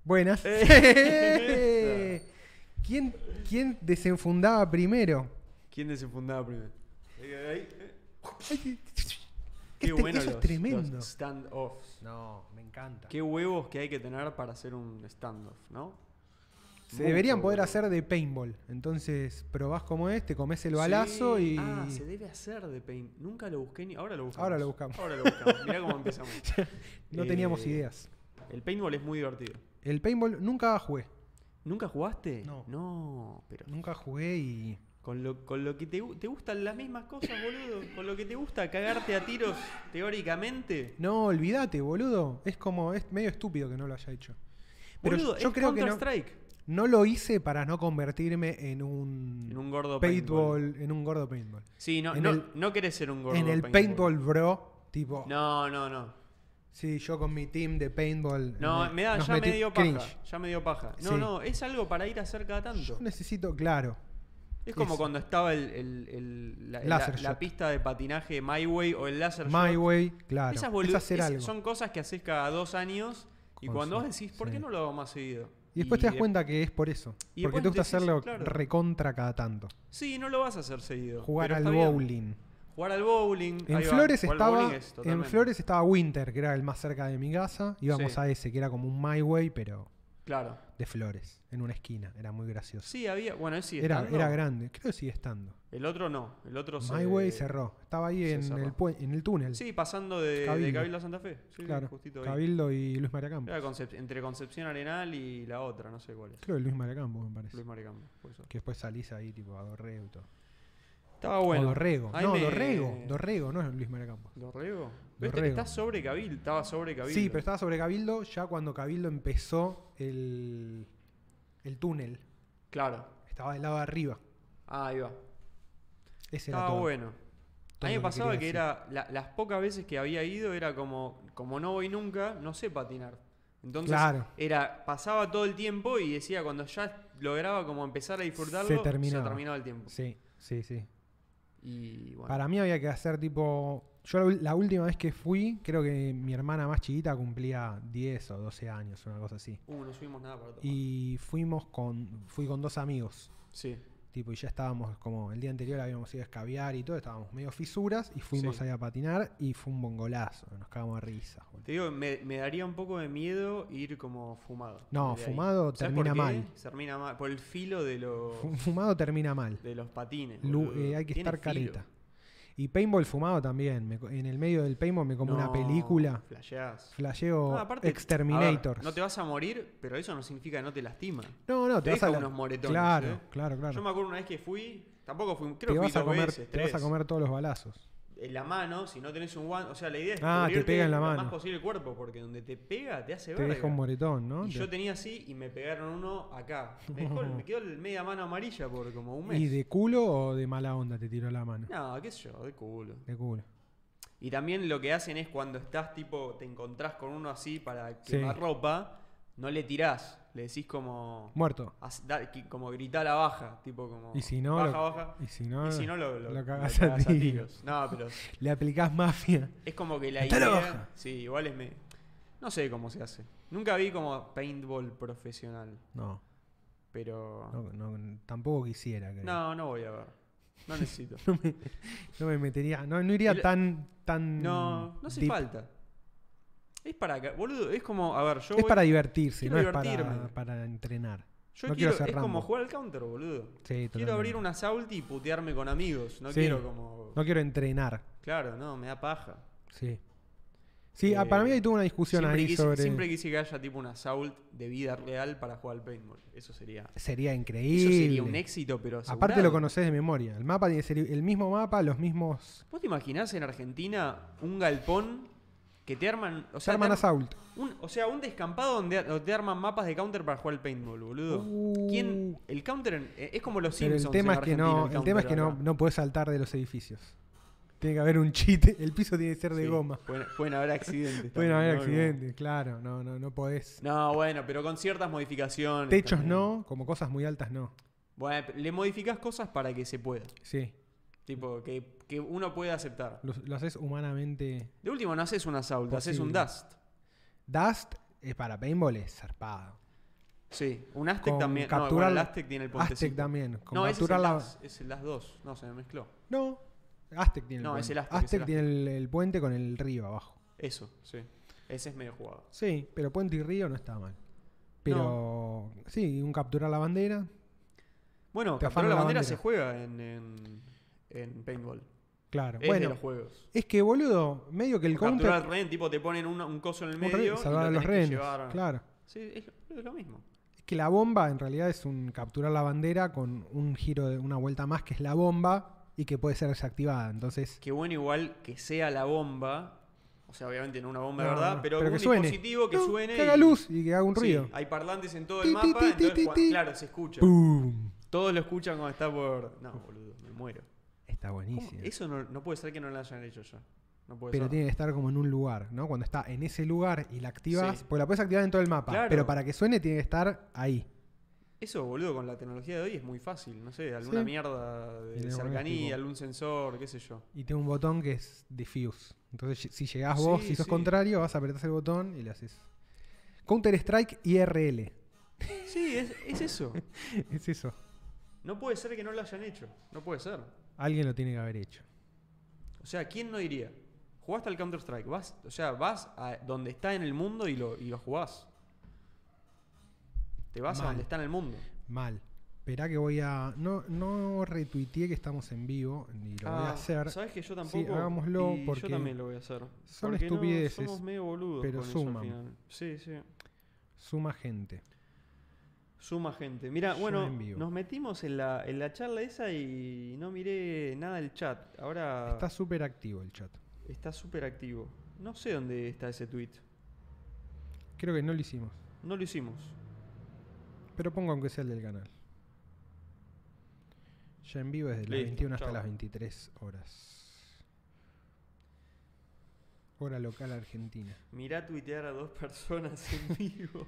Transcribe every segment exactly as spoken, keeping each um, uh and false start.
Buenas. Eh. ¿Quién, ¿Quién desenfundaba primero? ¿Quién desenfundaba primero? Ahí, ahí. Qué Qué bueno eso los, es tremendo. los stand-offs. No, me encanta. Qué huevos que hay que tener para hacer un stand-off, ¿no? Se Mucho deberían poder huevo. hacer de paintball. Entonces probás como es, te comes el balazo Sí. y... Ah, se debe hacer de paint. Nunca lo busqué ni... Ahora lo buscamos. Ahora lo buscamos. Ahora lo buscamos. Mirá cómo empezamos. no Eh, teníamos ideas. El paintball es muy divertido. El paintball nunca jugué. ¿Nunca jugaste? No. No, pero... Nunca jugué y... Con lo, con lo que te, gu- te gustan las mismas cosas, boludo. Con lo que te gusta cagarte a tiros teóricamente. No, olvídate, boludo. Es como... Es medio estúpido que no lo haya hecho. Pero Boludo, yo es creo que no, Counter-Strike. no lo hice para no convertirme en un... En un gordo paintball, paintball. en un gordo paintball. Sí, no, En no, el- no querés ser un gordo en el paintball, bro, tipo... No, no, no. Sí, yo con mi team de paintball... No, me- me da, nos ya me metí- dio paja. cringe. Ya me dio paja. No, Sí. no, es algo para ir a hacer cada tanto. Yo necesito, claro. Es como es- cuando estaba el, el- el- la, Laser la- la shot. pista de patinaje My Way o el laser My shot. way, claro. Esas es bolu- hacer es- algo. son cosas que haces cada dos años y Con cuando su- vos decís, ¿por sí. qué no lo hago más seguido? Y después te das de- cuenta que es por eso. y Porque después te gusta decís, hacerlo claro. recontra cada tanto. Sí, no lo vas a hacer seguido. Jugar pero al está bien. bowling. Jugar al bowling. En ahí va. Flores Jugar al estaba bowling es en totalmente. Flores estaba Winter, que era el más cerca de mi casa. Íbamos Sí. a ese, que era como un My Way, pero Claro. de Flores, en una esquina. Era muy gracioso. Sí, había. Bueno, él sigue era, estando. era grande, creo que sigue estando. El otro no. El otro se. My Way cerró. Estaba ahí se en cerró. el, pue- en el túnel. Sí, pasando de de Cabildo. Cabildo, a Santa Fe. Sí, claro. justito ahí. Cabildo y Luis María Campos. Era Concep- entre Concepción Arenal y la otra, no sé cuál es. Creo que Luis María Campos, me parece. Luis María Campos, por eso. Que después salís ahí tipo a Dorrego y todo. Estaba bueno. O Dorrego. Ahí No, me- Dorrego. Dorrego, no es Luis María Campos. ¿Dorrego? ¿Viste? Dorrego. Está sobre Cabildo. Estaba sobre Cabildo. Sí, pero estaba sobre Cabildo ya cuando Cabildo empezó el, el túnel. Claro. Estaba del lado de arriba. Ah, ahí va. Ese era Estaba todo. bueno. todo A mí me lo que pasaba que, quería era. la- las pocas veces que había ido era como. Como no voy nunca, no sé patinar. Entonces Claro. era. Pasaba todo el tiempo y decía cuando ya lograba como empezar a disfrutarlo, Se terminaba. terminaba el tiempo. Sí, sí, sí. Y bueno. Para mí había que hacer tipo... Yo la, ul- la última vez que fui, creo que mi hermana más chiquita cumplía diez o doce años, una cosa así. Uh, no subimos nada para tomar. Y fuimos con... Fui con dos amigos. Sí. Tipo, y ya estábamos como... El día anterior habíamos ido a escabiar y todo. Estábamos medio fisuras y fuimos Sí. ahí a patinar y fue un bongolazo. Nos cagamos de risa. boludo. Te digo, me, me daría un poco de miedo ir como fumado. No, desde ahí. fumado ¿Sabes termina por qué? mal. Termina mal. Por el filo de los, Fu- Fumado termina mal. de los patines. Lu- boludo. eh, hay que Tiene estar filo. careta. Y paintball fumado también. Me co- en el medio del paintball me como una No, película. Flasheás. Flasheo No, aparte, Exterminators. a ver, no te vas a morir, pero eso no significa que no te lastima. No, no, te, Te vas a deja la- unos moretones, Claro, ¿eh? claro, claro. Yo me acuerdo una vez que fui, tampoco fui, creo te que fui vas a dos comer, veces, te vas a tres. comer todos los balazos. En la mano, si no tenés un guante, o sea, la idea es Ah, te cubrirte pega en la lo mano. más posible el cuerpo, porque donde te pega te hace Te verga. deja un moretón, ¿no? Y Te- yo tenía así y me pegaron uno acá. Me, dejó- me quedó el media mano amarilla por como un mes. ¿Y de culo o de mala onda te tiró la mano? No, qué sé yo, de culo. De culo. Y también lo que hacen es cuando estás tipo, te encontrás con uno así para Sí. quemar ropa, no le tirás, le decís como. Muerto. haz- da- qui- como gritar a baja, tipo como. Y si no, baja, lo, baja. Y si no, Y si no lo, lo, lo lo cagás cagás a tiros. No, pero Le aplicás mafia. es como que la Está la idea. baja. Sí, igual es me. No sé cómo se hace. Nunca vi como paintball profesional. No, Pero. no, no, tampoco quisiera. creo. No, no voy a ver. No necesito. No me, no me metería, no, no iría El- tan, tan... No, no hace deep. falta. Es para acá, boludo, es como, a ver, yo Es voy- para divertirse, quiero no es divertirme. para, para entrenar. yo no quiero, quiero ser es como Rambo. jugar al counter, boludo. Sí, Quiero totalmente. abrir una Assault y putearme con amigos, no Sí. quiero como... No quiero entrenar. Claro, no, me da paja. Sí. Sí, ah, Eh, para mí hay tuvo una discusión siempre ahí quise, sobre... Siempre quise que haya tipo un Assault de vida real para jugar al paintball. Eso sería... Sería Eso increíble. sería un éxito, pero Aparte asegurado. lo conocés de memoria. El mapa tiene que ser el mismo mapa, los mismos... ¿Vos te imaginás en Argentina un galpón que te arman... O Se sea, arman te ar- Assault. un, o sea, un descampado donde, donde te arman mapas de counter para jugar al paintball, boludo. Uh. ¿Quién? El counter en- eh, es como los Pero Simpsons el tema en es que Argentina, no, el tema es counter que no, acá. no podés saltar de los edificios. Tiene que haber un cheat, el piso tiene que ser de Sí, goma. Pueden, pueden haber accidentes. Pueden también, haber ¿no? accidentes, claro, no, no, no podés. No, bueno, pero con ciertas modificaciones. Techos también. no, como cosas muy altas no. Bueno, le modificás cosas para que se pueda. Sí, Tipo, que, que uno pueda aceptar. lo, lo haces humanamente. De último, no haces un assault, haces un Posible. dust. Dust es para paintball, es zarpado. Sí, un Aztec Con también. capturar- No, bueno, el Aztec tiene el puentecito. Aztec también. Con No, ese es capturar el, la... Las, es el Las dos. No, se me mezcló. No, Aztec tiene el No, puente. es el Aztec, es el tiene el, el puente con el río abajo. Eso, sí. Ese es medio jugado. Sí, pero puente y río no está mal. Pero sí, un capturar la bandera. Bueno, Te capturar afanan la la bandera bandera. se juega en, en, en paintball. Claro. Es de Bueno, los juegos. es que boludo, medio que el O capturar counter... al rehén, tipo te ponen un, un coso en el un medio rehén, y salvar lo a los tenés que rehenes. llevar. Claro. Sí, es, lo- es lo mismo. Es que la bomba en realidad es un capturar la bandera con un giro de una vuelta más que es la bomba y que puede ser desactivada. Entonces, Qué bueno igual que sea la bomba. O sea, obviamente no una bomba de No, verdad, no, pero, pero un que suene. dispositivo que no, suene. que haga y- luz y que haga un Sí, ruido. hay parlantes en todo Ti, el ti, mapa, ti, entonces ti, cua- ti. claro, se escucha. ¡Pum! Todos lo escuchan cuando está por. No, boludo, me muero. Está ¿Cómo? buenísimo. Eso no, no puede ser que no lo hayan hecho ya. No puede Pero ser. tiene que estar como en un lugar, ¿no? Cuando está en ese lugar y la activas, Sí. porque la puedes activar en todo el mapa, Claro. pero para que suene tiene que estar ahí. Eso, boludo, con la tecnología de hoy es muy fácil. No sé, alguna Sí. mierda Y de le pones cercanía, tipo- algún sensor, qué sé yo. Y tiene un botón que es diffuse. Entonces, si llegás vos, Sí, si sos sí. contrario, vas a apretar el botón y le haces. Counter Strike I R L. Sí, es, es eso. Es eso. No puede ser que no lo hayan hecho. No puede ser. Alguien lo tiene que haber hecho. O sea, ¿quién no diría? Jugaste al Counter-Strike, vas, o sea, vas a donde está en el mundo y lo, y lo jugás. Te vas Mal. a donde está en el mundo. Mal. Esperá que voy a. No, no retuiteé que estamos en vivo, ni lo voy a hacer. ¿Sabes que yo tampoco? Sí, hagámoslo Y porque yo también lo voy a hacer. son Porque no, estupideces, somos medio boludos pero con eso al suman. final. Sí, sí. Suma gente. Suma gente. Mira, Yo bueno, en vivo. nos metimos en la, en la charla esa y no miré nada del chat. Ahora Está súper activo el chat. está súper activo. No sé dónde está ese tweet. Creo que no lo hicimos. No lo hicimos. Pero pongo aunque sea el del canal. Ya en vivo desde las Listo, veintiuna hasta chao. las veintitrés horas. Hora local argentina. Mirá tuitear a dos personas en vivo.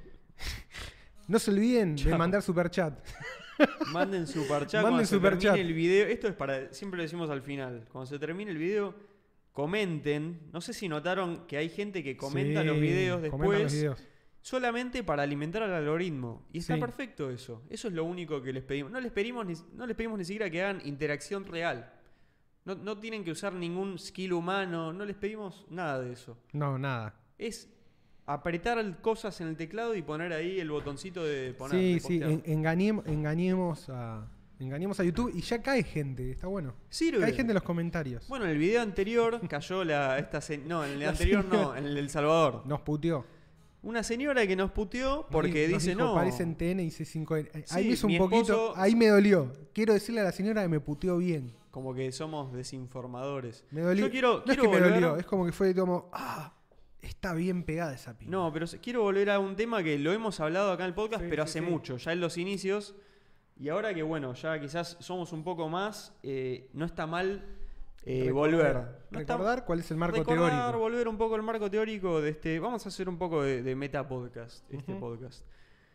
No se olviden de Chao. mandar superchat. Manden superchat Manden cuando se superchat. termine el video. Esto es para, siempre lo decimos al final. Cuando se termine el video, comenten. No sé si notaron que hay gente que comenta Sí, los videos comentan después los videos. solamente para alimentar al algoritmo. Y está Sí. perfecto eso. Eso es lo único que les pedimos. No les pedimos ni, no les pedimos ni siquiera que hagan interacción real. No, no tienen que usar ningún skill humano. No les pedimos nada de eso. No, nada. Es apretar el- cosas en el teclado y poner ahí el botoncito de poner. Sí, de sí, postear. en- engañemos, engañemos a. Engañemos a YouTube y ya cae gente, está bueno. Sirve. Cae gente en los comentarios. Bueno, en el video anterior cayó la esta se- no, en el La anterior señora. no, en el de El Salvador. Nos puteó. Una señora que nos puteó porque Nos dice dijo, no. Parece en T N y C cinco N. Ahí Sí, me hizo un mi poquito. esposo- Ahí me dolió. Quiero decirle a la señora que me puteó bien. Como que somos desinformadores. Me dolió. Yo quiero, no quiero es que me volver- dolió, es como que fue como. ¡Ah! Está bien pegada esa piba. No, pero se- quiero volver a un tema que lo hemos hablado acá en el podcast, Sí, pero sí, hace sí. mucho, ya en los inicios. Y ahora que bueno, ya quizás somos un poco más, eh, no está mal eh, Recordar- volver. No está- Recordar cuál es el marco recordar, teórico. volver un poco al marco teórico de este. Vamos a hacer un poco de, de meta podcast, este Ujú. podcast.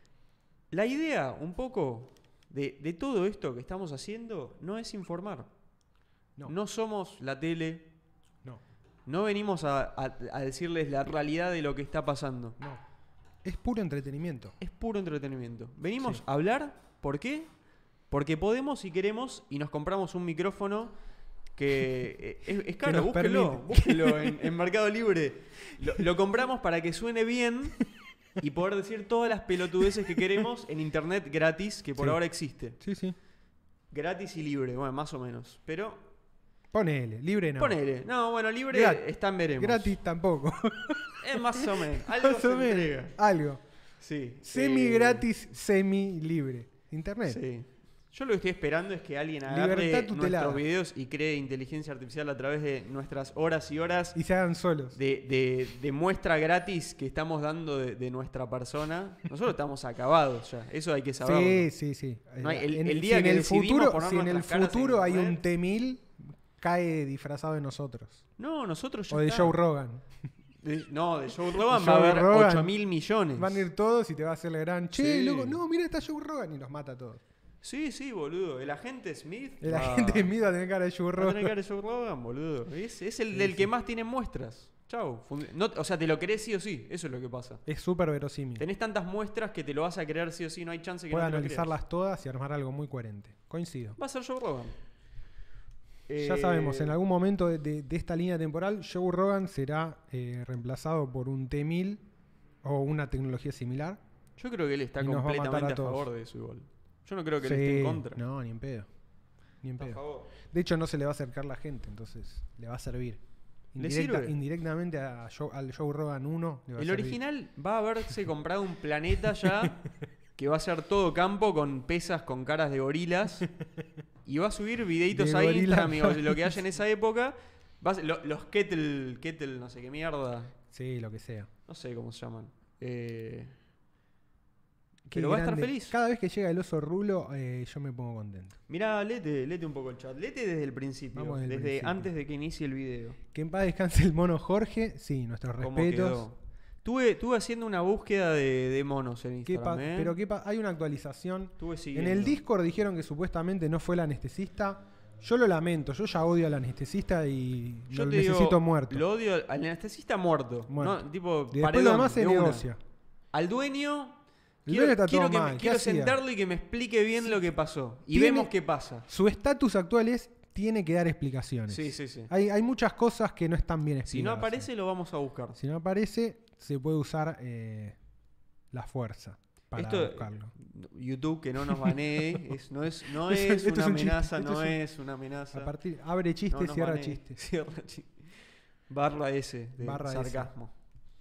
La idea, un poco, de, de todo esto que estamos haciendo, no es informar. No. No somos la tele. No, No venimos a, a- a decirles la realidad de lo que está pasando. no. Es puro entretenimiento. Es puro entretenimiento. Venimos Sí. a hablar, ¿por qué? Porque podemos y queremos y nos compramos un micrófono que eh, es, es caro, nos búsquelo, permite. búsquelo en, en Mercado Libre. Lo, lo compramos para que suene bien y poder decir todas las pelotudeces que queremos en internet gratis, que por Sí. ahora existe. Sí, sí. Gratis y libre, bueno, más o menos. Pero Ponele, libre no. ponele. No, bueno, libre Grat- están veremos. Gratis tampoco. Es más o menos. Algo Más se o menos. entrega. Algo. Sí. Semi eh, gratis, semi libre. Internet. Sí. Yo lo que estoy esperando es que alguien agarre Libertad tutelada. nuestros videos y cree inteligencia artificial a través de nuestras horas y horas Y se hagan solos. de, de- de muestra gratis que estamos dando de, de nuestra persona. Nosotros estamos acabados ya. Eso hay que saberlo. Sí, sí, sí. No hay- el- En- el día si que en el decidimos futuro, poner si en el nuestras caras en futuro hay un internet- T mil, cae disfrazado de nosotros. No, nosotros ya O de está. Joe Rogan. De- no, de Joe Rogan Joe va a haber Rogan. ocho mil millones. Van a ir todos y te va a hacer el gran. Che, Sí. loco, no, mira, está Joe Rogan y los mata a todos. Sí, sí, boludo. El agente Smith. El va- agente de miedo a tener cara de Joe va a Rogan. tener cara de Joe Rogan, boludo. Es, es el Sí, del sí. que más tiene muestras. Chau. Fun- no- o sea, te lo crees sí o sí. Eso es lo que pasa. Es súper verosímil. Tenés tantas muestras que te lo vas a creer sí o sí. No hay chance que Puede no te lo analizarlas todas y armar algo muy coherente. Coincido. creas. Va a ser Joe Rogan. Ya Eh, sabemos, en algún momento de, de- de esta línea temporal, Joe Rogan será eh, reemplazado por un T mil o una tecnología similar. Yo creo que él está Y nos va a matar completamente a a, todos. favor de eso igual. Yo no creo que Sí, él esté en contra. No, ni en pedo. Ni en Está a pedo. favor. De hecho, no se le va a acercar la gente, entonces le va a servir. ¿Le Indirecta- sirve? indirectamente a Joe- al Joe Rogan uno le va a El servir. original va a haberse comprado un planeta ya que va a ser todo campo con pesas con caras de gorilas y va a subir videitos De a gorila. Instagram y o lo que haya en esa época. Va a ser- lo- los kettle, kettle, no sé qué mierda. Sí, lo que sea. No sé cómo se llaman. Eh, Qué pero va a estar grande. feliz. Cada vez que llega el oso rulo, eh, yo me pongo contento. Mirá, lete, lete un poco el chat. Lete desde el principio. Vamos desde desde el principio. antes de que inicie el video. Que en paz descanse el mono Jorge. Sí, nuestros ¿Cómo respetos. quedó? Tuve, tuve haciendo una búsqueda de, de monos en ¿Qué Instagram. pa- ¿eh? Pero qué pa- hay una actualización. Estuve En siguiendo. el Discord dijeron que supuestamente no fue el anestesista. Yo lo lamento, yo ya odio al anestesista y Yo lo te digo, necesito muerto. Lo odio al anestesista muerto. Muerto. ¿no? Tipo, Y después paredón, lo demás se de una. negocia. Al dueño. El Quiero, dueño está quiero todo que me- mal. ¿Qué quiero hacía? sentarlo y que me explique bien lo que pasó. Y Tiene- vemos qué pasa. Su estatus actual es, tiene que dar explicaciones. Sí, sí, sí. Hay, hay muchas cosas que no están bien explicadas. Si no aparece, lo vamos a buscar. Si no aparece, se puede usar eh, la fuerza para Esto, buscarlo. YouTube que no nos banee, es, no es, no Esto- es esto una es un chiste, amenaza, esto no es un- es una amenaza. A partir, abre No chiste, nos cierra banee. chiste. Cierra chiste. Barra S de Barra S. sarcasmo.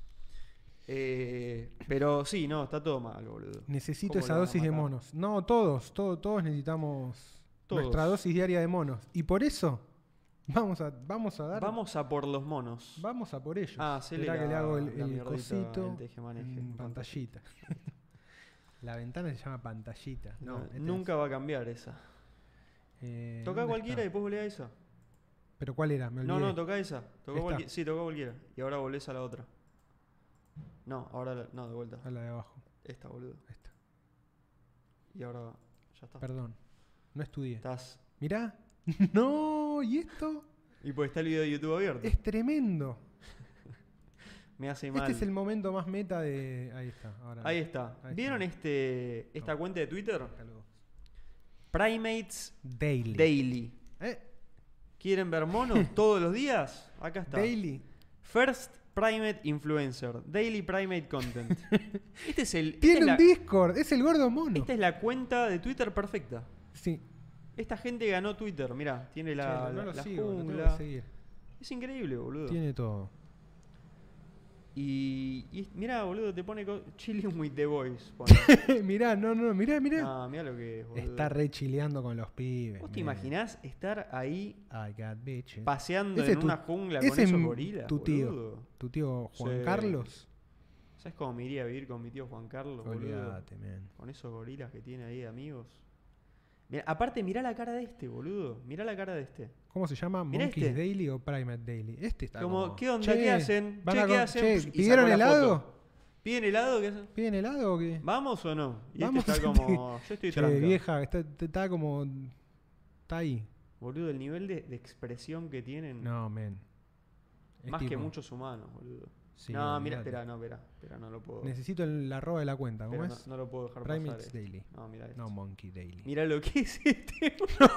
Eh, pero sí, no, está todo mal, boludo. Necesito ¿Cómo esa lo van a dosis de matar? monos. No, todos, todos, todos necesitamos Todos. nuestra dosis diaria de monos. Y por eso vamos a, vamos a dar. Vamos a por los monos. Vamos a por ellos. Ah, hacele Esperá que la- le hago el, la el mierdita, cosito el tejemaneje, en en pantallita. La ventana se llama pantallita. No, No, este nunca va a cambiar esa. es- eh, Toca ¿dónde cualquiera y está? después volea esa. ¿Pero cuál era? Me olvidé. No, no, toca esa. Tocó Esta. cualquiera. Sí, tocó cualquiera. Y ahora volvés a la otra. No, ahora la- no, de vuelta. A la de abajo. Esta, boludo. Esta. Y ahora ya está. Perdón. No estudié. Estás. Mirá. No, ¿y esto? Y pues está el video de YouTube abierto. Es tremendo. Me hace mal. Este es el momento más meta de. Ahí está. Ahora Ahí está. Ahí ¿Vieron está. este esta No. cuenta de Twitter? Saludos. Primates Daily. Daily. ¿Eh? ¿Quieren ver monos todos los días? Acá está. Daily. First Primate Influencer. Daily Primate Content. Este es el. esta Tiene es un la- Discord. Es el gordo mono. Esta es la cuenta de Twitter perfecta. Sí. Esta gente ganó Twitter, mirá, tiene la, Che, no la- lo la sigo, lo tengo jungla. que seguir. Es increíble, boludo. Tiene todo. Y, y mirá, boludo, te pone co- chilling with the boys. pone. mirá, no, no, mirá, mirá. No, mirá lo que es, boludo. Está re chileando con los pibes. ¿Vos te mirá. imaginás estar ahí I got bitches. paseando Ese en tu- una jungla con ese esos es gorilas, tu tío. boludo? Tu tío Juan Sí. Carlos. ¿Sabes cómo me iría a vivir con mi tío Juan Carlos, boludo? Olvídate, man. Con esos gorilas que tiene ahí de amigos. Mirá, aparte, mirá la cara de este, boludo. Mirá la cara de este. ¿Cómo se llama? Mirá ¿Monkeys este. Daily o Primate Daily? Este está Como, como, ¿qué onda? "Che, ¿Qué hacen? van Che, a ¿qué co- hacen? che, Y sacó ¿pidieron la helado? foto. ¿Piden helado? ¿Qué hacen? ¿Piden helado o qué? ¿Vamos o no? Y Vamos, este está como. Yo estoy Che, tranca. vieja, está, está como... Está ahí. Boludo, el nivel de, de expresión que tienen. No, men. Es más que tipo- muchos humanos, boludo. Sí, no, mira, olvídate. espera, no, espera. Espera, no lo puedo. Necesito el arroba de la cuenta, ¿cómo espera, es? no, no lo puedo dejar pasar. Primates este. Daily. No, mira esto. No, Monkey Daily. Mira lo que es este.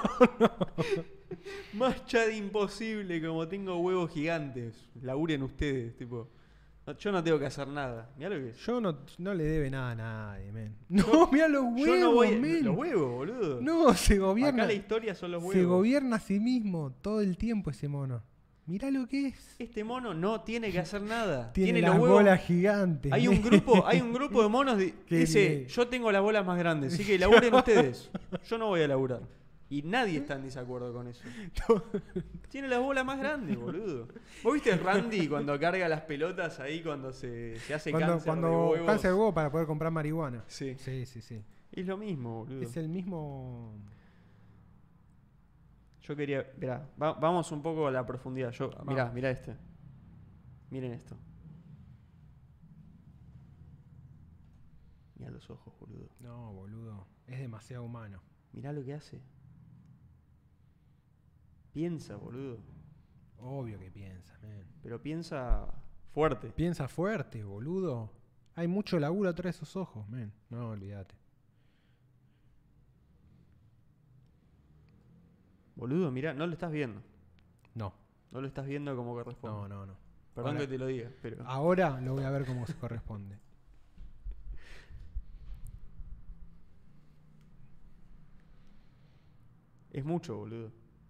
Más chat imposible, como tengo huevos gigantes. Laburen ustedes, tipo. No, yo no tengo que hacer nada. Mira lo que es. Yo no, no le debe nada a nadie, men. No, mira los huevos, Yo no voy. men. Los huevos, boludo. No, se gobierna. Acá la historia son los Se huevos. gobierna a sí mismo todo el tiempo ese mono. Mirá lo que es. Este mono no tiene que hacer nada. Tiene, Tiene, las los huevos. bolas gigantes. Hay un grupo, hay un grupo de monos de- que Qué dice, bien. yo tengo las bolas más grandes, así que laburen ustedes. Yo no voy a laburar. Y nadie está en desacuerdo con eso. Tiene las bolas más grandes, boludo. ¿Vos viste Randy cuando carga las pelotas ahí cuando se, se hace Cuando, cáncer cuando de huevos? cáncer de huevo para poder comprar marihuana. Sí. Sí, sí, sí. Es lo mismo, boludo. Es el mismo. Yo quería, mirá, va- vamos un poco a la profundidad. Yo, Vamos. mirá, mirá este. Miren esto. Mirá los ojos, boludo. No, boludo. Es demasiado humano. Mirá lo que hace. Piensa, boludo. Obvio que piensa, men. Pero piensa Fuerte. Piensa fuerte, boludo. Hay mucho laburo atrás de esos ojos, men. No, olvídate. Boludo, mirá, no lo estás viendo. No. No lo estás viendo como corresponde. No, no, no. Perdón Ahora, que te lo diga, pero... Ahora lo voy a ver como se corresponde. Es mucho, boludo.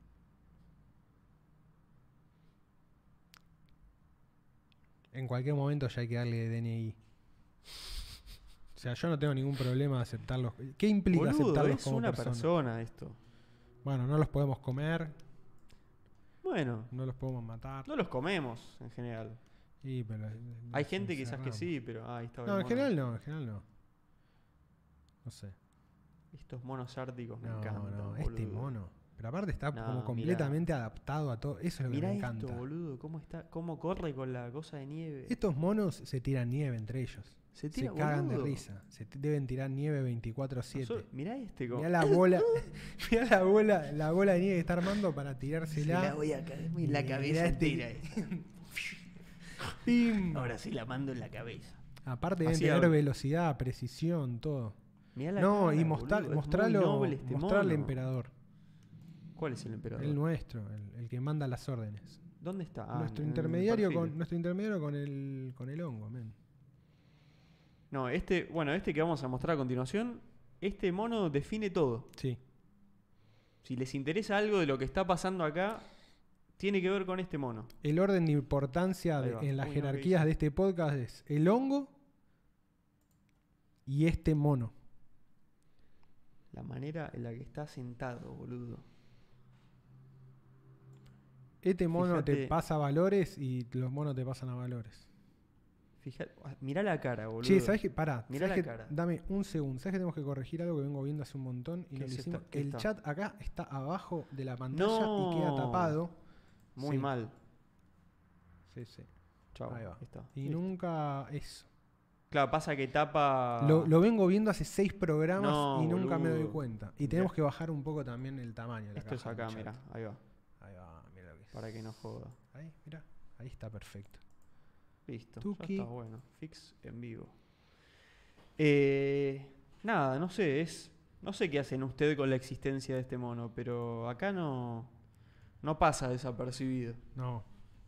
En cualquier momento ya hay que darle D N I. O sea, yo no tengo ningún problema de aceptarlos. ¿Qué implica Boludo, aceptarlos es como una persona? persona esto. Bueno, no los podemos comer, Bueno, no los podemos matar. no los comemos en general. Y, pero, Hay los gente quizás que encerramos. sí, pero... Ah, ahí está el No, en mono. general no, en general no. No sé. Estos monos árticos me No, encantan, no, este boludo. mono. Pero aparte está No, como mirá. completamente adaptado a todo. Eso es lo que Mirá me esto, encanta. boludo, cómo está, cómo corre con la cosa de nieve. Estos monos se tiran nieve entre ellos. Se Se, tira, cagan boludo. de risa. Se t- deben tirar nieve veinticuatro siete. Nosotros- mirá este cómo... Mirá la bola, mirá la bola, la bola de nieve que está armando para tirársela. Se la voy a caer en la Mirá cabeza este- entera. esta. ¡Pim! Ahora sí la mando en la cabeza. Aparte deben Así tener habla. velocidad, precisión, todo. Mirá la No, cara, y mostrar, boludo, es muy mostrarlo, noble este mostrar al mono. emperador. ¿Cuál es el emperador? El nuestro, el, el que manda las órdenes. ¿Dónde está? Ah, nuestro en el intermediario perfil. con nuestro intermediario con el con el hongo, men. No, este, bueno, este que vamos a mostrar a continuación, este mono define todo. Sí. Si les interesa algo de lo que está pasando acá, tiene que ver con este mono. El orden de importancia Ahí de- va. en las Uy, no, ¿qué jerarquías hice? de este podcast es el hongo y este mono. La manera en la que está sentado, boludo. Este mono te Fíjate. pasa valores y los monos te pasan a valores. Fíjate, mirá la cara, boludo. Che, ¿sabes qué? Pará, Mirá ¿sabés la qué? cara. Dame un segundo. ¿Sabes que tenemos que corregir algo que vengo viendo hace un montón y ¿Qué no lo es hicimos? esta- qué El está? chat acá está abajo de la pantalla y queda No. tapado. Muy Sí. mal. Sí, sí. Chau, Ahí va. está. Y Listo. nunca eso. Claro, pasa que tapa... Lo, lo vengo viendo hace seis programas No, y nunca me doy boludo. cuenta. Y tenemos Mirá. que bajar un poco también el tamaño de la Esto es caja del acá, chat. mirá. Ahí va. Ahí va, mira lo que es. Para que no joda. Ahí, mira. Ahí está perfecto. Listo. Tuki. Ya está bueno. Fix en vivo. Eh, nada, no sé, es... No sé qué hacen ustedes con la existencia de este mono, pero acá no... No pasa desapercibido. No.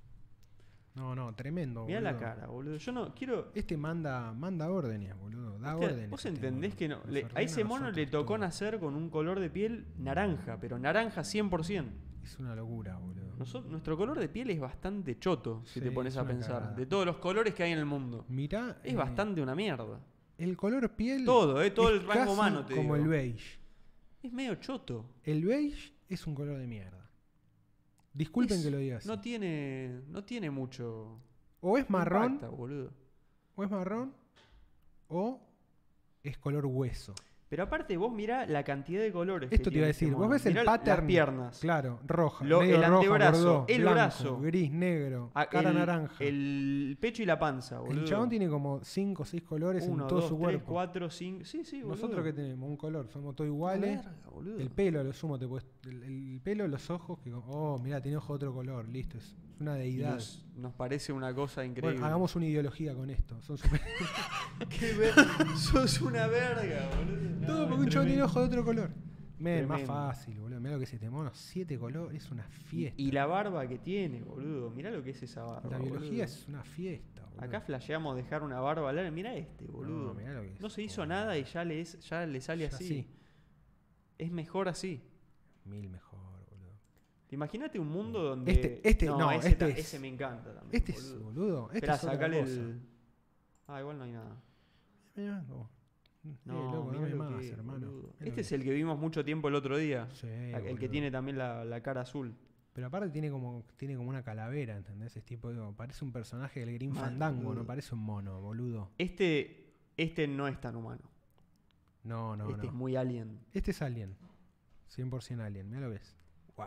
No, no, tremendo, Mirá la boludo. cara, boludo. Yo no quiero... Este manda, manda órdenes, boludo. Da Hostia, órdenes. ¿Vos este entendés mono. que no? Nos Le- a ordena ese mono le nosotros tocó todo. nacer con un color de piel naranja, pero naranja cien por ciento. Es una locura, boludo. Noso- nuestro color de piel es bastante choto, si Sí, te pones es a una pensar. cagada. De todos los colores que hay en el mundo. Mirá. Es eh, bastante una mierda. El color piel. Todo, eh, todo es el rango casi humano, te como digo. el beige. Es medio choto. El beige es un color de mierda. Disculpen Es- que lo diga así. No tiene, no tiene mucho... O es no marrón, impacta, boludo. o es marrón, o es color hueso. Pero aparte vos mirá la cantidad de colores que Esto te tiene iba a este decir, vos mono. ves el Mirá pattern. las piernas. Claro, roja, Lo- medio el roja, antebrazo, bordó, el blanco, brazo. gris, negro, Ah, cara el, naranja. El pecho y la panza, boludo. El chabón tiene como cinco o seis colores Uno, en todo dos, su tres, cuerpo. cuatro, cinco... Sí, sí, boludo. Nosotros que tenemos un color, somos todos Una iguales. verga, boludo. El pelo, a lo sumo, te puedes, el, el pelo, los ojos, que oh, mira, tiene ojo de otro color, listo, es una Y deidad. Nos, nos parece una cosa increíble. Bueno, hagamos una ideología con esto. Son super- Qué ver- Sos una verga, boludo. Todo No, porque un es chabón tiene tremendo. ojo de otro color. Men, más Tremendo. fácil, boludo. Mira lo que es este mono, siete colores, es una fiesta. Y la barba que tiene, boludo. Mirá lo que es esa barba. La biología boludo. es una fiesta, boludo. Acá flasheamos dejar una barba al aire. Mirá este, boludo. No, mirá lo que es, No se hizo boludo. nada y ya le, es, ya le sale Ya así. sí. Es mejor así. Mil mejor, boludo. Imagínate un mundo donde. Este- este- no, ese, este ta- es- ese me encanta también. Este es, boludo. boludo. Este Esperá, es otra sacale cosa. el. Ah, igual no hay nada. Mirá, como- eh, No, loco, mirá dame lo más, que es, hermano. boludo. Mirá lo Este que es el que vimos mucho tiempo el otro día. Sí, La- el que boludo. tiene también la, la cara azul. Pero aparte tiene como, tiene como una calavera, ¿entendés? Es tipo, digo, parece un personaje del Green Mal, Fandango, boludo. no parece un mono, boludo. Este, este no es tan humano. No, no, este no. es muy alien. Este es Alien. cien por ciento Alien, mira lo ves. Guau.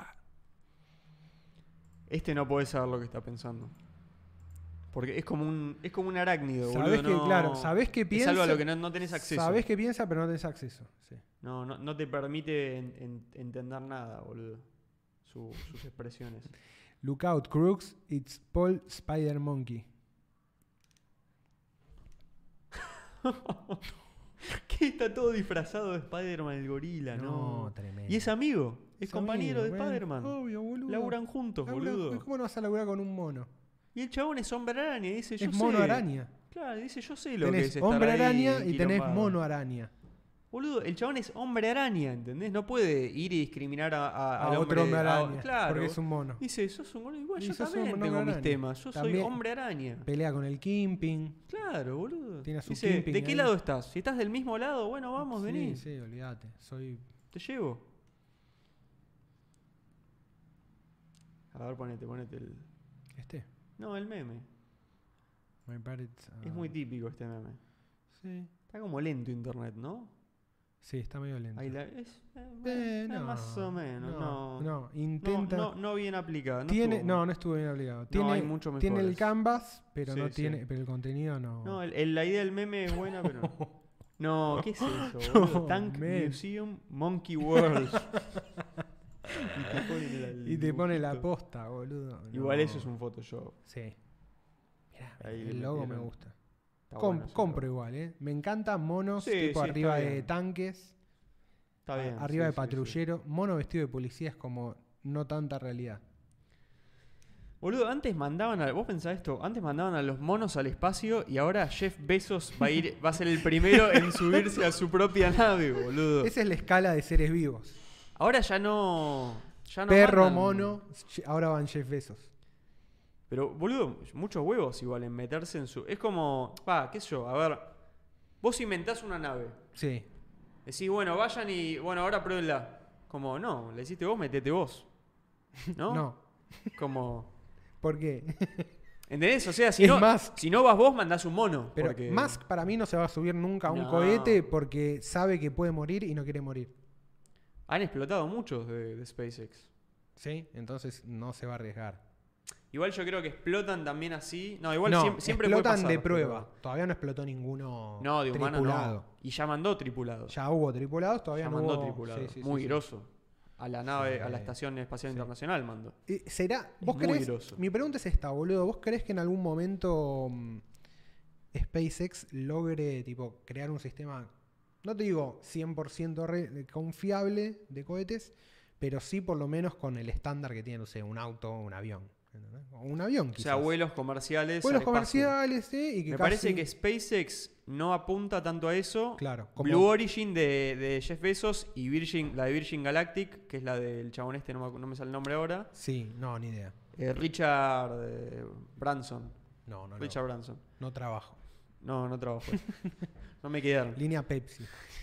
Este no podés saber lo que está pensando. Porque es como un, es como un arácnido, Sabés boludo. que, no- claro, sabés que Es piensa. algo a lo que no, no tenés acceso. Sabés que piensa, pero no tenés acceso. Sí. No, no, no te permite en- en- entender nada, boludo. Su- sus expresiones. Look out, Crooks, it's Paul Spider Monkey. ¿Qué? Está todo disfrazado de Spider-Man, el gorila, ¿no? No, tremendo. Y es amigo, es Es compañero amigo, de bueno, Spider-Man. Obvio, boludo. Laburan juntos, Labura- boludo. ¿Cómo no vas a laburar con un mono? Y el chabón es hombre araña y dice, yo Es sé. mono araña. Claro, dice, yo sé lo que es Tenés estar hombre ahí araña y tenés enquilombado. mono araña. Boludo, el chabón es hombre araña, ¿entendés? No puede ir y discriminar a, a, A al otro hombre a- araña. claro. Porque es un mono. Dice, sos un mono. Igual Y yo sos un también hombre tengo mis araña. temas. Yo soy También- hombre araña. Pelea con el Kimping. Claro, boludo. Tiene a su Dice, Kimping ¿de qué ahí. lado estás? Si estás del mismo lado, bueno, vamos, sí, vení. Sí, olvídate. Soy. Te llevo. A ver, ponete, ponete el... Este. No, el meme. My parents, Es ah, muy típico este meme. Sí. Está como lento internet, ¿no? Sí, está medio lento. Ahí la- es, eh, Eh, eh, no, más o menos, no. No, no, No, intenta. no, no bien aplicado. No, tiene, estuvo- no, no estuvo bien aplicado. Tiene, hay mucho tiene el mejores. canvas, pero Sí, no sí. tiene, pero el contenido no. No, el- el- la idea del meme es buena, pero no. No, ¿qué es eso? No, boludo? Tank man. Museum Monkey World. y te pone la, el y te pone la dibujito. posta, boludo. Igual No. eso es un Photoshop. Sí. Mirá, Ahí le el logo me metieron. gusta. Está Com- bueno ese compro logo. igual, ¿eh? Me encantan monos Sí, tipo sí, arriba está de bien. tanques, Está a- bien. arriba sí, de sí, patrullero. Mono vestido de policía es como no tanta realidad. sí. Boludo, antes mandaban a, vos pensás esto, antes mandaban a los monos al espacio y ahora Jeff Bezos va a ir, va a ser el primero en subirse a su propia nave, boludo. Esa es la escala de seres vivos. Ahora ya no. Ya no Perro, mandan- mono, ahora van Jeff Bezos. Pero, boludo, muchos huevos igual en meterse en su. Es como. Pa, qué sé yo, a ver. Vos inventás una nave. Sí. Decís, bueno, vayan y. Bueno, ahora pruébenla. Como, no, le hiciste vos, metete vos. ¿No? No. Como. ¿Por qué? ¿Entendés? O sea, si, Es no, más- si no vas vos, mandás un mono. Pero porque- Musk para mí no se va a subir nunca a un No. cohete porque sabe que puede morir y no quiere morir. Han explotado muchos de, de SpaceX. ¿Sí? Entonces no se va a arriesgar. Igual yo creo que explotan también así. No, igual no, siempre, siempre puede explotan pasar, de prueba. pero- Todavía no explotó ninguno No, de humano tripulado. no. Y ya mandó tripulado. Ya hubo tripulados, todavía Ya no mandó hubo... tripulado. Sí, sí, sí, muy sí. grosso. A la nave, Sí. a la Estación Espacial Sí. Internacional mandó. Eh, ¿Será? ¿Vos muy creés? groso. Mi pregunta es esta, boludo. ¿Vos creés que en algún momento mm, SpaceX logre tipo crear un sistema, no te digo cien por ciento re- confiable de cohetes, pero sí por lo menos con el estándar que tiene, no sé, un auto o un avión? ¿Entendés? O un avión, O quizás. sea, vuelos comerciales. Vuelos al espacio. comerciales, sí, y que Me casi- parece que SpaceX no apunta tanto a eso. Claro, como- Blue Origin de, de Jeff Bezos y Virgin, la de Virgin Galactic, que es la del chabón este, no me, acu- no me sale el nombre ahora. Sí, no, ni idea. Eh, Richard eh, Branson. No, no, no. Richard Branson. No trabajo. No, no trabajo. no me quedaron. Línea Pepsi.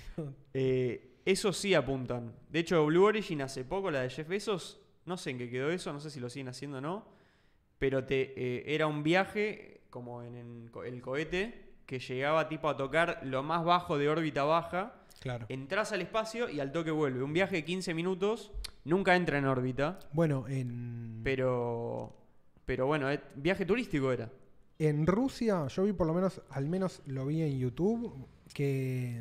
Eh, eso sí apuntan. De hecho, Blue Origin hace poco, la de Jeff Bezos, no sé en qué quedó eso, no sé si lo siguen haciendo o no, pero te, eh, era un viaje, como en, en co- el cohete, que llegaba tipo a tocar lo más bajo de órbita baja, Claro. entras al espacio y al toque vuelve. Un viaje de quince minutos, nunca entra en órbita, Bueno, en, pero, pero bueno, eh, viaje turístico era. en Rusia, yo vi por lo menos, al menos lo vi en YouTube, que,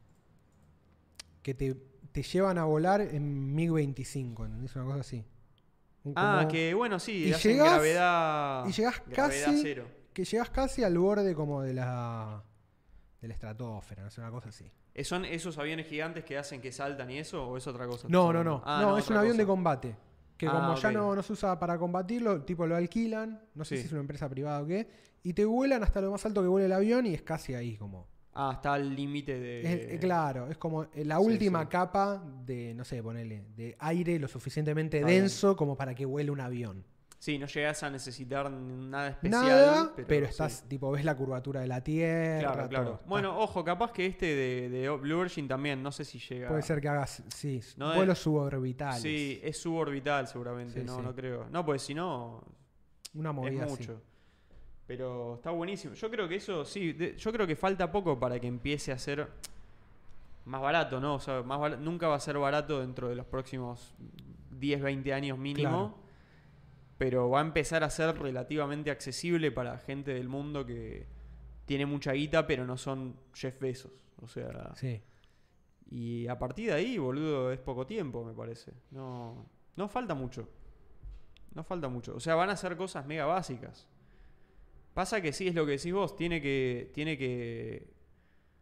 que te, te llevan a volar en MiG veinticinco, ¿entendés? Una cosa así. Un- Ah, como- que bueno, sí, y hacen llegás- gravedad, y llegás gravedad casi- cero. Que llegas casi al borde como de la de la estratosfera, no sé, una cosa así. ¿Eh, ¿Son esos aviones gigantes que hacen que saltan y eso? ¿O es otra cosa? No, no, no. Ah, no, es un otra avión de cosa. combate. Que Ah, como ya ok. no, no se usa para combatirlo, tipo lo alquilan, no sé Sí. si es una empresa privada o qué, y te vuelan hasta lo más alto que vuela el avión y es casi ahí como. Ah, está al límite de... Es- eh, claro, es como eh, la Sí, última sí. capa de, no sé, ponele, de aire lo suficientemente Está bien. denso como para que vuele un avión. Sí, no llegas a necesitar nada especial. Nada, pero, pero, sí. estás, tipo, ves la curvatura de la Tierra. Claro, claro. todo. Está- Bueno, ojo, capaz que este de, de Blue Origin también, no sé si llega... puede ser que hagas, sí, No, vuelos eh, suborbitales. Sí, es suborbital seguramente, Sí, no, sí. no creo. No, pues si no, Una es movida así. mucho. Pero está buenísimo. Yo creo que eso, sí, de- yo creo que falta poco para que empiece a ser más barato, ¿no? O sea, más bala- nunca va a ser barato dentro de los próximos diez, veinte años mínimo. Claro. Pero va a empezar a ser relativamente accesible para gente del mundo que tiene mucha guita, pero no son Jeff Bezos. O sea, Sí. y a partir de ahí, boludo, es poco tiempo, me parece. No, no falta mucho. No falta mucho. O sea, van a hacer cosas mega básicas. Pasa que sí, es lo que decís vos, tiene que, tiene que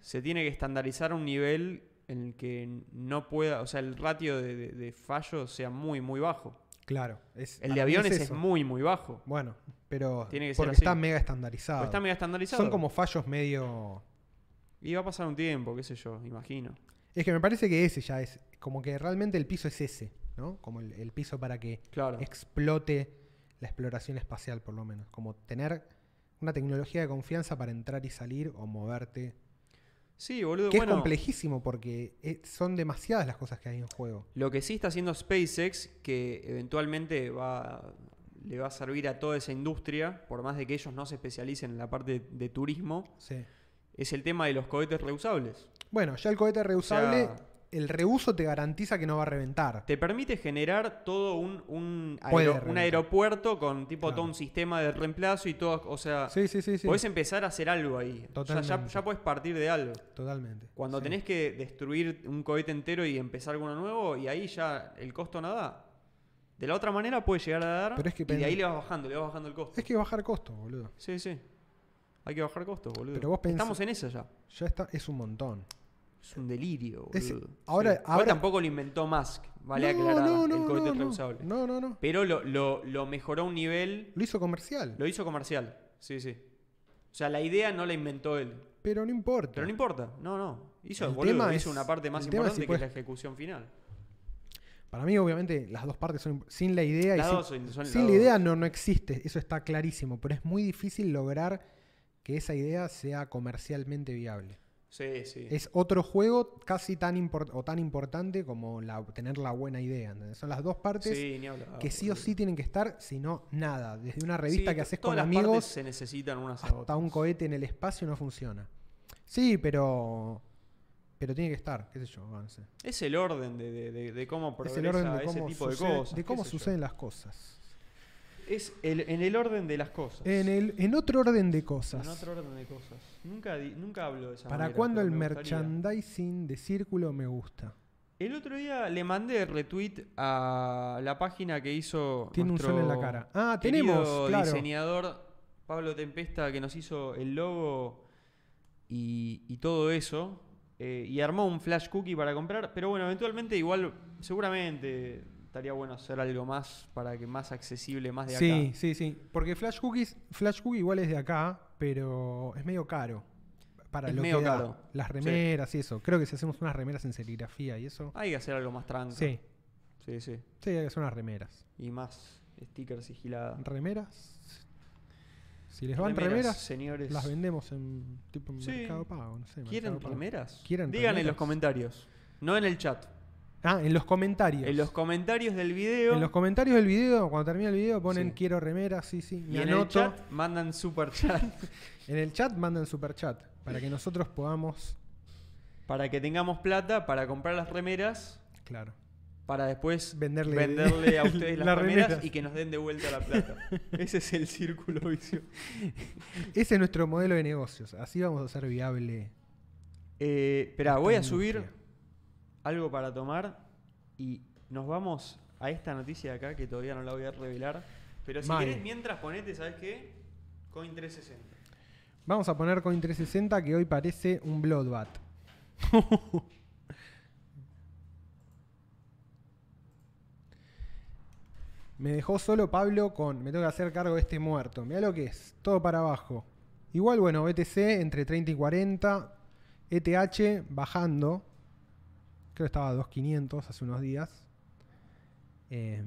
se tiene que estandarizar a un nivel en el que no pueda, o sea, el ratio de, de, de fallo sea muy, muy bajo. Claro. Es, El de aviones es, es muy, muy bajo. Bueno, pero tiene que porque ser está mega estandarizado. Pues está mega estandarizado. Son como fallos medio... Y va a pasar un tiempo, qué sé yo, imagino. Es que me parece que ese ya es, como que realmente el piso es ese, ¿no? Como el, el piso para que claro. explote la exploración espacial, por lo menos. Como tener una tecnología de confianza para entrar y salir o moverte. Sí, boludo. Que bueno, es complejísimo porque es, son demasiadas las cosas que hay en juego. Lo que sí está haciendo SpaceX, que eventualmente va, le va a servir a toda esa industria, por más de que ellos no se especialicen en la parte de, de turismo, Sí. es el tema de los cohetes reusables. Bueno, ya el cohete reusable, O sea, el reuso te garantiza que no va a reventar. Te permite generar todo un, un, Puede aero- un reventar. aeropuerto con tipo Claro. todo un sistema de reemplazo y todo, o sea, Sí, sí, sí, sí. podés empezar a hacer algo ahí. O sea, ya, Totalmente. ya podés partir de algo. Totalmente. Cuando Sí. tenés que destruir un cohete entero y empezar con uno nuevo, y ahí ya el costo no da. De la otra manera puede llegar a dar, Pero es que y de pen- ahí le vas bajando, le vas bajando el costo. Es que bajar costos, boludo. Sí, sí. Hay que bajar costos, boludo. Pero vos pensás- Estamos en esa ya. Ya está, es un montón. Es un delirio, boludo. Es- Sí. ahora- Igual ahora- tampoco lo inventó Musk, vale no, aclarar, no, el no, cohete no, no. reusable. No, no, no. Pero lo, lo, lo mejoró a un nivel, Lo hizo comercial. lo hizo comercial. Sí, sí. O sea, la idea no la inventó él. Pero no importa. Pero no importa. No, no. Hizo, El boludo, tema hizo es- una parte más el tema es importante si que es puedes- la ejecución final. Para mí, obviamente, las dos partes son imp- sin la idea. Las y dos sin, son- son sin las la idea dos. no, no existe. Eso está clarísimo. Pero es muy difícil lograr que esa idea sea comercialmente viable. Sí, sí. Es otro juego casi tan, import- o tan importante como la, tener la buena idea. ¿Entendés? Son las dos partes Sí, ni hablar, que sí o boludo. sí tienen que estar, si no, nada. Desde una revista Sí, que haces todas con las partes amigos se necesitan unas a hasta otras. un cohete en el espacio no funciona. Sí, pero pero tiene que estar, qué sé yo, no sé. Es el orden de, de, de, de cómo Es progresa el orden de ese cómo, tipo sucede- de cosas. de qué cómo sé yo. suceden las cosas. Es el, en el orden de las cosas. En, el, en otro orden de cosas. En otro orden de cosas. Nunca, di- nunca hablo de esa ¿Para manera, cuándo pero el me gustaría. merchandising de Círculo me gusta? El otro día le mandé retweet a la página que hizo Tiene un nuestro sol en la cara. Ah, querido tenemos, claro. diseñador Pablo Tempesta, que nos hizo el logo y, y todo eso. Eh, y armó un flash cookie para comprar. Pero bueno, eventualmente igual, seguramente estaría bueno hacer algo más para que más accesible, más de Sí, acá. sí, sí. Porque Flash Cookies, Flash Cookie igual es de acá, pero es medio caro. Para Es lo medio que da. caro, Las remeras y eso. Creo que si hacemos unas remeras en serigrafía y eso. Hay que hacer algo más tranca. Sí, Sí, sí. sí, hay que hacer unas remeras. Y más stickers y gilada. ¿Remeras? Si les van remeras, señores. las vendemos en tipo en Sí. Mercado Pago, no sé. ¿Quieren Mercado Pago. remeras? ¿Quieren Digan en remeras? los comentarios. No en el chat. Ah, en los comentarios. En los comentarios del video. En los comentarios del video, cuando termina el video, ponen Sí. quiero remeras, sí, sí. y Me en el anoto. chat mandan super chat En el chat mandan super chat para que nosotros podamos. para que tengamos plata para comprar las remeras. Claro. Para después Venderle- venderle a ustedes las, las remeras, remeras. y que nos den de vuelta la plata. Ese es el círculo vicioso. Ese es nuestro modelo de negocios. Así vamos a hacer viable. Eh, espera, esta voy a industria. subir algo para tomar y nos vamos a esta noticia de acá que todavía no la voy a revelar. Pero si Mal. querés, mientras ponete, ¿sabes qué? Coin trescientos sesenta. Vamos a poner Coin trescientos sesenta que hoy parece un Bloodbath. Me dejó solo Pablo con. Me tengo que hacer cargo de este muerto. Mirá lo que es. Todo para abajo. Igual, bueno, B T C entre treinta y cuarenta. E T H bajando. Creo que estaba a dos mil quinientos hace unos días. Eh,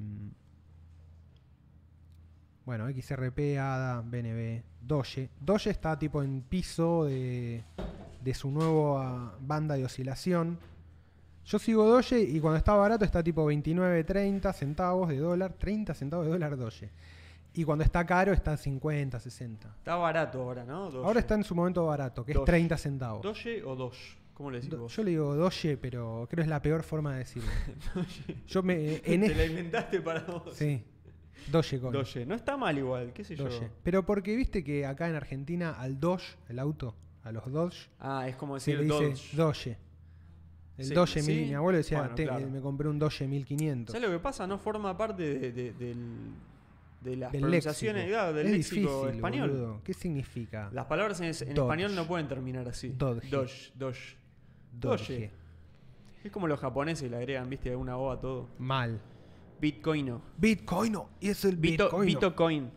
bueno, X R P, A D A, B N B, Doge. Doge está tipo en piso de, de su nueva banda de oscilación. Yo sigo Doge y cuando está barato está tipo veintinueve, treinta centavos de dólar. treinta centavos de dólar Doge. Y cuando está caro está cincuenta, sesenta. Está barato ahora, ¿no? Doge. Ahora está en su momento barato, que es Doge. treinta centavos. ¿Doge o Doge? ¿Cómo le decís Do- vos? yo le digo Doge, pero creo que es la peor forma de decirlo. Yo me... En Te es- la inventaste para vos. Sí. Dogecoin. Doge. No está mal igual, qué sé Doge. yo. Pero porque viste que acá en Argentina al Doge, el auto, a los Doge, Ah, es como se decir le dice Doge. Doge. El Sí, Doge sí. mil, mi abuelo decía, Bueno, "Te- claro. me compré un Doge mil quinientos. ¿Sabes lo que pasa? No forma parte de- de- del, de las Del pronunciaciones, léxico. claro, del Es léxico difícil, español. boludo. ¿Qué significa? Las palabras en, en Dodge. español no pueden terminar así. Dodge. Dodge. Dodge. Doge. Doge. Es como los japoneses le agregan, viste, una O a todo. Mal. Bitcoino. Bitcoin. Y es el Bito, Bitcoin. Bitcoin.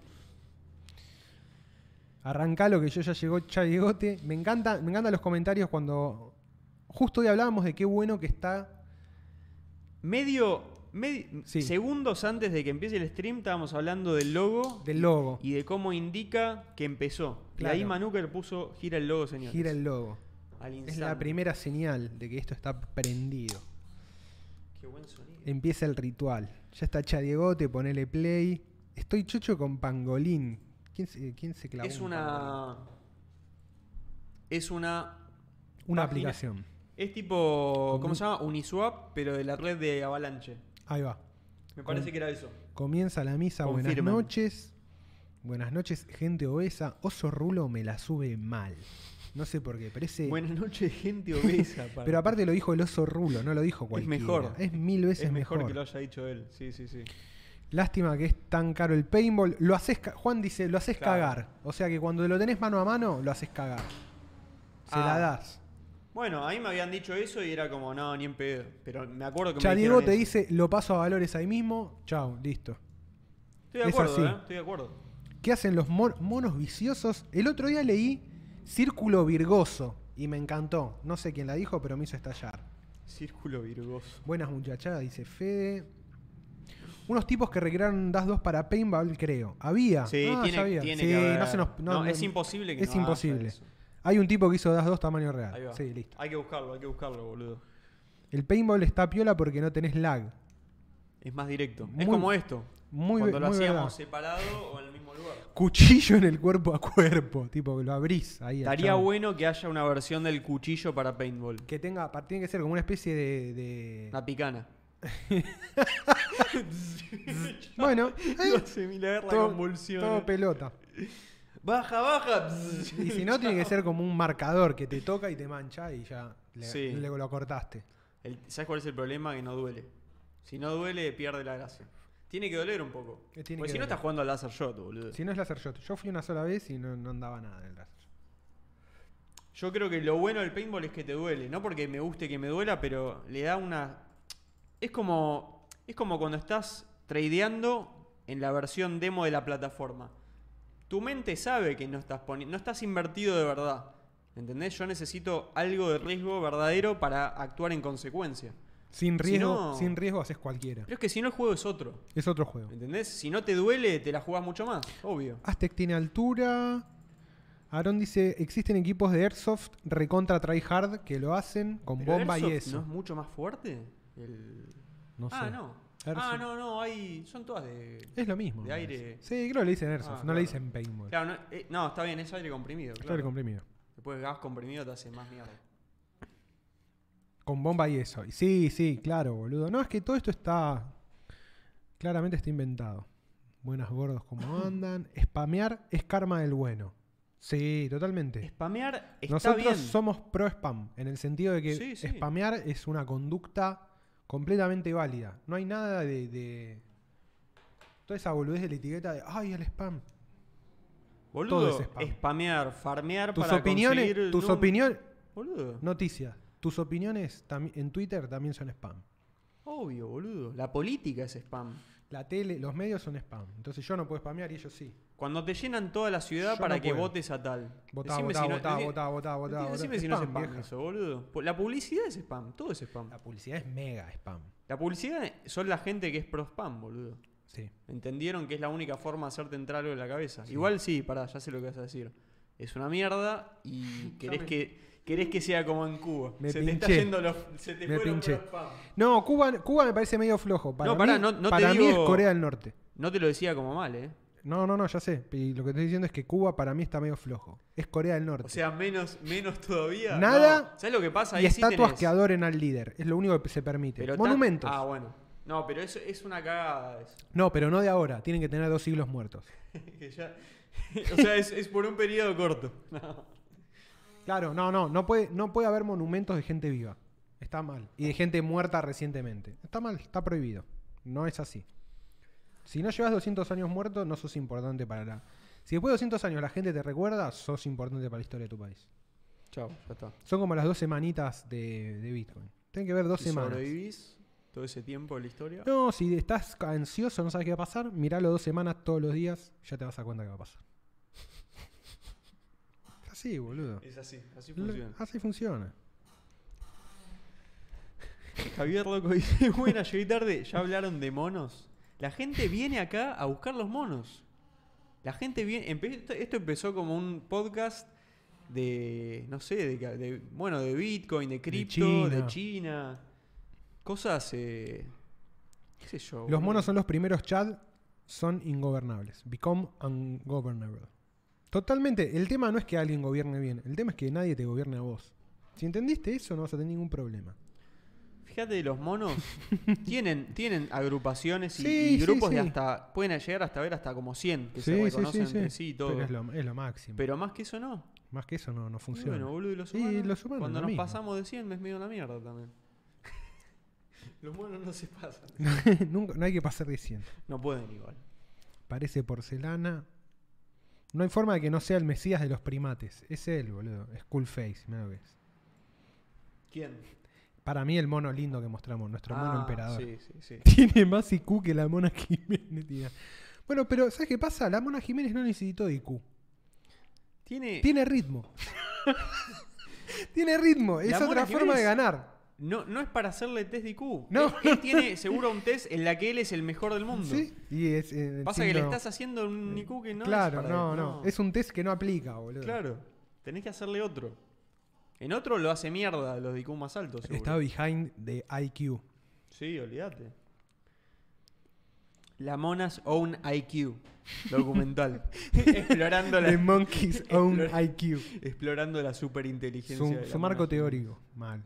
Arrancalo que yo ya llegó Chayegote. Me encanta, me encantan los comentarios cuando justo hoy hablábamos de qué bueno que está. Medio, medio Sí. segundos antes de que empiece el stream estábamos hablando del logo Del logo. y de cómo indica que empezó. Claro. Y ahí Manuker puso gira el logo, señores. Gira el logo. Al Es instante. la primera señal de que esto está prendido. Qué buen sonido. Empieza el ritual. Ya está Chadiegote, ponele play. Estoy chocho con pangolín. ¿Quién se, quién se clavó? Es un una. pangolín? Es una. Una página- aplicación. Es tipo. Como ¿Cómo un- se llama? Uniswap, pero de la red de Avalanche. Ahí va. Me parece Com- que era eso. Comienza la misa. Buenas Confirman. noches. Buenas noches, gente obesa. Oso Rulo me la sube mal. No sé por qué, pero ese- Buenas noches, gente obesa. Pero aparte lo dijo el Oso Rulo, no lo dijo cualquiera. mejor. Es mil veces es mejor, mejor. que lo haya dicho él. Sí, sí, sí. Lástima que es tan caro el paintball. Lo haces ca- Juan dice, lo haces Claro. cagar. O sea que cuando lo tenés mano a mano, lo haces cagar. Se Ah. la das. Bueno, a mí me habían dicho eso y era como, no, ni en pedo. Pero me acuerdo que Ya me Diego dijeron te eso. dice, lo paso a valores ahí mismo. Chao, listo. Estoy de es acuerdo, así. ¿eh? Estoy de acuerdo. ¿Qué hacen los mon- monos viciosos? El otro día leí Círculo Virgoso y me encantó. No sé quién la dijo, pero me hizo estallar. Círculo virgoso. Buenas muchachadas, dice Fede. Unos tipos que recrearon Das dos para Paintball, creo. Había. Sí, Ah, tiene, ya había. tiene Sí, que haber. no se nos- no, No, no, es imposible que es no haya imposible. eso. Hay un tipo que hizo Das dos tamaño real. Ahí va. Sí, listo. Hay que buscarlo, hay que buscarlo, boludo. El Paintball está piola porque no tenés lag. Es más directo. Muy- es como esto. Muy, Cuando ve- lo muy hacíamos verdad. separado o en el mismo lugar. Cuchillo en el cuerpo a cuerpo. Tipo, que lo abrís ahí. al Estaría chabón. bueno que haya una versión del cuchillo para paintball. Que tenga, pa- tiene que ser como una especie de. de- Una picana. Bueno, eh, Se me le agarra la todo, convulsión. todo pelota. Baja, baja. Y si no, tiene que ser como un marcador que te toca y te mancha y ya le, Sí. le- lo cortaste. El- ¿Sabes cuál es el problema? Que no duele. Si no duele, pierde la gracia. Tiene que doler un poco. Eh, tiene Porque que si no doler. estás jugando al laser shot, boludo. Si no es laser shot. Yo fui una sola vez y no, no andaba nada en el laser. Yo creo que lo bueno del paintball es que te duele. No porque me guste que me duela, pero le da una... Es como, es como cuando estás tradeando en la versión demo de la plataforma. Tu mente sabe que no estás poniendo, no estás invertido de verdad. ¿Entendés? Yo necesito algo de riesgo verdadero para actuar en consecuencia. Sin Si riesgo, no- sin riesgo haces cualquiera. Pero es que si no el juego es otro. Es otro juego. ¿Entendés? Si no te duele, te la jugás mucho más. Obvio. Aztec tiene altura. Aaron dice, existen equipos de Airsoft recontra tryhard que lo hacen con Pero bomba y Airsoft eso. ¿no es mucho más fuerte? El... No sé. Ah, no. Airsoft. Ah, no, no. Hay... Son todas de... Es lo mismo. De me aire. parece. Sí, creo que le dicen Airsoft, Ah, no le claro. dicen paintball. Claro, no, eh, no, está bien, es aire comprimido. Aire Claro. comprimido. Después gas comprimido te hace más mierda. Con bomba y eso. Y sí, sí, claro, boludo. No, es que todo esto está... Claramente está inventado. Buenas gordos como andan. Spamear es karma del bueno. Sí, totalmente. Spamear está Nosotros bien. somos pro spam, en el sentido de que Sí, sí. spamear es una conducta completamente válida. No hay nada de, de- toda esa boludez de la etiqueta de ay, el spam. Boludo, todo es spam. spamear, farmear Tus para opiniones, conseguir tus num- opiniones, Boludo, noticias, tus opiniones tambi- en Twitter también son spam. obvio, boludo. La política es spam. La tele, los medios son spam. Entonces yo no puedo spamear y ellos sí. Cuando te llenan toda la ciudad Yo para no que puedo. votes a tal. Votá, Decime votá, si no- votá, decí- votá, votá, votá, votá. Decime si no es Spam, spam vieja. eso, boludo. La publicidad es spam, todo es spam. La publicidad es mega spam. La publicidad son la gente que es pro spam, boludo. Sí. Entendieron que es la única forma de hacerte entrar algo en la cabeza. Igual sí, pará, ya sé lo que vas a decir. Es una mierda y querés me- que querés que sea como en Cuba. Me se te está pinché. yendo los, se te Me fueron pinché. pro spam. No, Cuba, Cuba me parece medio flojo. Para, No, pará, mí, no- no te para mí digo- es Corea del Norte. No te lo decía como mal, ¿eh? No, no, no, ya sé. Y lo que estoy diciendo es que Cuba para mí está medio flojo. Es Corea del Norte. O sea, menos, menos todavía. Nada. No. ¿Sabes lo que pasa? y Ahí sí estatuas tenés- que adoren al líder. Es lo único que se permite. pero ta- Monumentos. Ah, bueno. No, pero eso es una cagada. eso. No, pero no de ahora. Tienen que tener dos siglos muertos. Que ya- o sea, es, es por un periodo corto. Claro, no, no. No puede, no puede haber monumentos de gente viva. Está mal. Y de gente muerta recientemente. Está mal, está prohibido. No es así. Si no llevas doscientos años muerto, no sos importante para la... Si después de doscientos años la gente te recuerda, sos importante para la historia de tu país. Chao, ya está. Son como las dos semanitas de, de Bitcoin. Tienen que ver dos ¿Y semanas. sobrevivís todo ese tiempo de la historia? No, si estás ansioso, no sabes qué va a pasar, miralo dos semanas todos los días, ya te vas a dar cuenta qué va a pasar. Es así, boludo. Es así, así funciona. Así funciona. Javier Loco dice, buena, llegué tarde, ya hablaron de monos. La gente viene acá a buscar los monos. La gente viene, empe- esto empezó como un podcast de, no sé, de, de- bueno, de Bitcoin, de cripto, China. de China. Cosas, eh, qué sé yo. Los boludo. monos son los primeros Chad, son ingobernables. Become ungovernable. Totalmente, el tema no es que alguien gobierne bien, el tema es que nadie te gobierne a vos. Si entendiste eso, no vas a tener ningún problema. Fíjate, los monos tienen, tienen agrupaciones y, Sí, y sí, grupos sí. de hasta, pueden llegar hasta ver hasta como cien que Sí, se sí, reconocen sí, entre sí. sí y todo. Pero es lo, es lo máximo. Pero más que eso no. Más que eso no, no Y funciona. bueno, boludo, y los Y humanos, los humanos, cuando lo nos mismo. pasamos de cien, me es medio una mierda también. Los monos no se pasan. Nunca, no hay que pasar de cien. No pueden igual. Parece porcelana. No hay forma de que no sea el mesías de los primates. Es él, boludo. Skullface, mirá lo que es. ¿Quién? Para mí el mono lindo que mostramos, nuestro mono Ah, emperador. Sí, sí, sí. Tiene más I Q que la Mona Jiménez, tía. Bueno, pero ¿sabes qué pasa? La Mona Jiménez no necesitó I Q. Tiene, Tiene ritmo. Tiene ritmo. Es La otra Mona forma Jiménez de ganar. no, no es para hacerle test de I Q. No. Él, él tiene seguro un test en la que él es el mejor del mundo. Sí. Y es, eh, Pasa que le siendo- estás haciendo un I Q que no Claro, es para no, él, no, Es un test que no aplica, boludo. Claro, tenés que hacerle otro. En otro lo hace mierda los de I Q más altos, seguro. Está behind the I Q. Sí, olvídate. La Mona's Own I Q. Documental. explorando la, The Monkey's Own explora- I Q. explorando la superinteligencia. Su, de la su marco Mona Jiménez. teórico. Mal.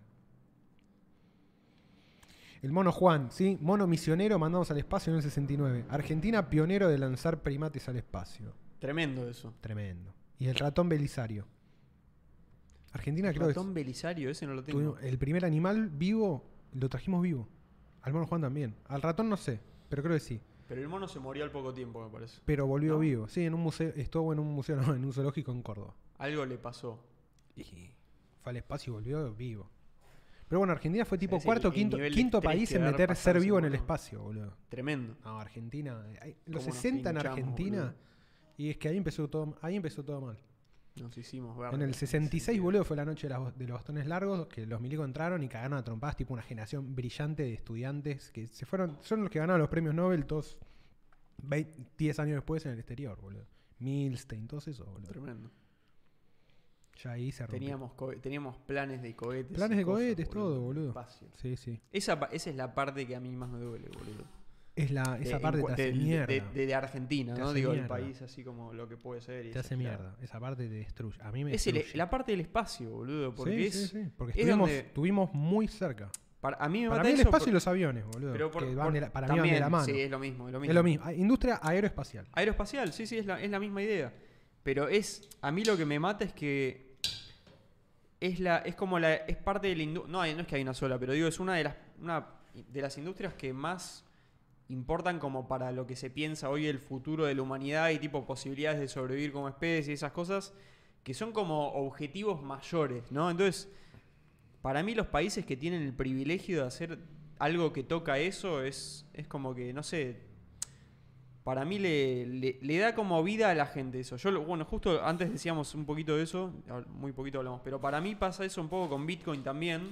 El mono Juan, ¿sí? Mono misionero mandamos al espacio en el sesenta y nueve. Argentina pionero de lanzar primates al espacio. Tremendo eso. Tremendo. Y el ratón Belisario. Argentina El creo que ratón Belisario, ese no lo tengo. tuvimos- el primer animal vivo lo trajimos vivo. Al mono Juan también. Al ratón no sé, pero creo que sí. Pero el mono se murió al poco tiempo, me parece. Pero volvió ¿No? vivo. Sí, en un museo, estuvo en un museo, no, en un zoológico en Córdoba. Algo le pasó. Y fue al espacio y volvió vivo. Pero bueno, Argentina fue tipo Es el- cuarto o el quinto, nivel de quinto estrés país que en haber meter pasado ser ese vivo en el mono. espacio, boludo. Tremendo. No, Argentina. hay- Los Cómo nos sesenta en pinchamos, Argentina. boludo. Y es que ahí empezó todo, ahí empezó todo mal. Nos hicimos ver. En el sesenta y seis, boludo, fue la noche de, las- de los bastones largos, que los milicos entraron y cagaron a trompadas, tipo una generación brillante de estudiantes que se fueron, son los que ganaron los premios Nobel todos veinte, diez años después en el exterior, boludo. Milstein, todos esos, boludo. Tremendo. Ya ahí se rompió. Teníamos, co- teníamos planes de cohetes. Planes y de cosas, cohetes, todo, en el boludo. espacio. Sí, sí. Esa, pa- esa es la parte que a mí más me duele, boludo. Es la, esa De- parte en te cua- hace de, mierda. De, de- de Argentina, Te ¿no? hace Digo, el mierda. país así como lo que puede ser. y te eso, hace claro. mierda. Esa parte te destruye. A mí me Es el- destruye. la parte del espacio, boludo. Porque sí, es. sí, sí. Porque es estuvimos, donde- estuvimos muy cerca. Para, a mí me Para mata mí el eso espacio por- y los aviones, boludo. pero por- que van por- de la- para mí van también, de la mano. Sí, es lo mismo. Es lo mismo. Es lo mismo. Ah, Industria aeroespacial. Aeroespacial, sí, sí, es la, es la misma idea. Pero es. A mí lo que me mata es que. Es la. Es como la. Es parte de la industria. No, hay- no es que hay una sola, pero digo, es una de las. Una de las industrias que más importan como para lo que se piensa hoy el futuro de la humanidad y tipo posibilidades de sobrevivir como especie y esas cosas. Que son como objetivos mayores, ¿no? Entonces. Para mí los países que tienen el privilegio de hacer algo que toca eso es, es como que, no sé, para mí le, le, le da como vida a la gente eso. Yo, lo- bueno, justo antes decíamos un poquito de eso, muy poquito hablamos, pero para mí pasa eso un poco con Bitcoin también.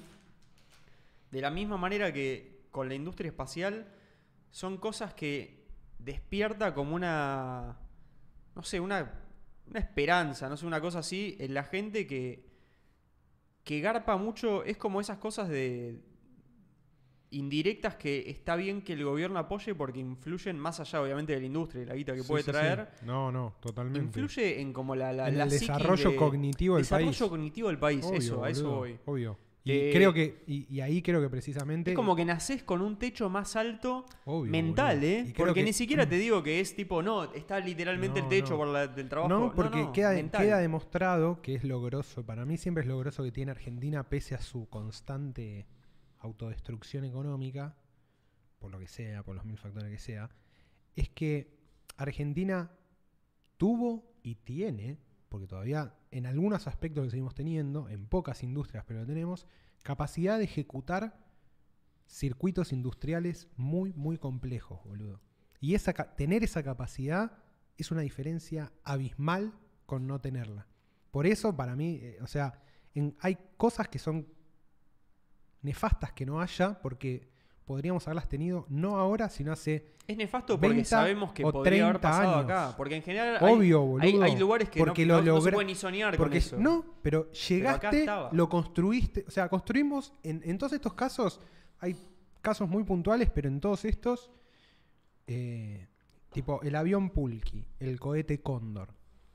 De la misma manera que con la industria espacial, son cosas que despierta como una, no sé, una, una esperanza, no sé, una cosa así en la gente que... que garpa mucho, es como esas cosas de indirectas que está bien que el gobierno apoye porque influyen más allá, obviamente, de la industria y la guita que Sí, puede sí, traer. sí. No, no, totalmente. Influye en como la, la, En la el psiqui desarrollo de- cognitivo del desarrollo país. cognitivo del país, Obvio, eso, a eso boludo, voy. Obvio. Y Eh, creo que, y, y ahí creo que precisamente. Es como que nacés con un techo más alto obvio, mental, boludo. ¿eh? Y creo Porque que- ni siquiera te digo que es tipo, no, está literalmente No, el techo no. por la, del trabajo. No, porque no, queda, mental. queda demostrado que es lo grosso. Para mí siempre es lo grosso que tiene Argentina, pese a su constante autodestrucción económica, por lo que sea, por los mil factores que sea, es que Argentina tuvo y tiene, porque todavía en algunos aspectos lo seguimos teniendo, en pocas industrias, pero lo tenemos, capacidad de ejecutar circuitos industriales muy, muy complejos, boludo. Y esa, tener esa capacidad es una diferencia abismal con no tenerla. Por eso, para mí, eh, o sea, en, hay cosas que son nefastas que no haya, porque podríamos haberlas tenido no ahora, sino hace Es nefasto porque sabemos que podría haber pasado años. acá. Porque en general Obvio, hay, boludo, hay, hay lugares que porque no, lo no, no se logra- puede ni soñar porque, con eso. No, pero llegaste, Pero acá lo construiste. O sea, construimos. En, en todos estos casos, hay casos muy puntuales, pero en todos estos, eh, tipo el avión Pulqui, el cohete Cóndor,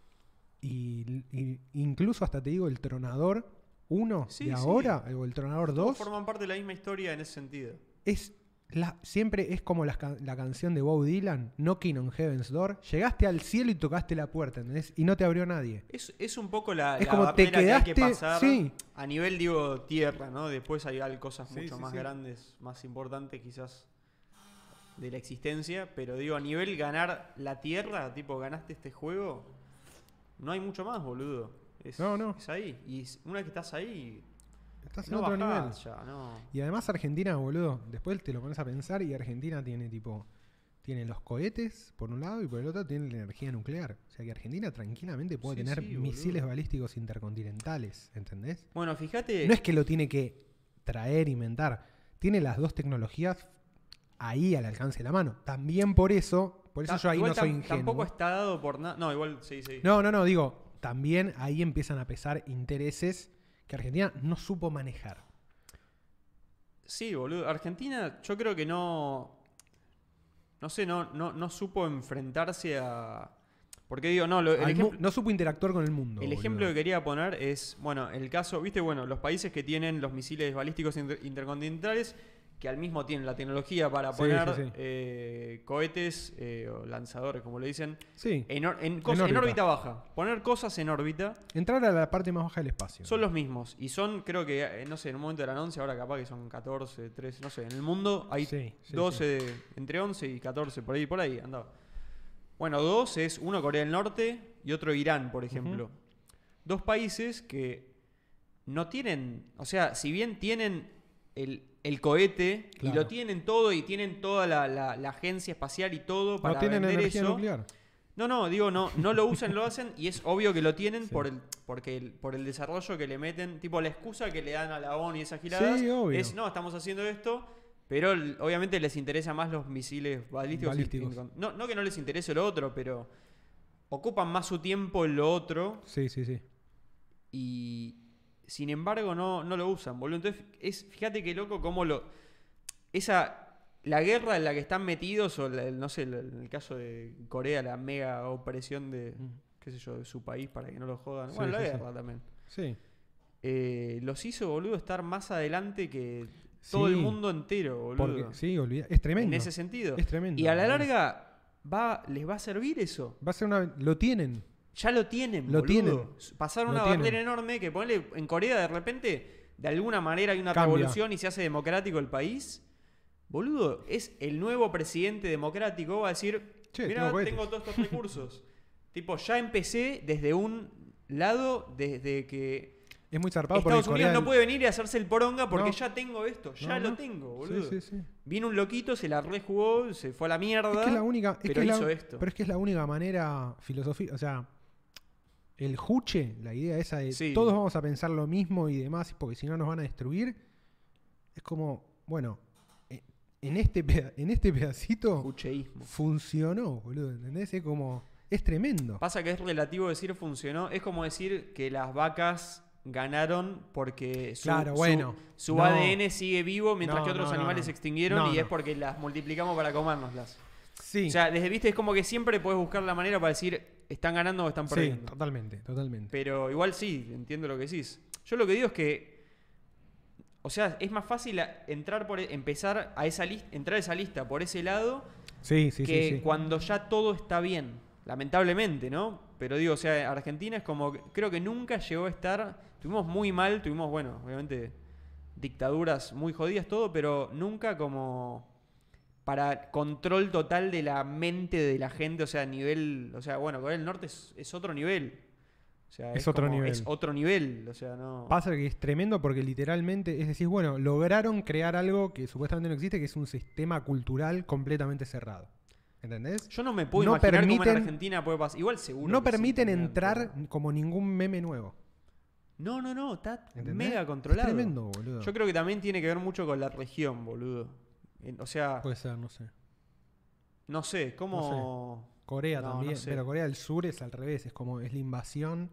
y, y incluso hasta te digo el Tronador uno Sí, de sí. ahora, o el Tronador Todos dos, forman parte de la misma historia en ese sentido. es la, siempre es como la, ca- la canción de Bob Dylan, Knocking on Heaven's Door. Llegaste al cielo y tocaste la puerta, ¿entendés? Y no te abrió nadie. Es, es un poco la, Es la como te barrera que hay que quedaste- pasar sí. a nivel, digo, tierra, ¿no? Después hay al- cosas Sí, mucho sí, más sí. grandes, más importantes quizás de la existencia, pero digo, a nivel ganar la tierra, tipo, ganaste este juego, no hay mucho más, boludo. Es, No, no. es ahí. Y es- una vez que estás ahí, Estás en no otro nivel. bajás ya, no. Y además Argentina, boludo, después te lo pones a pensar y Argentina tiene tipo, tiene los cohetes por un lado y por el otro tiene la energía nuclear. O sea que Argentina tranquilamente puede Sí, tener sí, misiles boludo. balísticos intercontinentales, ¿entendés? Bueno, fíjate. No es que lo tiene que traer, inventar. Tiene las dos tecnologías ahí al alcance de la mano. También por eso, por eso ta- yo ahí igual no soy tam- ingenuo. Tampoco está dado por nada. No, igual, sí, sí. No, no, no, digo, también ahí empiezan a pesar intereses que Argentina no supo manejar. Sí, boludo. Argentina, yo creo que no. No sé, no, no, no supo enfrentarse a. Porque digo, no, lo- el, Al mu- ejemplo, no supo interactuar con el mundo. el boludo. ejemplo que quería poner es, bueno, el caso, viste, bueno, los países que tienen los misiles balísticos inter- intercontinentales, que al mismo tienen la tecnología para Sí, poner sí, sí. eh, cohetes eh, o lanzadores, como le dicen, Sí, en, or- en cos- en órbita. órbita baja. Poner cosas en órbita. entrar a la parte más baja del espacio. Son los mismos. Y son, creo que, eh, no sé, en un momento eran once, ahora capaz que son catorce, trece, no sé. En el mundo hay Sí, sí, doce, entre once y catorce, por ahí, por ahí andaba. Bueno, dos es uno Corea del Norte y otro Irán, por ejemplo. Dos países que no tienen, o sea, si bien tienen el, el cohete y Claro. lo tienen todo y tienen toda la, la- la agencia espacial y todo para no tienen vender energía eso. nuclear. No, no, digo, no, no lo usan, lo hacen y es obvio que lo tienen Sí. por el, porque el, por el desarrollo que le meten, tipo la excusa que le dan a la ONU y esas giradas Sí, obvio. es, no, estamos haciendo esto, pero el- obviamente les interesa más los misiles balísticos. y- Balísticos. y- no, no que no les interese lo otro, pero ocupan más su tiempo en lo otro Sí, sí, sí. y sin embargo no, no lo usan, boludo. Entonces, es, fíjate qué loco cómo lo... Esa... La guerra en la que están metidos, o la- no sé, en el caso de Corea, la mega opresión de, qué sé yo, de su país para que no lo jodan. Sí, Bueno, la sí, sí. guerra también. Sí. Eh, los hizo, boludo, estar más adelante que todo Sí, el mundo entero, boludo. Porque, sí, olvida. Es tremendo. En ese sentido. Es tremendo. Y a la boludo. larga va, les va a servir eso. Va a ser una. Lo tienen. Ya lo tienen, Lo boludo. tienen. Pasaron Lo una tienen. barrera enorme que ponele en Corea de repente, de alguna manera hay una Cambia. revolución y se hace democrático el país. Boludo, es el nuevo presidente democrático, va a decir, Che, mira, tengo cohetes". tengo todos estos recursos. Tipo, ya empecé desde un lado, desde que Es muy zarpado porque Estados Corea Unidos no del- puede venir y hacerse el poronga porque No. ya tengo esto, ya No, lo no. tengo, boludo. Sí, sí, sí. Vino un loquito, se la rejugó, se fue a la mierda. Es que es la única. Es pero que es la- hizo esto. Pero es que es la única manera filosofía. O sea, el juche, la idea esa de Sí. todos vamos a pensar lo mismo y demás, porque si no nos van a destruir. Es como, bueno, eh, en este, peda- en este pedacito Jucheísmo. funcionó, boludo. ¿Entendés? Es como. Es tremendo. Pasa que es relativo decir funcionó. Es como decir que las vacas ganaron porque su, Claro, su- bueno. su, No. A D N sigue vivo mientras No, que otros no, no, animales no. se extinguieron No, y no. es porque las multiplicamos para comérnoslas. Sí. O sea, desde viste es como que siempre puedes buscar la manera para decir están ganando o están sí, perdiendo. totalmente, totalmente. Pero igual sí, entiendo lo que decís. Yo lo que digo es que, o sea, es más fácil a- entrar por, e- empezar a esa lista, entrar a esa lista por ese lado Sí, sí, que sí. sí. cuando ya todo está bien, lamentablemente, ¿no? Pero digo, o sea, Argentina es como, que- creo que nunca llegó a estar, tuvimos muy mal, tuvimos, bueno, obviamente dictaduras muy jodidas todo, pero nunca como para control total de la mente de la gente, o sea, a nivel, o sea, bueno, Corea del Norte es, es otro nivel. O sea, Es es, otro como- nivel. es otro nivel, o sea, no. Pasa que es tremendo porque literalmente, es decir, bueno, lograron crear algo que supuestamente no existe, que es un sistema cultural completamente cerrado. ¿Entendés? Yo no me puedo no imaginar cómo en permiten- Argentina puede pasar. Igual seguro. No que sí permiten también, entrar pero- como ningún meme nuevo. No, no, no, está ¿Entendés? mega controlado. Es tremendo, boludo. Yo creo que también tiene que ver mucho con la región, boludo. En- O sea, Puede ser, no sé. no sé, cómo. Corea No, también, no sé. pero Corea del Sur es al revés, es como es la invasión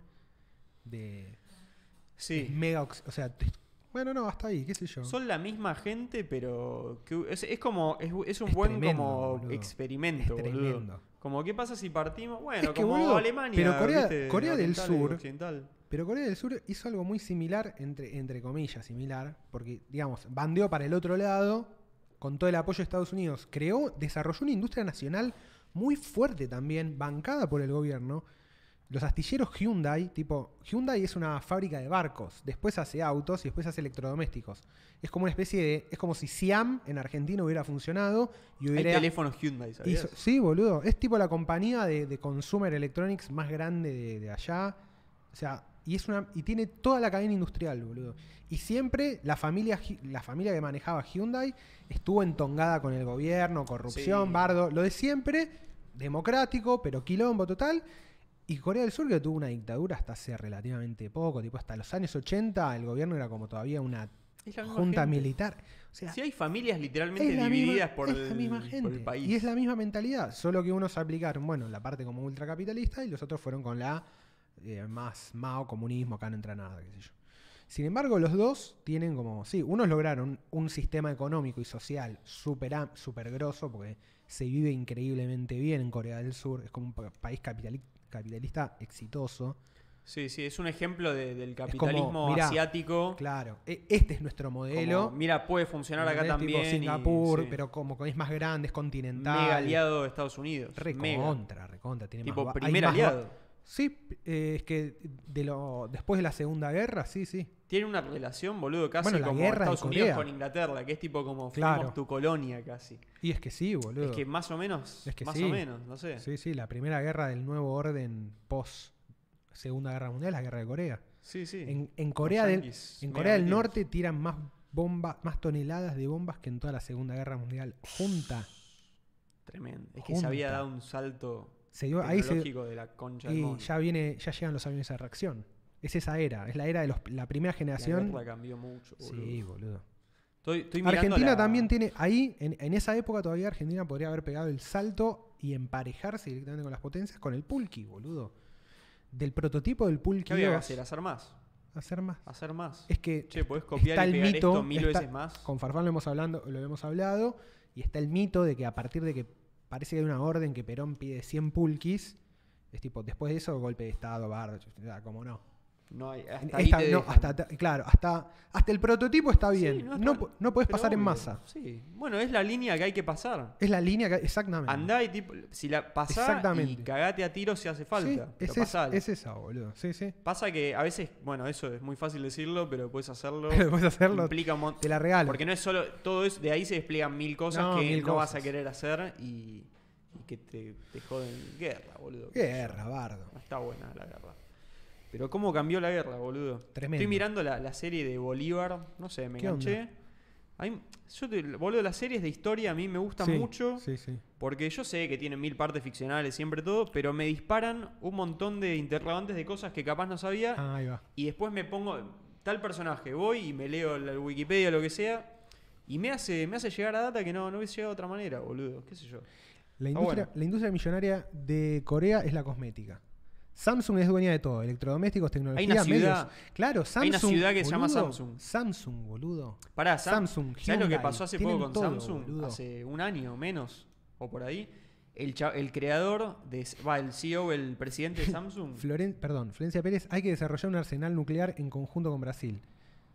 de es Sí. mega, ox- o sea, te- bueno, no, hasta ahí, qué sé yo. Son la misma gente, pero que es, es como es, es un Es buen tremendo, como boludo. experimento, Es boludo. tremendo. Como qué pasa si partimos, bueno, Es que, como boludo, Alemania, pero Corea- ¿viste? Corea del Oriental y Sur- occidental. Pero Corea del Sur hizo algo muy similar, entre, entre comillas, similar, porque, digamos, bandeó para el otro lado, con todo el apoyo de Estados Unidos, creó, desarrolló una industria nacional muy fuerte también, bancada por el gobierno. Los astilleros Hyundai, tipo, Hyundai es una fábrica de barcos, después hace autos y después hace electrodomésticos. Es como una especie de, es como si Siam en Argentina hubiera funcionado y Hay hubiera... teléfonos Hyundai, ¿sabías? hizo- sí, boludo, es tipo la compañía de, de consumer electronics más grande de, de allá. O sea, y es una y tiene toda la cadena industrial, boludo. Y siempre la familia Hy- la familia que manejaba Hyundai estuvo entongada con el gobierno, corrupción, Sí. bardo, lo de siempre, democrático, pero quilombo total. Y Corea del Sur que tuvo una dictadura hasta hace relativamente poco, tipo hasta los años ochenta, el gobierno era como todavía una Es la misma junta gente. militar. O sea, Si hay familias literalmente es la divididas misma, por, es el, la misma por gente. el país. Y es la misma mentalidad, solo que unos aplicaron, bueno, la parte como ultracapitalista y los otros fueron con la eh, más Mao, comunismo, acá no entra nada, qué sé yo. Sin embargo, los dos tienen como, sí, unos lograron un sistema económico y social súper am- súper grosso, porque se vive increíblemente bien en Corea del Sur, es como un pa- país capitali- capitalista exitoso. Sí, sí, es un ejemplo de- del como, capitalismo mirá, asiático. Claro, e- este es nuestro modelo. Como, mira, puede funcionar acá ¿entendés? Tipo también. y- Singapur, sí. pero como es más grande, es continental. Mega aliado de Estados Unidos. Mega. Recontra, recontra. Tiene Tipo, más, va- hay primer más va- aliado. Sí, eh, es que de lo, después de la Segunda Guerra, sí, sí. Tiene una relación, boludo, casi Bueno, la como guerra de Estados Unidos Corea. con Inglaterra, que es tipo como Claro. fuimos tu colonia casi. Y es que sí, boludo. Es que más o menos, Es que más sí. o menos, no sé. Sí, sí, la primera guerra del nuevo orden post Segunda Guerra Mundial es la guerra de Corea. Sí, sí. En, en Corea, del, yanquis en mega Corea del metidos. Norte tiran más bombas, más toneladas de bombas que en toda la Segunda Guerra Mundial junta. Tremendo. Es que se había Junta. dado un salto Se dio, ahí se, tecnológico de la concha del y mono. ya viene, ya llegan los aviones de reacción. Es esa era, es la era de los- la primera La generación. guerra cambió mucho, boludo. Sí, boludo. Estoy, estoy mirando Argentina la- también tiene, ahí, en, en esa época todavía Argentina podría haber pegado el salto y emparejarse directamente con las potencias con el Pulqui, boludo. Del prototipo del Pulqui ¿Qué había que dos, hacer? Hacer más. hacer más. Hacer más. Es que Che, podés copiar está y el pegar mito, esto mil está- veces más. con Farfán lo hemos, hablando, lo hemos hablado, y está el mito de que a partir de que parece que hay una orden que Perón pide cien pulquis, es tipo, después de eso, golpe de Estado, bar, como no. No hay, hasta Esta- ahí te no, dejan. hasta, claro, hasta, hasta el prototipo está Sí, bien. no no, está- po- no podés pero pasar en obvio, masa. Sí. Bueno, es la línea que hay que pasar. Es la línea que. Exactamente. Andá y tipo, si la pasás Exactamente. y cagate a tiro si hace falta. Sí, pero es, es, pasala. es esa, boludo. Sí, sí. Pasa que a veces, bueno, eso es muy fácil decirlo, pero puedes hacerlo. Pero puedes hacerlo, Implica un montón. te la regalo. Porque no es solo. Todo eso, de ahí se despliegan mil cosas No, que mil no vas cosas. a querer hacer y, y que te, te joden guerra, boludo. Guerra, bardo. No está buena la guerra. Pero cómo cambió la guerra, boludo. Tremendo. Estoy mirando la, la serie de Bolívar, no sé, me ¿Qué enganché. onda? Hay- yo te- boludo, las series de historia a mí me gustan Sí, mucho. Sí, sí. Porque yo sé que tienen mil partes ficcionales, siempre todo, pero me disparan un montón de interrogantes de cosas que capaz no sabía. Ah, ahí va. Y después me pongo tal personaje, voy y me leo la Wikipedia o lo que sea. Y me hace, me hace llegar a data que no, no hubiese llegado de otra manera, boludo. ¿Qué sé yo? La Ah, industria, bueno. la industria millonaria de Corea es la cosmética. Samsung es dueña de todo, electrodomésticos, tecnología, Hay una ciudad- medios. Claro, Samsung. hay una ciudad que se llama boludo. Samsung. Samsung, boludo. Pará, Sam- Samsung, ¿sabes lo que Hyundai, pasó hace tienen poco con todo, Samsung? boludo. Hace un año menos, o por ahí. El, cha- el creador, de, va, el C E O, el presidente de Samsung. Floren- perdón, Florencia Pérez, hay que desarrollar un arsenal nuclear en conjunto con Brasil.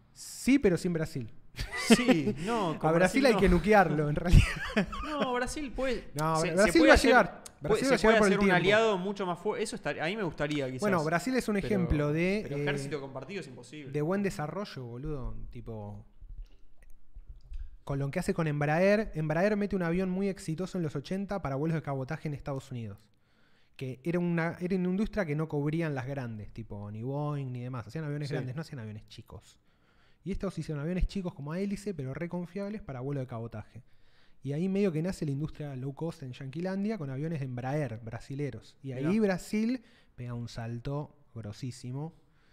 Sí, pero sin Brasil. Sí, no. A con Brasil, hay no. que nuquearlo, en realidad. No, Brasil puede. No, se- Brasil se puede va a hacer- llegar. puede- Brasil va a se puede llegar por el hacer un tiempo. aliado mucho más fuerte. Eso estaría, a mí me gustaría, quizás. Bueno, Brasil es un Pero- ejemplo de, Pero eh, ejército compartido es imposible. de buen desarrollo, boludo. Tipo. con lo que hace con Embraer. Embraer mete un avión muy exitoso en los ochenta para vuelos de cabotaje en Estados Unidos. Que era una, era una industria que no cubrían las grandes, tipo ni Boeing ni demás. Hacían aviones Sí. grandes, no hacían aviones chicos. Y estos hicieron aviones chicos como a hélice, pero reconfiables para vuelo de cabotaje. Y ahí medio que nace la industria low cost en Yanquilandia con aviones de Embraer, brasileros. Y ahí Mirá. Brasil pega un salto grosísimo.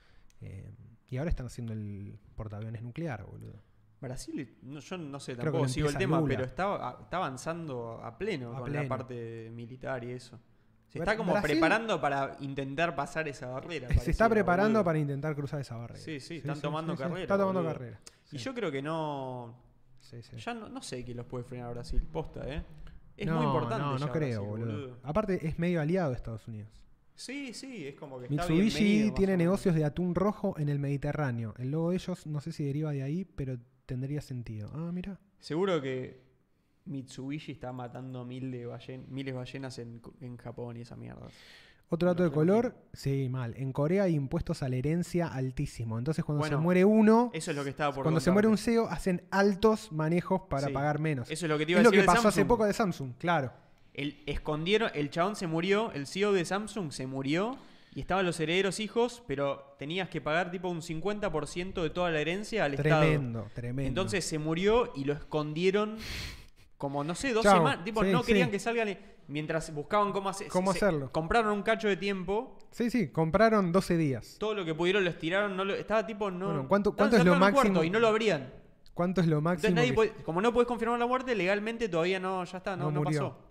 Eh, y ahora están haciendo el portaaviones nuclear, boludo. Brasil, no, yo no sé, Creo que tampoco lo sigo el empieza tema, Lula. pero está, está avanzando a pleno A con pleno. la parte militar y eso. Se Bra- está como Brasil- preparando para intentar pasar esa barrera. Se está pareciera, preparando boludo. para intentar cruzar esa barrera. Sí, sí, están tomando carrera, Está tomando boludo. carrera. Y sí. yo creo que no. Sí, sí. Ya no, no sé quién los puede frenar a Brasil, posta, ¿eh? Es no, muy importante. No, ya no creo, Brasil, boludo. Aparte, es medio aliado de Estados Unidos. Sí, sí, es como que está Mitsubishi bienvenido, más tiene o menos. negocios de atún rojo en el Mediterráneo. El logo de ellos, no sé si deriva de ahí, pero tendría sentido. Ah, mira. Seguro que Mitsubishi está matando mil de ballen- miles de ballenas en, en Japón y esa mierda. Otro dato No de creo color, sí, mal. En Corea hay impuestos a la herencia altísimos. Entonces, cuando Bueno, se muere uno, Eso es lo que estaba por cuando se muere un contarte. C E O, hacen altos manejos para Sí, pagar menos. Eso es lo que te iba Es a lo decir que de pasó hace Samsung. poco de Samsung, claro. El, escondieron, el chabón se murió, el C E O de Samsung se murió y estaban los herederos hijos, pero tenías que pagar tipo un cincuenta por ciento de toda la herencia al Estado. Tremendo, tremendo. Entonces se murió y lo escondieron como, no sé, dos Chao, semanas. Tipo, sí, no querían sí. que salgan y- mientras buscaban cómo, hacer, ¿Cómo se- hacerlo? Compraron un cacho de tiempo, Sí, sí, compraron doce días. todo lo que pudieron lo estiraron. No lo, estaba tipo, no. Bueno, ¿cuánto- estaban cuánto es lo cerrados en un máximo? cuarto y no lo abrían. ¿Cuánto es lo Entonces máximo? nadie que- puede- como no puedes confirmar la muerte, legalmente todavía no, ya está, no, No no murió. pasó.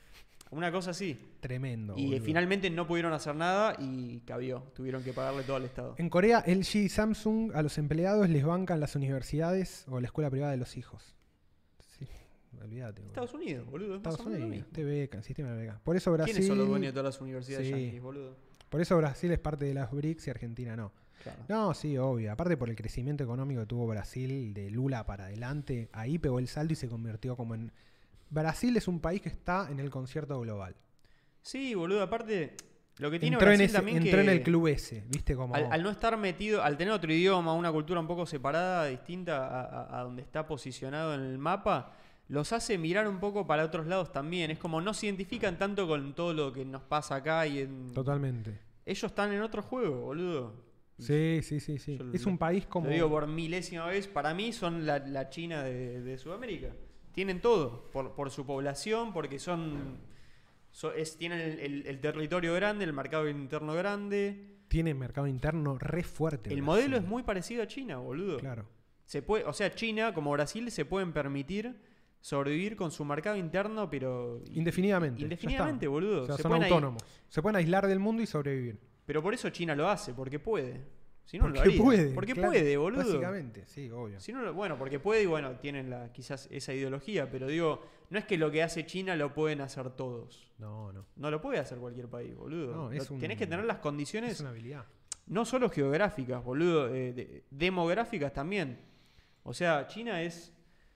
Una cosa así. Tremendo. Y boludo. finalmente no pudieron hacer nada y cabió. Tuvieron que pagarle todo al Estado. En Corea, L G y Samsung a los empleados les bancan las universidades o la escuela privada de los hijos. Sí, olvídate. boludo. Estados Unidos, boludo. es más Estados o menos lo Unidos, mismo. te becan, sistema de becas. Por eso Brasil, ¿Quiénes son los dueños de todas las universidades Sí. yanquis, boludo? por eso Brasil es parte de las B R I C S y Argentina no. Claro. No, sí, obvio. Aparte por el crecimiento económico que tuvo Brasil de Lula para adelante, ahí pegó el salto y se convirtió como en... Brasil es un país que está en el concierto global. Sí, boludo. Aparte, lo que tiene Entró, en, Brasil ese, también entró que en el club ese, ¿viste? Como... Al, al no estar metido, al tener otro idioma, una cultura un poco separada, distinta a, a- a donde está posicionado en el mapa, los hace mirar un poco para otros lados también. Es como no se identifican tanto con todo lo que nos pasa acá y en... Totalmente. Ellos están en otro juego, boludo. Sí, sí, sí, sí. Yo Es lo- un país como... Lo digo por milésima vez, para mí son la, la China de, de Sudamérica. Tienen todo, por, por su población, porque son, so- es, tienen el, el- el territorio grande, el mercado interno grande. Tiene mercado interno re fuerte. El Brasil. modelo es muy parecido a China, boludo. Claro. Se puede, o sea, China como Brasil se pueden permitir sobrevivir con su mercado interno, pero Indefinidamente. ya indefinidamente, está. boludo. O sea, Se son pueden ahí- autónomos. Se pueden aislar del mundo y sobrevivir. pero por eso China lo hace, porque puede. Si no, no lo Porque haría. puede. Porque claro. puede, boludo. Básicamente, sí, obvio. Si no lo- bueno, porque puede y bueno, tienen la, quizás esa ideología, pero digo, no es que lo que hace China lo pueden hacer todos. No, no. No lo puede hacer cualquier país, boludo. No, Lo- es un- Tenés que tener las condiciones, Es una habilidad. no solo geográficas, boludo, eh, de- demográficas también. O sea, China es...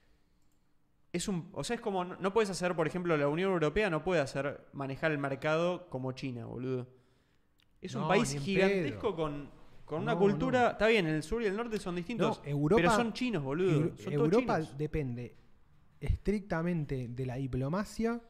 Es un, o sea, es como, no, no puedes hacer, por ejemplo, la Unión Europea no puede hacer, manejar el mercado como China, boludo. Es un No, país ni en gigantesco pedo. con, con una No, cultura, no. está bien, en el sur y el norte son distintos, No, Europa- pero son chinos, boludo. Eu- Son todos Europa chinos. depende estrictamente de la diplomacia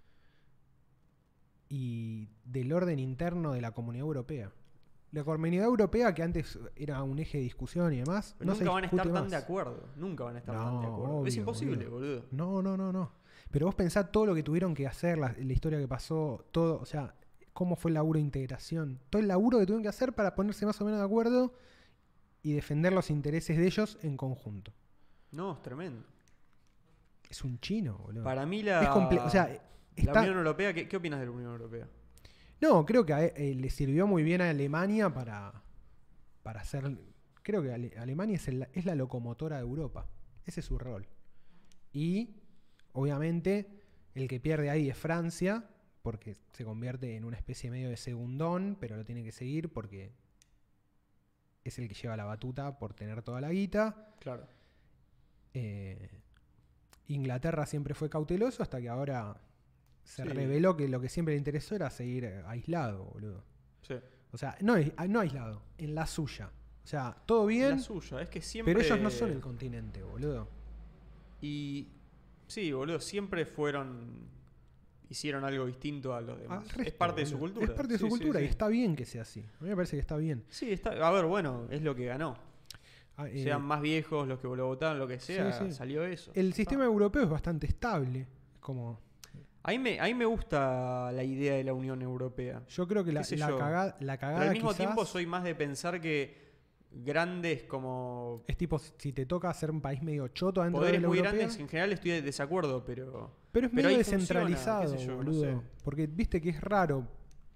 y del orden interno de la Comunidad Europea. La Comunidad Europea, que antes era un eje de discusión y demás, Pero no se nunca van a estar discute tan más. de acuerdo. Nunca van a estar tan No, de acuerdo. obvio, es imposible, boludo. No, no, no, no. Pero vos pensás todo lo que tuvieron que hacer, la, la historia que pasó, todo, o sea, cómo fue el laburo de integración, todo el laburo que tuvieron que hacer para ponerse más o menos de acuerdo y defender los intereses de ellos en conjunto. No, es tremendo. Es un chino, boludo. Para mí la, Es comple- o sea, la está- Unión Europea, ¿qué, qué opinas de la Unión Europea? No, creo que a- eh, le sirvió muy bien a Alemania para, para hacer... Creo que Ale- Alemania es, el- es la locomotora de Europa. Ese es su rol. Y, obviamente, el que pierde ahí es Francia, porque se convierte en una especie medio de segundón, pero lo tiene que seguir porque es el que lleva la batuta por tener toda la guita. Claro. Eh, Inglaterra siempre fue cauteloso hasta que ahora se Sí. reveló que lo que siempre le interesó era seguir eh, aislado, boludo. Sí. O sea, no, ai- no aislado, en la suya. O sea, todo bien, La suya, es que siempre... pero ellos no son el continente, boludo. Y sí, boludo, siempre fueron... Hicieron algo distinto a los demás. Resto, es parte de su boludo. cultura. Es parte de su Sí, cultura sí, y sí. está bien que sea así. A mí me parece que está bien. Sí, está, a ver, bueno, es lo que ganó. Ah, eh, Sean más viejos los que lo votaron, lo que sea, Sí, sí. salió eso. el Está. sistema europeo es bastante estable. Es como... A mí, me, a mí me gusta la idea de la Unión Europea. Yo creo que la, ¿Qué sé la, yo? caga- la cagada Pero al mismo quizás tiempo soy más de pensar que grandes como es tipo, si te toca ser un país medio choto adentro poderes de la muy europea, grandes, en general estoy de desacuerdo, pero... pero es pero medio ahí descentralizado, funciona, qué sé yo, no boludo. sé. Porque viste que es raro.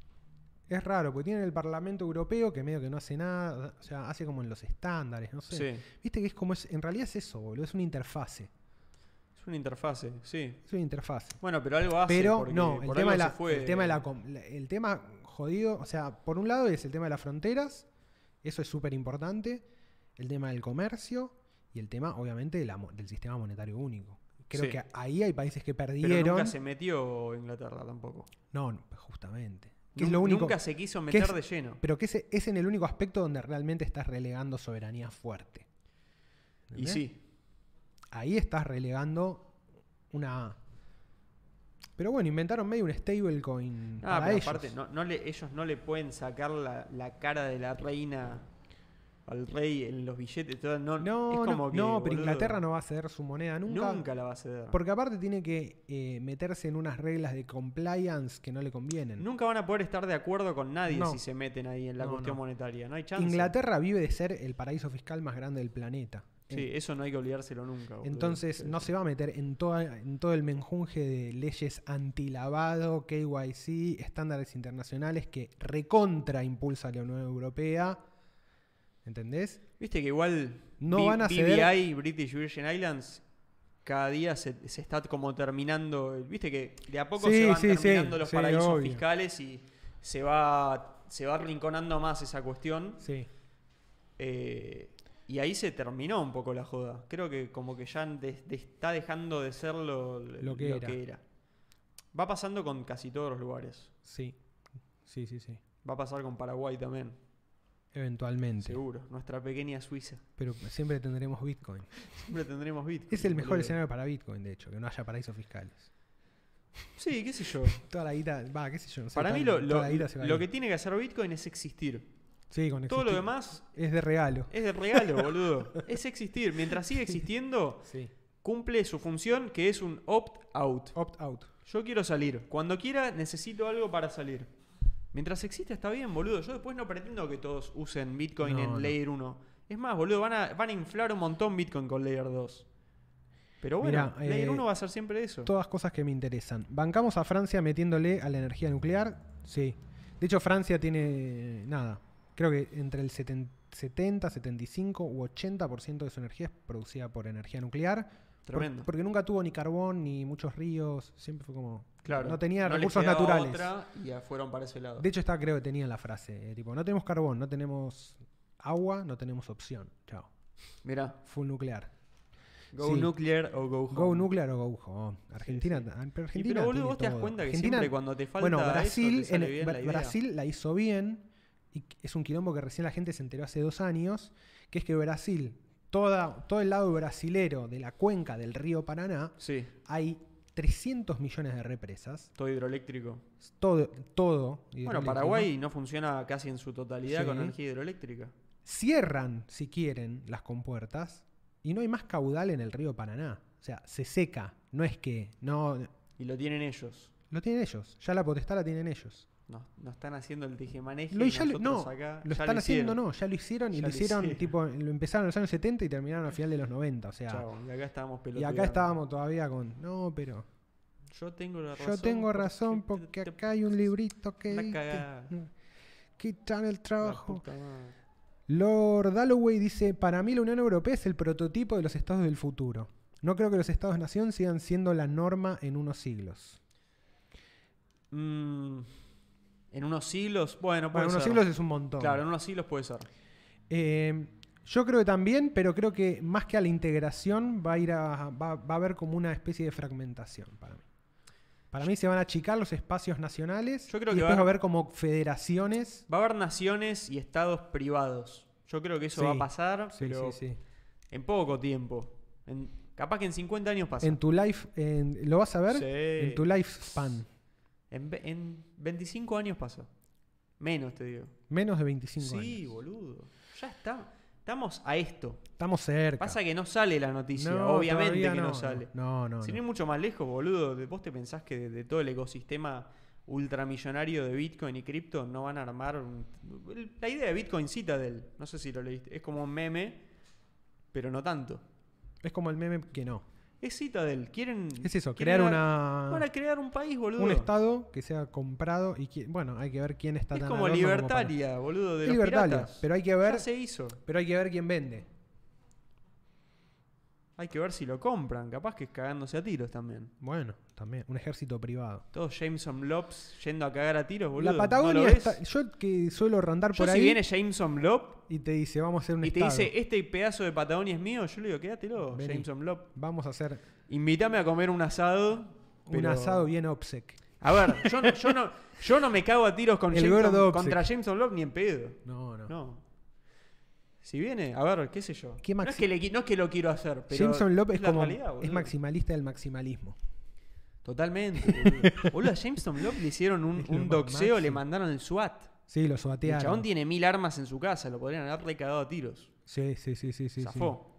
Es raro, porque tienen el Parlamento Europeo que medio que no hace nada, o sea, hace como en los estándares, no sé. Sí, Viste que es como, es, en realidad es eso, boludo, es una interfase. es una interfase, sí. Es una interfase. Bueno, pero algo hace. Pero porque no, el por tema, de algo la, se fue- el tema de la com- la- el tema jodido, o sea, por un lado es el tema de las fronteras, eso es súper importante, el tema del comercio y el tema, obviamente, de la mo- del sistema monetario único. Creo Sí. que ahí hay países que Pero perdieron. nunca se metió Inglaterra tampoco. No, no, justamente. Que es Nun- lo único, Nunca se quiso que meter es- de lleno. pero que ese es en el único aspecto donde realmente estás relegando soberanía fuerte. Y ¿Entendés? sí. Ahí estás relegando una... Pero bueno, inventaron medio un stablecoin Ah, para pero ellos. aparte, no, no le, ellos no le pueden sacar la, la cara de la reina al rey en los billetes. Todo, no, No, es como no, que, no, pero boludo, Inglaterra no va a ceder su moneda nunca. Nunca la va a ceder. Porque aparte tiene que eh, meterse en unas reglas de compliance que no le convienen. Nunca van a poder estar de acuerdo con nadie No. si se meten ahí en la No, cuestión no. monetaria. No hay chance. Inglaterra vive de ser el paraíso fiscal más grande del planeta. Sí, eso no hay que olvidárselo nunca. boludo. Entonces Sí, no sí. se va a meter en, toda, en todo el menjunje de leyes antilavado, K Y C, estándares internacionales que recontra impulsa la Unión Europea. ¿Entendés? Viste que igual No B- van a B ceder- V I, British Virgin Islands, cada día se, se está como terminando. Viste que de a poco Sí, se van sí, sí, terminando los sí, paraísos obvio. fiscales y se va, se va arrinconando más esa cuestión. Sí. Eh, y ahí se terminó un poco la joda. Creo que como que ya de- de- está dejando de ser lo, Lo que era. Va pasando con casi todos los lugares. Sí. Sí, sí, sí. Va a pasar con Paraguay también, Eventualmente. seguro. Nuestra pequeña Suiza. Pero siempre tendremos Bitcoin. Siempre tendremos Bitcoin. Es el mejor boludo. escenario para Bitcoin, de hecho, que no haya paraísos fiscales. Sí, qué sé yo. Toda la guita, va, qué sé yo, no sé. Para toda- mí lo, toda lo, la guita se va a lo ir. que tiene que hacer Bitcoin es existir. Sí, con Todo lo existir. demás Es de regalo. es de regalo, boludo. Es existir. Mientras siga existiendo, Sí. cumple su función que es un opt-out. Opt-out. Yo quiero salir. Cuando quiera, necesito algo para salir. Mientras existe, está bien, boludo. Yo después no pretendo que todos usen Bitcoin No, en no. Layer uno. Es más, boludo, van a, van a inflar un montón Bitcoin con Layer dos. Pero bueno, Mirá, Layer eh, uno va a ser siempre eso. Todas cosas que me interesan. ¿Bancamos a Francia metiéndole a la energía nuclear? Sí. De hecho, Francia tiene nada. Creo que entre el seten- setenta, setenta y cinco u ochenta por ciento de su energía es producida por energía nuclear. Por- Tremendo. porque nunca tuvo ni carbón ni muchos ríos. Siempre fue como... Claro. No tenía les recursos quedaba naturales. otra y ya fueron para ese lado. De hecho, está, creo que tenían la frase. eh, tipo, no tenemos carbón, no tenemos agua, no tenemos opción. Chao. Mirá, Full nuclear. go Sí. nuclear o go home. Go nuclear o go home. Argentina, Sí, sí. ah, pero Y Argentina pero boludo, tiene vos te das todo. cuenta que Argentina- siempre cuando te falta Bueno, eso, Brasil, te sale en- bien Bra- la idea. Brasil la hizo bien y es un quilombo que recién la gente se enteró hace dos años, que es que Brasil, toda, todo el lado brasilero de la cuenca del río Paraná, Sí, hay trescientos millones de represas, todo hidroeléctrico. todo, todo. Bueno, hidroeléctrico. Paraguay no funciona casi en su totalidad Sí. con energía hidroeléctrica. Cierran, si quieren, las compuertas y no hay más caudal en el río Paraná. O sea, se seca. No es que no Y lo tienen ellos. lo tienen ellos. Ya la potestad la tienen ellos. No, no están haciendo el tejemaneje. Lo, y ya lo- nosotros no, acá lo ya están haciendo, hicieron. no, ya lo hicieron y Ya lo lo hicieron, hicieron. tipo, lo empezaron en los años setenta y terminaron al final de los noventa, o sea, Chao, y acá estábamos y pelotudeando. acá estábamos todavía con, no, pero Yo tengo la razón. yo tengo razón porque te- acá hay un librito que La dice, cagada. no, quitan el La trabajo. puta madre. Lord Dalloway dice, para mí la Unión Europea es el prototipo de los estados del futuro. No creo que los estados-nación sigan siendo la norma en unos siglos. Mm, en unos siglos, bueno, puede Bueno, unos ser. siglos es un montón. Claro, en unos siglos puede ser. Eh, yo creo que también, pero creo que más que a la integración va a ir a, va, va a haber como una especie de fragmentación para mí. Para mí se van a achicar los espacios nacionales Yo creo y que después va- va a haber como federaciones. Va a haber naciones y estados privados. Yo creo que eso Sí, va a pasar, Sí, pero sí, sí. en poco tiempo. En Capaz que en cincuenta años pasa. En tu life, en- ¿lo vas a ver? Sí. En tu lifespan. En, ve- en veinticinco años pasa. Menos, te digo. Menos de veinticinco años. Sí, boludo. Ya está. Estamos a esto. Estamos cerca. Pasa que no sale la noticia. No, Obviamente todavía que no, no, sale. No, no, Sin no. ir mucho más lejos, boludo. de- ¿Vos te pensás que de, de todo el ecosistema ultramillonario de Bitcoin y cripto no van a armar un- el- la idea de Bitcoin Citadel? No sé si lo leíste. Es como un meme, pero no tanto. Es como el meme que no. Es Citadel. Quieren. Es eso, quieren crear dar- una... Van a crear un país, boludo. un estado que sea comprado y que, bueno, hay que ver quién está Es tan como al horno para- libertaria, boludo, de Es los libertaria, piratas. pero hay que ver, Ya se hizo. pero hay que ver quién vende. Hay que ver si lo compran. Capaz que es cagándose a tiros también. Bueno, también un ejército privado. Todos Jameson Lopes yendo a cagar a tiros, boludo. La ¿No Patagonia lo ves? está, yo que suelo rondar Yo por si ahí viene Jameson Lop y te dice, vamos a hacer un y te estado. dice, este pedazo de Patagonia es mío, yo le digo, quédatelo, Vení. Jameson Lop. Vamos a hacer Invítame a comer un asado. un pero- asado bien obsec. A ver, yo, no- yo, no, yo no me cago a tiros con El Jameson- gordo contra Obsec. Jameson Lop ni en pedo. No, no. No. Si viene, a ver, qué sé yo. ¿Qué no, maxi- es que le qui- no es que lo quiero hacer, pero Jameson Lopez es la como realidad, es boludo. maximalista del maximalismo. Totalmente, boludo. Boludo, a Jameson Lop le hicieron un, Es lo un doxeo, máximo. le mandaron el SWAT. Sí, lo El suatearon. chabón tiene mil armas en su casa, lo podrían haber recagado a tiros. Sí, sí, sí, sí, sí. Zafó.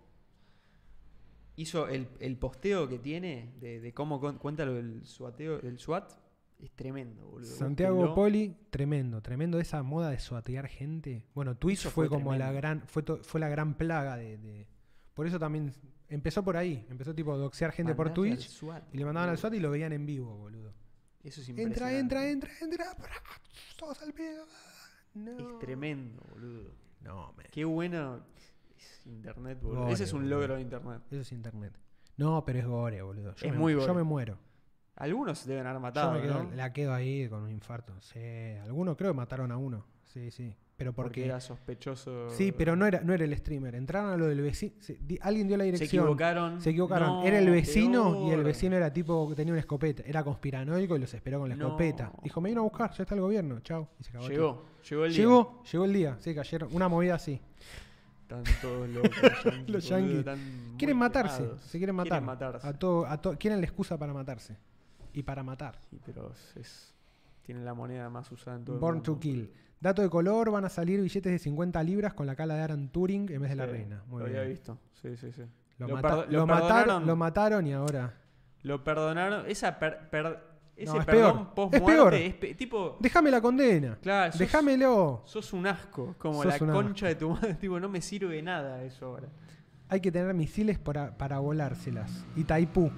Hizo el, el posteo que tiene de, de cómo con- cuenta lo del suateo, el SWAT. Es tremendo, boludo. Santiago Búsquenlo. Poli, tremendo, tremendo esa moda de suatear gente. Bueno, Twitch Eso fue, fue como la tremendo. gran, fue, to- fue la gran plaga de, de- por eso también empezó por ahí, empezó tipo a doxear gente por Mandarle al Twitch SWAT, y le mandaban al boludo. SWAT y lo veían en vivo, boludo. Eso es Entra, impresionante. entra, entra, entra, por acá, todos al pedo. No. Es tremendo, boludo. No, man. Qué bueno es internet, boludo. Gore, Ese es un boludo. logro de internet. Eso es internet. No, pero es gore, boludo. Yo Es me, muy Yo gore. me muero. Algunos se deben haber Yo matado, me quedo- ¿no? la quedo ahí con un infarto. Sí, algunos creo que mataron a uno. Sí, sí. Pero Porque porque... era sospechoso. Sí, pero no era, no era el streamer. Entraron a lo del vecino. Alguien dio la Se dirección. equivocaron. Se equivocaron. No, era el vecino y el peor. vecino era tipo que tenía una escopeta. Era conspiranoico y los esperó con la No. escopeta. Dijo, me vino a buscar, ya está el gobierno. Chao. Y se acabó el Llegó, llegó el tiempo. día. Llegó, llegó el día. Sí, cayeron. Una movida así. Están todos locos. Los yanquis. Los boludo, yanquis. están Quieren muy matarse. quemados. Se quieren matar. Quieren matarse. A todo, a to- quieren la excusa para matarse. Y para matar. Sí, pero es, tienen la moneda más usada en todo el Born mundo. to kill. Dato de color, van a salir billetes de cincuenta libras con la cala de Alan Turing en vez de la Sí, reina. Muy lo bien. había visto. Sí, sí, sí. Lo, Lo mata- perdo- lo lo mataron, perdonaron. lo mataron y ahora. Lo perdonaron. Esa per- per- ese No, es perdón peor. post Es peor. muerte es pe- tipo. Déjame la condena. Claro, sos- Déjamelo. Sos un asco. Como Sos la un concha de tu madre. Tipo, no me sirve de nada eso ahora. Hay que tener misiles para, para volárselas. Y Taipú.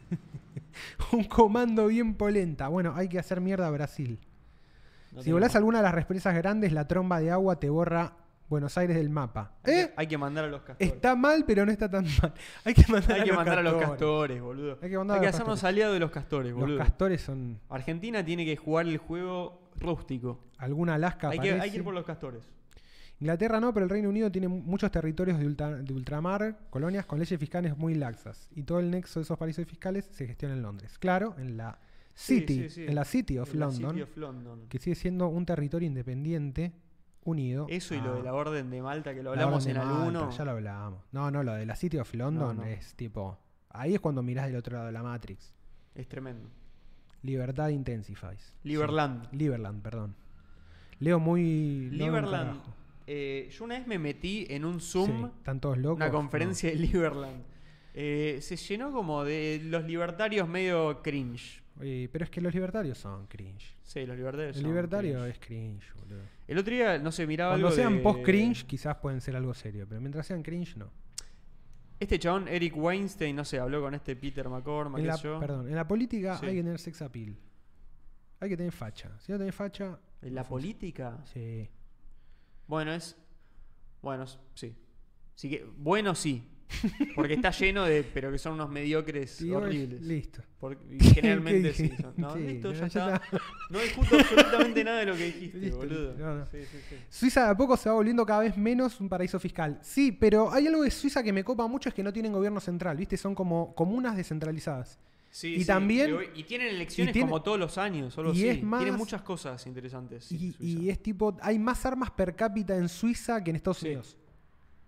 Un comando bien polenta. Bueno, hay que hacer mierda a Brasil. No si tengo- volás alguna de las represas grandes, la tromba de agua te borra Buenos Aires del mapa. hay, ¿Eh? que, hay que mandar a los castores. Está mal, pero no está tan mal. Hay que mandar, Hay a, que los mandar a los castores. castores, boludo. Hay que mandar Hay a que los hacernos castores. aliados de los castores, Los boludo. castores son Argentina tiene que jugar el juego rústico. alguna Alaska. Hay que, hay parece. que ir por los castores. Inglaterra no, pero el Reino Unido tiene mu- muchos territorios de, ultra- de ultramar, colonias con leyes fiscales muy laxas. Y todo el nexo de esos paraísos fiscales se gestiona en Londres. Claro, en la Sí, City, sí, sí. en la City of En la London, City of London. que sigue siendo un territorio independiente unido. Eso y lo a de la Orden de Malta, que lo la hablamos Orden en de Malta, alguno. Ya lo hablábamos. No, no, lo de la City of London No, no. es tipo... Ahí es cuando mirás del otro lado de la Matrix. Es tremendo. Libertad intensifies. Liberland. Sí. Liberland, perdón. Leo muy... leo un Liberland. carajo. Eh, yo una vez me metí en un Zoom, Sí, están todos locos. una conferencia de Liberland. Eh, se llenó como de los libertarios medio cringe. No. Oye, pero es que los libertarios son cringe. Sí, los libertarios El son libertario cringe. es cringe, boludo. El otro día, no sé, miraba Cuando algo sean de- post-cringe, quizás pueden ser algo serio, pero mientras sean cringe, no. Este chabón, Eric Weinstein, no sé, habló con este Peter McCormack, En qué la, sé yo. perdón, en la política Sí. hay que tener sex appeal. Hay que tener facha. Si no tenés facha... ¿En la no funciona. política? Sí. Bueno, es... Bueno, s- sí. Sí que, bueno, sí. Porque está lleno de... Pero que son unos mediocres Y vos- horribles. Listo. Porque, y generalmente ¿Qué sí. dije? son- no, Sí, listo, ya, ya está. está. No discuto absolutamente nada de lo que dijiste, Listo, boludo. no, no. Sí, sí, sí. Suiza de a poco se va volviendo cada vez menos un paraíso fiscal. Sí, pero hay algo de Suiza que me copa mucho, es que no tienen gobierno central, ¿viste? Son como comunas descentralizadas. Sí, Y sí, también- pero- Y tienen elecciones y tiene- como todos los años, solo y así. es más- Tienen muchas cosas interesantes. sí, y, Suiza. y es tipo, hay más armas per cápita en Suiza que en Estados Sí. Unidos.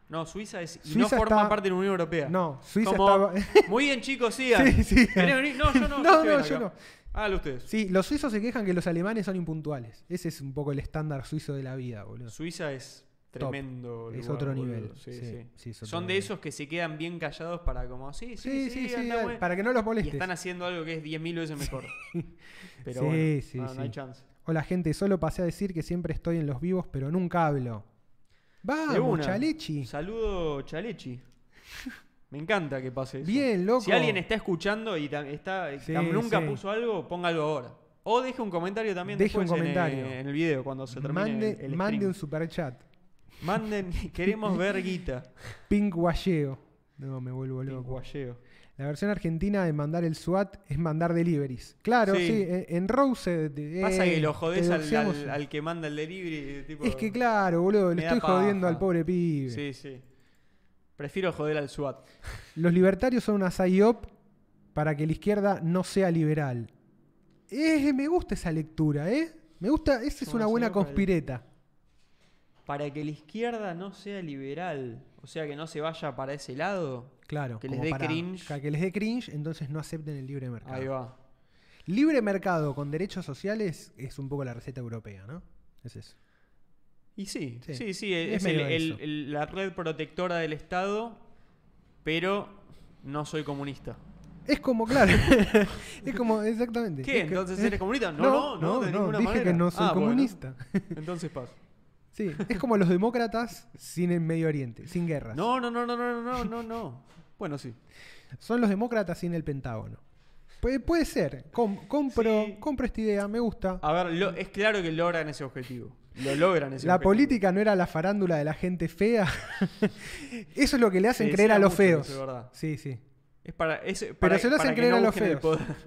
No, Suiza es y Suiza no forma está- parte de la Unión Europea. No, Suiza Como, estaba... muy bien, chicos, sigan. Sí, sí. ¿Querés venir? No, yo no. No, yo estoy no, bien yo acá. no. Hágalo ustedes. Sí, los suizos se quejan que los alemanes son impuntuales. Ese es un poco el estándar suizo de la vida, boludo. Suiza es tremendo. Es lugar, otro boludo. nivel. Sí, Sí, sí. sí, es otro Son de nivel. esos que se quedan bien callados para como, sí, Sí, sí, sí, sí, anda, güey. para que no los Y molestes. están haciendo algo que es diez mil veces mejor. Pero Sí, bueno, sí, no, sí. no hay chance. Hola gente, solo pasé a decir que siempre estoy en los vivos, pero nunca hablo. De Vamos, una. Chalechi. Saludo, Chalechi. Me encanta que pase eso. Bien, loco. Si alguien está escuchando y ta- está, Sí, tam- nunca sí. puso algo, póngalo ahora. O deje un comentario también Deje un después en, comentario. eh, en el video cuando se termine Mande, el, el mande stream. un superchat. Manden, queremos ver guita. Pink guayeo. No, me vuelvo Pink loco. guayeo. La versión argentina de mandar el SWAT es mandar deliveries. Claro, sí, Sí. en, en Rose. eh, Pasa que lo te jodés al, doxeamos. al- al que manda el delivery. Tipo, Es que claro, boludo, le me da estoy jodiendo paja. al pobre pibe. Sí, sí. Prefiero joder al SWAT. Los libertarios son una psyop para que la izquierda no sea liberal. Eh, me gusta esa lectura, ¿eh? Me gusta, esa es Son una una buena psyop para el- conspireta. Para que la izquierda no sea liberal. O sea, que no se vaya para ese lado. Claro, Que les como dé para- cringe. para que les dé cringe, entonces no acepten el libre mercado. Ahí va. Libre mercado con derechos sociales es un poco la receta europea, ¿no? Es eso. Y sí, Sí. sí, sí, Es es, el- medio el- eso. el- la red protectora del Estado, pero no soy comunista. Es como, claro. es como, exactamente. ¿Qué? Es que- ¿Entonces es- eres comunista? No, no, no, de ninguna dije manera. que no soy Ah, bueno. comunista. Entonces paz. Sí, es como los demócratas sin el Medio Oriente, sin guerras. No, no, no, no, no, no, no, no. Bueno, sí. Son los demócratas sin el Pentágono. Puede, puede ser. Com- compro, Sí. compro esta idea, me gusta. A ver, lo- es claro que logran ese objetivo. Lo logran ese La objetivo. política no era la farándula de la gente fea. Eso es lo que le hacen Se creer a decía los mucho feos. eso, es verdad. Sí, sí. Es para, es para- se lo hacen para que creer no a los busquen el feos. poder.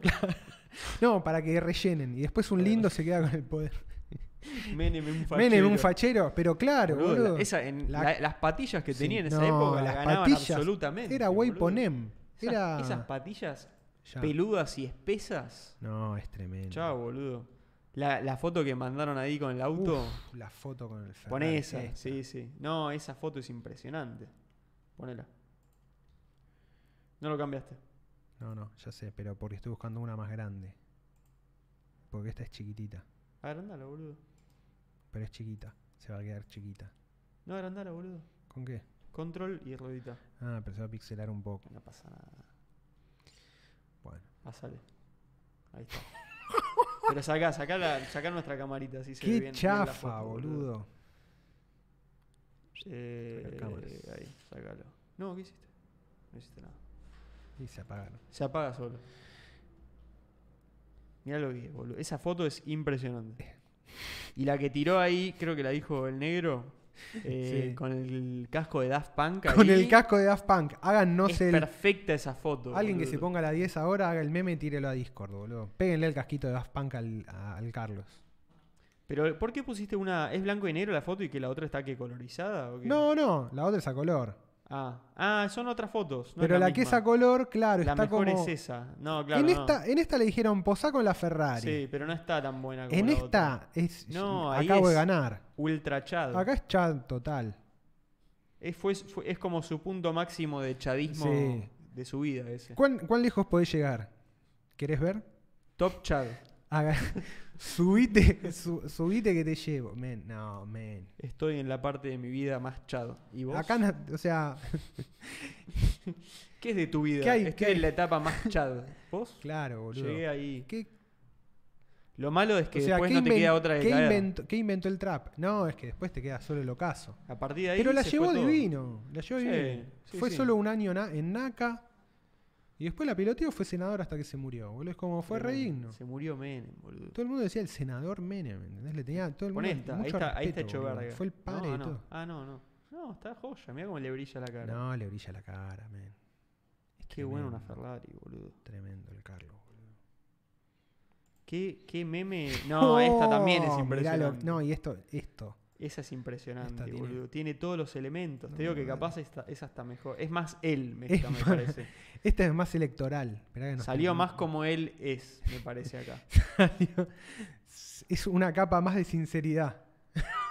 No, para que rellenen. Y después un Claro. lindo se queda con el poder. Menem, un fachero. Menem, un fachero. Pero claro, Boludo, boludo. la- esa- en La- la- las patillas que Sí, tenía en esa no, época las ganaban patillas absolutamente. Era boludo. Weiponem. Esas, Era. esas patillas Ya. peludas y espesas. No, es tremendo. Chao, boludo. La, la foto que mandaron ahí con el auto. Uf, la foto con el Ferrari. Pon esa, esta. sí, sí. No, esa foto es impresionante. Ponela. No lo cambiaste. No, no, ya sé, pero porque estoy buscando una más grande. Porque esta es chiquitita. Agrandala, boludo. Pero es chiquita. Se va a quedar chiquita. No, agrandala, boludo. ¿Con qué? Control y ruedita. Ah, pero se va a pixelar un poco. No pasa nada. Bueno. Pasale. Ahí está. Pero sacá, sacá, la, sacá nuestra camarita, así se ve Qué bien. bien la chafa, foto, boludo. Eh, Saca cámaras. ahí, sacalo. No, ¿qué hiciste? No hiciste nada. Y se apagaron. Se apaga solo. Mirá lo que es, boludo. Esa foto es impresionante. Y la que tiró ahí, creo que la dijo el negro, eh, Sí. con el casco de Daft Punk. Con ahí, el casco de Daft Punk. Háganos es el. perfecta esa foto. Alguien que boludo. se ponga la diez ahora, haga el meme y tírelo a Discord, boludo. Péguenle el casquito de Daft Punk al, a- al Carlos. Pero, ¿por qué pusiste una. ¿Es blanco y negro la foto y que la otra está que colorizada? ¿o qué? No, no, la otra es a color. Ah, ah son otras fotos. no Pero es la, la, que es misma. a color, claro, La está mejor como. es esa. No, claro. en, no. esta, en esta le dijeron posá con la Ferrari. Sí, pero no está tan buena como en la esta otra. es. No, ahí acabo de es ganar. Ultra chad. Acá es chat total. Es, fue- fue- es como su punto máximo de chadismo Sí. de su vida ese. ¿Cuán, cuán lejos podés llegar? ¿Querés ver? Top chad. Haga- subite, su- subite que te llevo. Men, no, men. Estoy en la parte de mi vida más chad. ¿Y vos? Acá, na- o sea, ¿Qué es de tu vida? ¿Qué hay- Estoy qué hay? en la etapa más chad. ¿Vos? claro, boludo. Llegué ahí. ¿Qué, Lo malo es que o sea, después ¿qué no te inven- queda otra que ¿qué caer. inventó, ¿Qué inventó el trap? No, es que después te queda solo el ocaso. A partir de ahí Pero la se llevó fue todo. divino. La llevó Sí, divino. sí, Fue sí. solo un año na- en NACA. Y después la piloteó, fue senador hasta que se murió. Boludo, es como fue Pero re digno. Se murió Menem, boludo. Todo el mundo decía el senador Menem, ¿entendés? Le tenía todo el Pon mundo esta, ahí mucho está, ahí está respeto, hecho boludo. verga. Fue el padre no, de no. todo. Ah, no, no. No, está joya. Mira cómo le brilla la cara. No, le brilla la cara, men. Es Qué bueno una tremendo, Ferrari, boludo. Tremendo el Carlos, boludo. ¿Qué, qué meme? No, esta también es Oh, mirá impresionante. lo- no, y esto, esto. Esa es impresionante, Esta tiene- boludo. Tiene todos los elementos. No, Te digo que dale. capaz esta, esa está mejor. Es más él, me, Es esta, me más- parece. Esta es más electoral. Esperá que no Salió esté- más como él es, me parece acá. Es una capa más de sinceridad.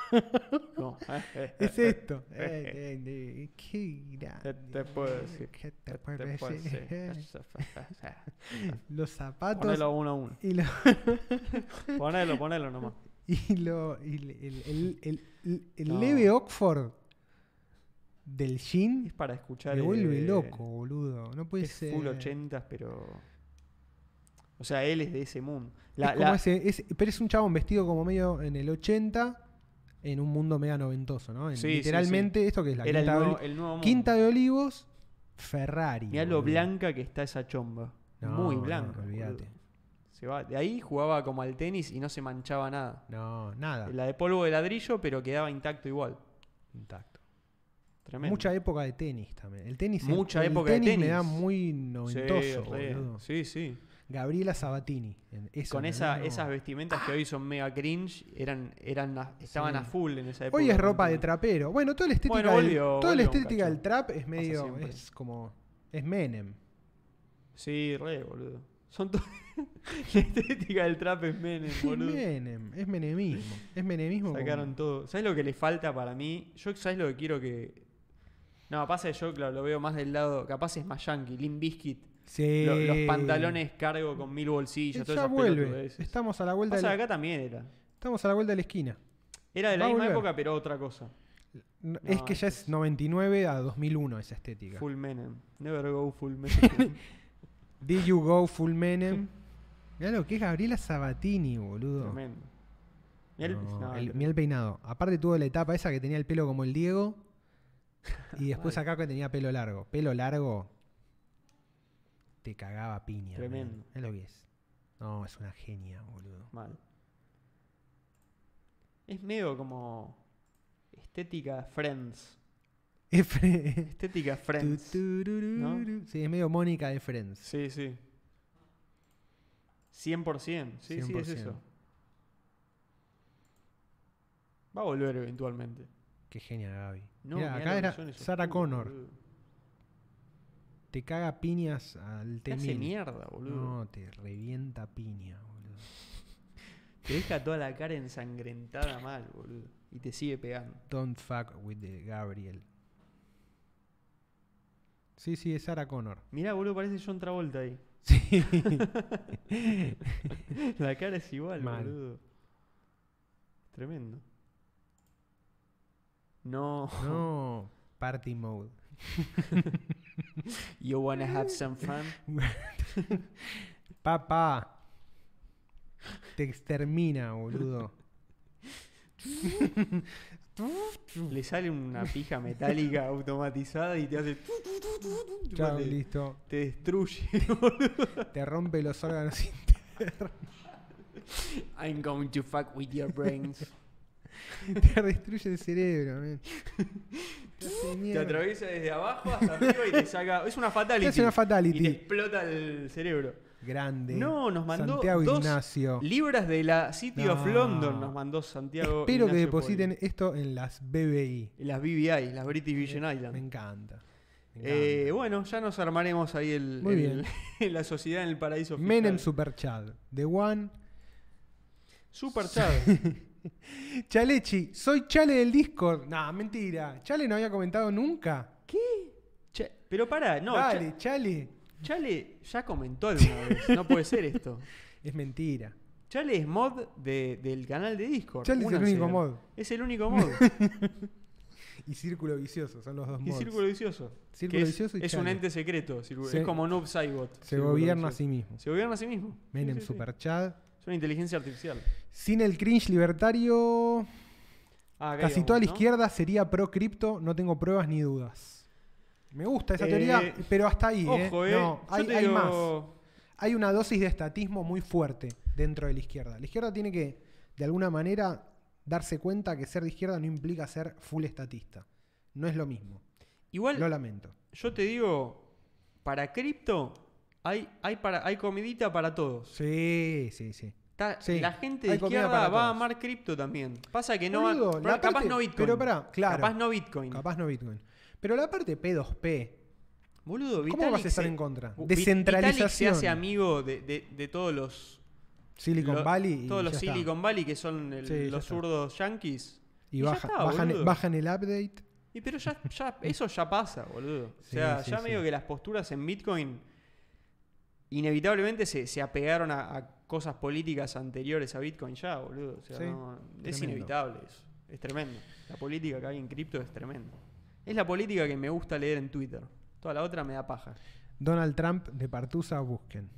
No. Es esto. Eh, eh, eh, qué grande. Te, te puedo decir. ¿Qué te Te, puedo te puedo decir? decir. Los zapatos. Ponelo uno a uno. Y lo, Ponelo, ponelo nomás. y lo, y el, el, el, el, el- el No. leve Oxford del Es jean para escuchar. me vuelve eh, loco, boludo. No puede Es ser. full ochentas, pero. O sea, él es de ese mundo. Es La, como la- ese- es- pero es un chabón vestido como medio en el ochenta, en un mundo mega noventoso, ¿no? En- Sí, sí, literalmente, esto que es la era el quinta, de nuevo, Oli- el nuevo mundo. Quinta de Olivos, Ferrari. Mirá lo boludo. blanca que está esa chomba. No, Muy no, blanca. olvídate. boludo. Se va. De ahí jugaba como al tenis y no se manchaba nada. No, nada. La de polvo de ladrillo, pero quedaba intacto igual. Intacto. Tremendo. Mucha época de tenis también. El tenis, Mucha el época de tenis me tenis. da muy Sí, noventoso, re. boludo. sí, sí. Gabriela Sabatini. en- eso, Con ¿no? esa, No. esas vestimentas que hoy son mega cringe, eran, eran a- estaban Sí. a full en esa época. Hoy es ropa con de todo. trapero. Bueno, toda la estética, Bueno, del, volvió- toda la volvió un estética cacho. del trap es medio, siempre. es como, es Menem. Sí, re, boludo. Son to- La estética del trap es Menem, Es boludo. Menem, es menemismo. Es menemismo. Sacaron como- todo. ¿Sabes lo que le falta para mí? Yo, ¿sabes lo que quiero que.? No, pasa que yo claro, lo veo más del lado. Capaz es más yankee. Limp Bizkit. Sí. Lo- los pantalones cargo con mil bolsillos. Ya Todas esas vuelve. pelotudeces. Estamos a la vuelta de Pasa la, que acá también era. estamos a la vuelta de la esquina. Era de la Va a misma volver. época, pero otra cosa. No, es que ya esto es es- noventa y nueve a dos mil uno esa estética. Full Menem. Never go full Menem. Did you go full Menem? Mirá lo que es Gabriela Sabatini, boludo. Tremendo. Mirá el- No, no, el- el- mirá el peinado. Aparte tuvo la etapa esa que tenía el pelo como el Diego. Y después Mal. acá que tenía pelo largo. Pelo largo. Te cagaba piña. Tremendo. Es lo que es. No, es una genia, boludo. Mal. Es medio como. Estética Friends. F- Estética Tu, Friends. turururu. Sí, es medio Mónica de Friends. Sí, sí. cien por ciento. Sí, sí, cien por es ciento. eso. Va a volver eventualmente. Qué genia, Gaby. No, Mirá, mirá acá lo que era son esos Sarah pibes, Connor. boludo. Te caga piñas al Te hace T mil. mierda, boludo. No, te revienta piña, boludo. Te deja toda la cara ensangrentada mal, boludo. Y te sigue pegando. Don't fuck with the Gabriel. Sí, sí, es Sarah Connor. Mirá, boludo, parece John Travolta ahí. Sí. La cara es igual, Mal. boludo. Tremendo. No. No, party mode. You wanna have some fun? Papá. Te extermina, boludo. Le sale una pija metálica automatizada y te hace. Chao, te, listo. te destruye, boludo. Te rompe los órganos internos. I'm going to fuck with your brains. Te destruye el cerebro, man. Te hace Te mierda. atraviesa desde abajo hasta arriba y te saca. Es una fatality. Es una fatality. Y te explota el cerebro. Grande. No, nos mandó Santiago dos Ignacio. libras de la City No. of London. Nos mandó Santiago. Espero que Ignacio depositen Poli. esto en las B B I. Y las B B I, las British Virgin Me Islands. encanta. Me Eh, encanta. bueno, ya nos armaremos ahí el, Muy el- la sociedad en el paraíso fiscal. Menem Super Chad. The One. Super chat. Chalechi, soy Chale del Discord. Nah, mentira. Chale no había comentado nunca. Che, pero pará, no. Dale, Cha- Chale. Chale ya comentó alguna vez. No puede ser esto. Es mentira. Chale es mod de- del canal de Discord. Chale es el Únanse. único mod. Es el único mod. Y Círculo Vicioso, son los dos Y mods. Círculo Vicioso. Círculo que es, Vicioso y es un Chale. ente secreto. Círculo- Se- es como Noob Saibot. Se Círculo gobierna a Vicioso. sí mismo. Se gobierna a sí mismo. Sí, Menem sí, sí. Super Chad. Es una inteligencia artificial. Sin el cringe libertario, Ah, acá casi íbamos, toda la ¿no? izquierda sería pro cripto, no tengo pruebas ni dudas. Me gusta esa Eh, teoría, pero hasta ahí, ¿eh? Ojo, eh. No, Yo hay, te hay digo- más. Hay una dosis de estatismo muy fuerte dentro de la izquierda. La izquierda tiene que, de alguna manera, darse cuenta que ser de izquierda no implica ser full estatista. No es lo mismo. Igual, Lo lamento. yo te digo, para cripto hay, hay, para, hay comidita para todos. Sí, sí, sí. Está- Sí, la gente de hay comida izquierda para va a todos. amar cripto también. Pasa que no Boludo, va, la pero capaz parte- no Bitcoin. pero pará, claro. Capaz no Bitcoin. Capaz no Bitcoin. Pero la parte P dos P, Boludo, ¿cómo Vitalik vas a estar se- en contra? Vi- Descentralización. Vitalik se hace amigo de, de- de todos los Silicon lo- Valley. y todos los ya está. Silicon Valley que son el- Sí, ya los está. zurdos yankees. Y, Y ya baja- está, bajan, boludo. bajan el update. Y pero ya, ya eso ya pasa, boludo. O Sí, sea, sí, ya sí. medio que las posturas en Bitcoin inevitablemente se, se apegaron a, a cosas políticas anteriores a Bitcoin ya, boludo. O sea, Sí, no- es tremendo. inevitable eso. Es tremendo. La política que hay en cripto es tremenda. Es la política que me gusta leer en Twitter. Toda la otra me da paja. Donald Trump de Partusa, busquen.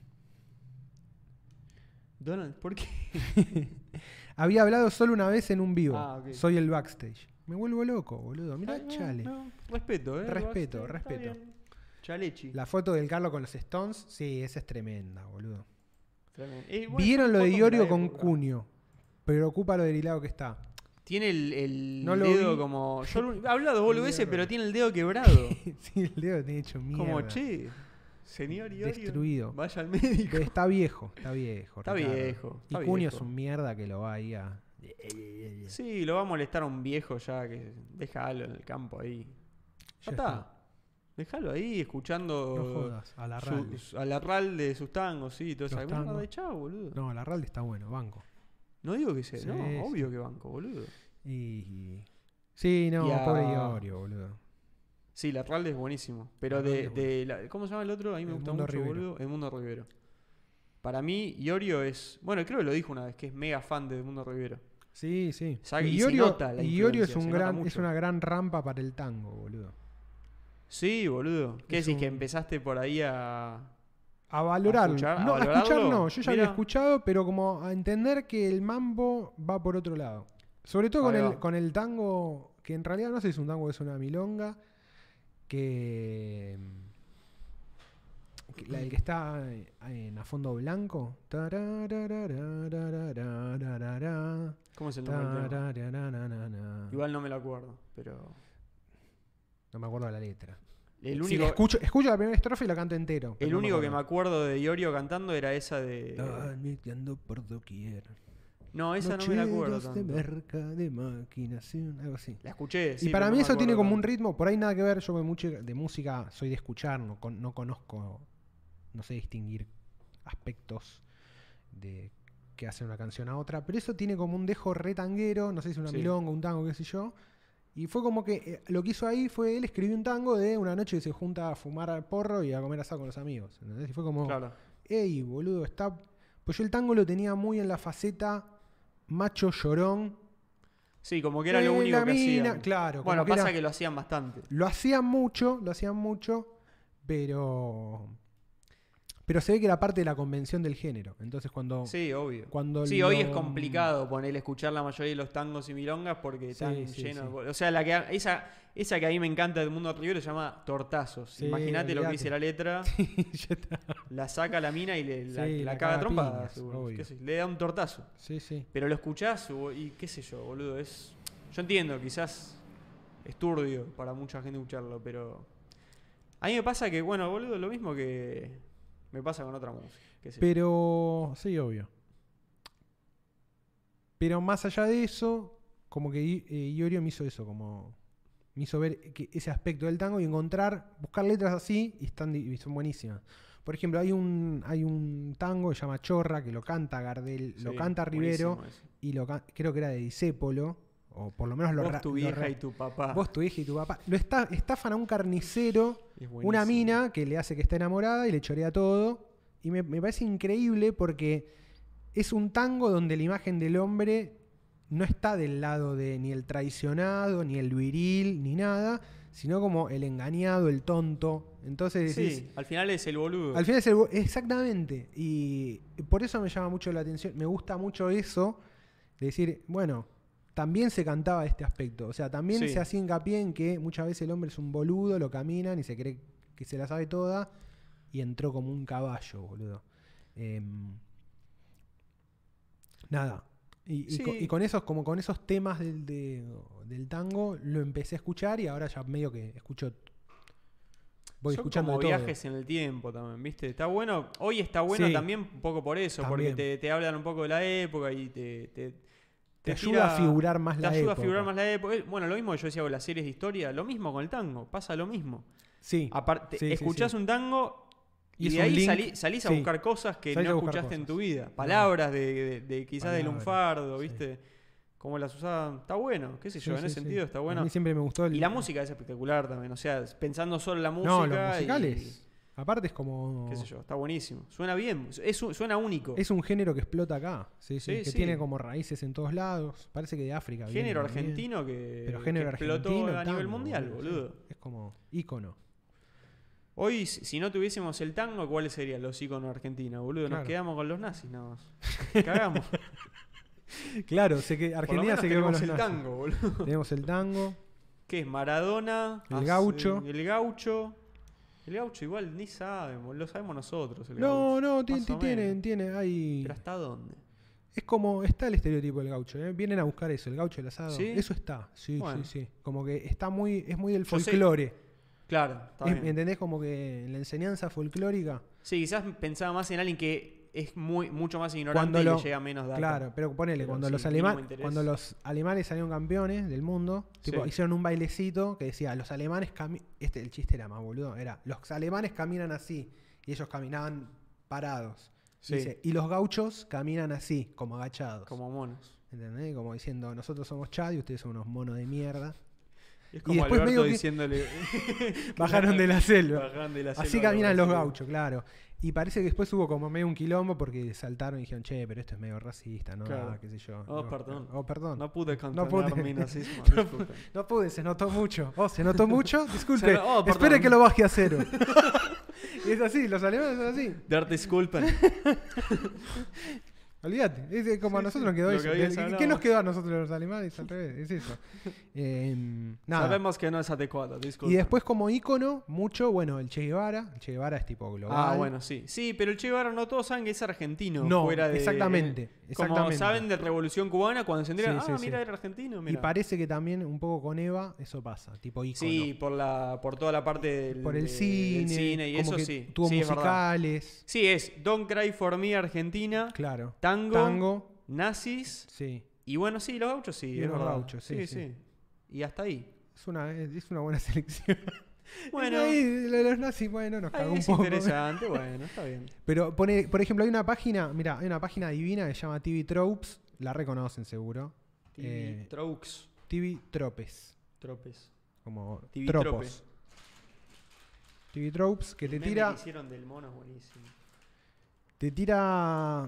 Donald, ¿por qué? Había hablado solo una vez en un vivo. Ah, ok. Soy el backstage. Me vuelvo loco, boludo. Mirá, Ah, no, chale. no, respeto, eh. Respeto, Está respeto. bien. Chalechi. La foto del Carlos con los Stones, sí, esa es tremenda, boludo. Tremendo. Eh, bueno, Vieron son lo de fotos Iorio la con época. Cunio. Preocupa lo delirado que está. Tiene el, el No lo dedo vi. como. Yo lo- he hablado boludeces, Mierda. pero tiene el dedo quebrado. Sí, el dedo tiene hecho mierda. Como, che, señor Iorio. Destruido. Vaya al médico. Está viejo, está viejo. Está Ricardo. viejo, está Y Cunio viejo. es un mierda que lo va ahí a. Sí, lo va a molestar a un viejo ya que déjalo en el campo ahí. Ya Ya está. está. Déjalo ahí escuchando No jodas, a la su- Ralde. su- a la ral de sus tangos, sí, toda esa Los mierda tangos. de chavo, boludo. No, No, la Ralde está bueno, banco. digo que sea, Sí, no, sí. obvio que banco, boludo. Y. y- Sí, no, Y a- pobre Iorio, boludo. Sí, la Ralde es buenísimo. Pero La de, Ralde es de la- ¿cómo se llama el otro? A mí me El gusta Mundo mucho, Rivero. boludo. El Mundo Rivero. Para mí, Iorio es. Bueno, creo que lo dijo una vez, que es mega fan de Mundo Rivero. Sí, sí. Sabe- Y y se Iorio, nota la y Iorio es, influencia, un se nota gran, mucho. es una gran rampa para el tango, boludo. Sí, boludo. ¿Qué Es decís? un- Que empezaste por ahí a. A valorarlo. escuchar- a no, a escuchar valorarlo? no, yo ya Mirá. había escuchado, pero como a entender que el mambo va por otro lado. Sobre todo con Ahí el, va. con el tango, que en realidad no sé si es un tango o es una milonga, que, que la- el que está en A Fondo Blanco. Tarararararararara, ¿Cómo es el nombre del tema? tararararararara. Igual no me lo acuerdo, pero. No me acuerdo de la letra. El Sí, único, la escucho, escucho la primera estrofa y la canto entero. pero el no único que me acuerdo. acuerdo de Iorio cantando era esa de. Ando por doquier. No, esa no me la acuerdo. Nocheros de Tanto. merca, de maquinación, algo así. La escuché, sí. y para pero mí no me eso tiene acuerdo como un tanto. ritmo, por ahí nada que ver, yo de, mucho, de música soy de escuchar, no, con- no conozco, no sé distinguir aspectos de que hace una canción a otra, pero eso tiene como un dejo re tanguero, no sé si es una Sí. milonga, un tango, qué sé yo. Y fue como que eh, lo que hizo ahí fue él escribió un tango de una noche que se junta a fumar al porro y a comer asado con los amigos. ¿Entendés? Y fue como, Claro. ey, boludo, está. Pues yo el tango lo tenía muy en la faceta macho llorón. Sí, como que era lo Eh, único la que mina, hacían. claro, Bueno, como que pasa era- que lo hacían bastante. Lo hacían mucho, lo hacían mucho, pero. Pero se ve que era parte de la convención del género. Entonces cuando. Sí, obvio. cuando Sí, lo- hoy es complicado ponerle escuchar la mayoría de los tangos y milongas porque Sí, están sí, llenos sí. de... O sea, la que, esa, esa que a mí me encanta del mundo Rivero se llama Tortazos. Sí, Imagínate lo que olvidate. dice la letra, Ya está. la saca la mina y le, la, Sí, la la caga a caga trompada, piñas, seguro. obvio. Qué sé, le da un tortazo. Sí, sí. Pero lo escuchás o- y qué sé yo, boludo. Es, yo entiendo, quizás es turbio para mucha gente escucharlo, pero... A mí me pasa que, bueno, boludo, lo mismo que me pasa con otra música. qué sé yo. Pero. Sí, obvio. Pero más allá de eso, como que I- eh, Iorio me hizo eso, como. Me hizo ver que ese aspecto del tango y encontrar, buscar letras así y, están, di- y son buenísimas. Por ejemplo, hay un, hay un tango que se llama Chorra, que lo canta Gardel, lo Sí, canta Rivero, buenísimo ese. y lo can- creo que era de Disépolo, o por lo menos lo Vos, ra- tu lo vieja ra- y tu papá. Vos, tu hija y tu papá. Lo está, estafan a un carnicero, Es una buenísimo. mina que le hace que está enamorada y le chorea todo. Y me, me parece increíble porque es un tango donde la imagen del hombre no está del lado de ni el traicionado, ni el viril, ni nada, sino como el engañado, el tonto. Entonces decís, Sí, al final es el boludo. al final es el bo- exactamente. Y por eso me llama mucho la atención. Me gusta mucho eso. De decir, bueno, también se cantaba este aspecto. O sea, también Sí. se hacía hincapié en que muchas veces el hombre es un boludo, lo caminan y se cree que se la sabe toda. Y entró como un caballo, boludo. Em, nada. Y, y Sí. con, y con esos, como con esos temas del, de- del tango, lo empecé a escuchar y ahora ya medio que escucho. Voy Son escuchando como de todo. viajes en el tiempo también, ¿viste? Está bueno. Hoy está bueno Sí. también un poco por eso, porque También. te, te hablan un poco de la época y te... Te, Te te ayuda a figurar más te la ayuda época. a figurar más la época. Eh, Bueno, lo mismo que yo decía con las series de historia, lo mismo con el tango, pasa lo mismo. Sí. Aparte, Sí, sí, escuchás sí. un tango Y y, es de un ahí link. salí- salís a Sí. buscar cosas que Salís a no buscar escuchaste en cosas. tu vida. Palabras de, de- de quizás de Palabras, lunfardo, sí. ¿viste? cómo las usaban, está bueno, qué sé yo, Sí, en sí, ese sí. sentido está A bueno. mí siempre me gustó el... Y la música es espectacular también, o sea, pensando solo en la música. No, los musicales. y- Aparte es como... qué sé yo, está buenísimo. Suena bien, es, un- suena único. Es un género que explota acá. Sí, sí, Sí, que sí. tiene como raíces en todos lados. Parece que de África. viene Género también. argentino que, Pero género que explotó argentino, a nivel tango, mundial, sí. boludo. Es como ícono. Hoy, si si no tuviésemos el tango, ¿cuáles serían los íconos de Argentina, boludo? Nos Claro. quedamos con los nazis nada más. Cagamos. Claro, sé que Por lo Argentina menos se quedó con tenemos los el nazis. tango, boludo. Tenemos el tango. ¿Qué es? Maradona. El hace- gaucho. El gaucho. El gaucho igual ni sabemos, lo sabemos nosotros. El No, gaucho, no, ti- más ti- o tiene, menos. tiene, hay... ¿Pero hasta dónde? Es como, está el estereotipo del gaucho, ¿eh? Vienen a buscar eso, el gaucho, el asado. ¿Sí? Eso está, sí, Bueno. sí, sí. Como que está muy, es muy del Yo sé- folclore. Claro, está Es- bien. ¿Entendés? Como que en la enseñanza folclórica. Sí, quizás pensaba más en alguien que es muy, mucho más ignorante Cuando y lo- le llega menos data. Claro, pero ponele, Pero cuando, sí, los mínimo alema- interés. cuando los alemanes salieron campeones del mundo, tipo, Sí. hicieron un bailecito que decía, los alemanes cami-". Este, el chiste era más boludo, era, los alemanes caminan así, y ellos caminaban parados. Sí. Dice, y los gauchos caminan así, como agachados. Como monos. ¿Entendés? Como diciendo, nosotros somos Chad y ustedes son unos monos de mierda. Es Y como después Alberto medio que- diciéndole. Bajaron de la selva. Bajaron de la Así selva caminan los brasileños. gauchos, claro. Y parece que después hubo como medio un quilombo porque saltaron y dijeron, che, pero esto es medio racista, ¿no? Claro. Ah, qué sé yo. Oh, No, perdón. Oh, perdón. No pude No contener pude. mi nazismo. No disculpen. No pude, se notó mucho. Oh, se notó mucho. Disculpe. Se no- oh, perdón. espere que lo baje a cero. Y es así, los alemanes son así. Der disculpen. Olvídate. Es eh, como a Sí, nosotros sí, nos quedó lo eso. que habías ¿Qué- hablado. ¿Qué nos quedó a nosotros los alemanes? Al revés, es eso. Eh, nada. Sabemos que no es adecuado, disculpen. Y después como ícono, mucho, bueno, el Che Guevara. El Che Guevara es tipo global. Ah, bueno, sí. Sí, pero el Che Guevara no todos saben que es argentino. No, fuera de, exactamente, Como exactamente. saben de Revolución Cubana, cuando se enteran, Sí, ah, sí, mira, sí. era argentino, Y mira. parece que también un poco con Eva eso pasa, tipo ícono. Sí, por, la, por toda la parte del, Por el de- cine, del cine y como eso que sí. tuvo Sí, es verdad. musicales. Sí, es Don't Cry For Me Argentina, Claro. tango, Tango, nazis sí. y bueno, sí, los gauchos sí, Y es los verdad. gauchos, sí, sí. Y hasta ahí. Es una, es es una buena selección. Bueno, Ahí, lo de los nazis, bueno, nos ahí cagó un es poco. interesante, bueno, está bien. Pero pone, por ejemplo, hay una página, mira, hay una página divina que se llama T V Tropes, la reconocen seguro. T V Eh, Traux, T V Tropes, tropes. como T V tropos. T V Tropes, que El te meme tira, que hicieron del mono es buenísimo. te tira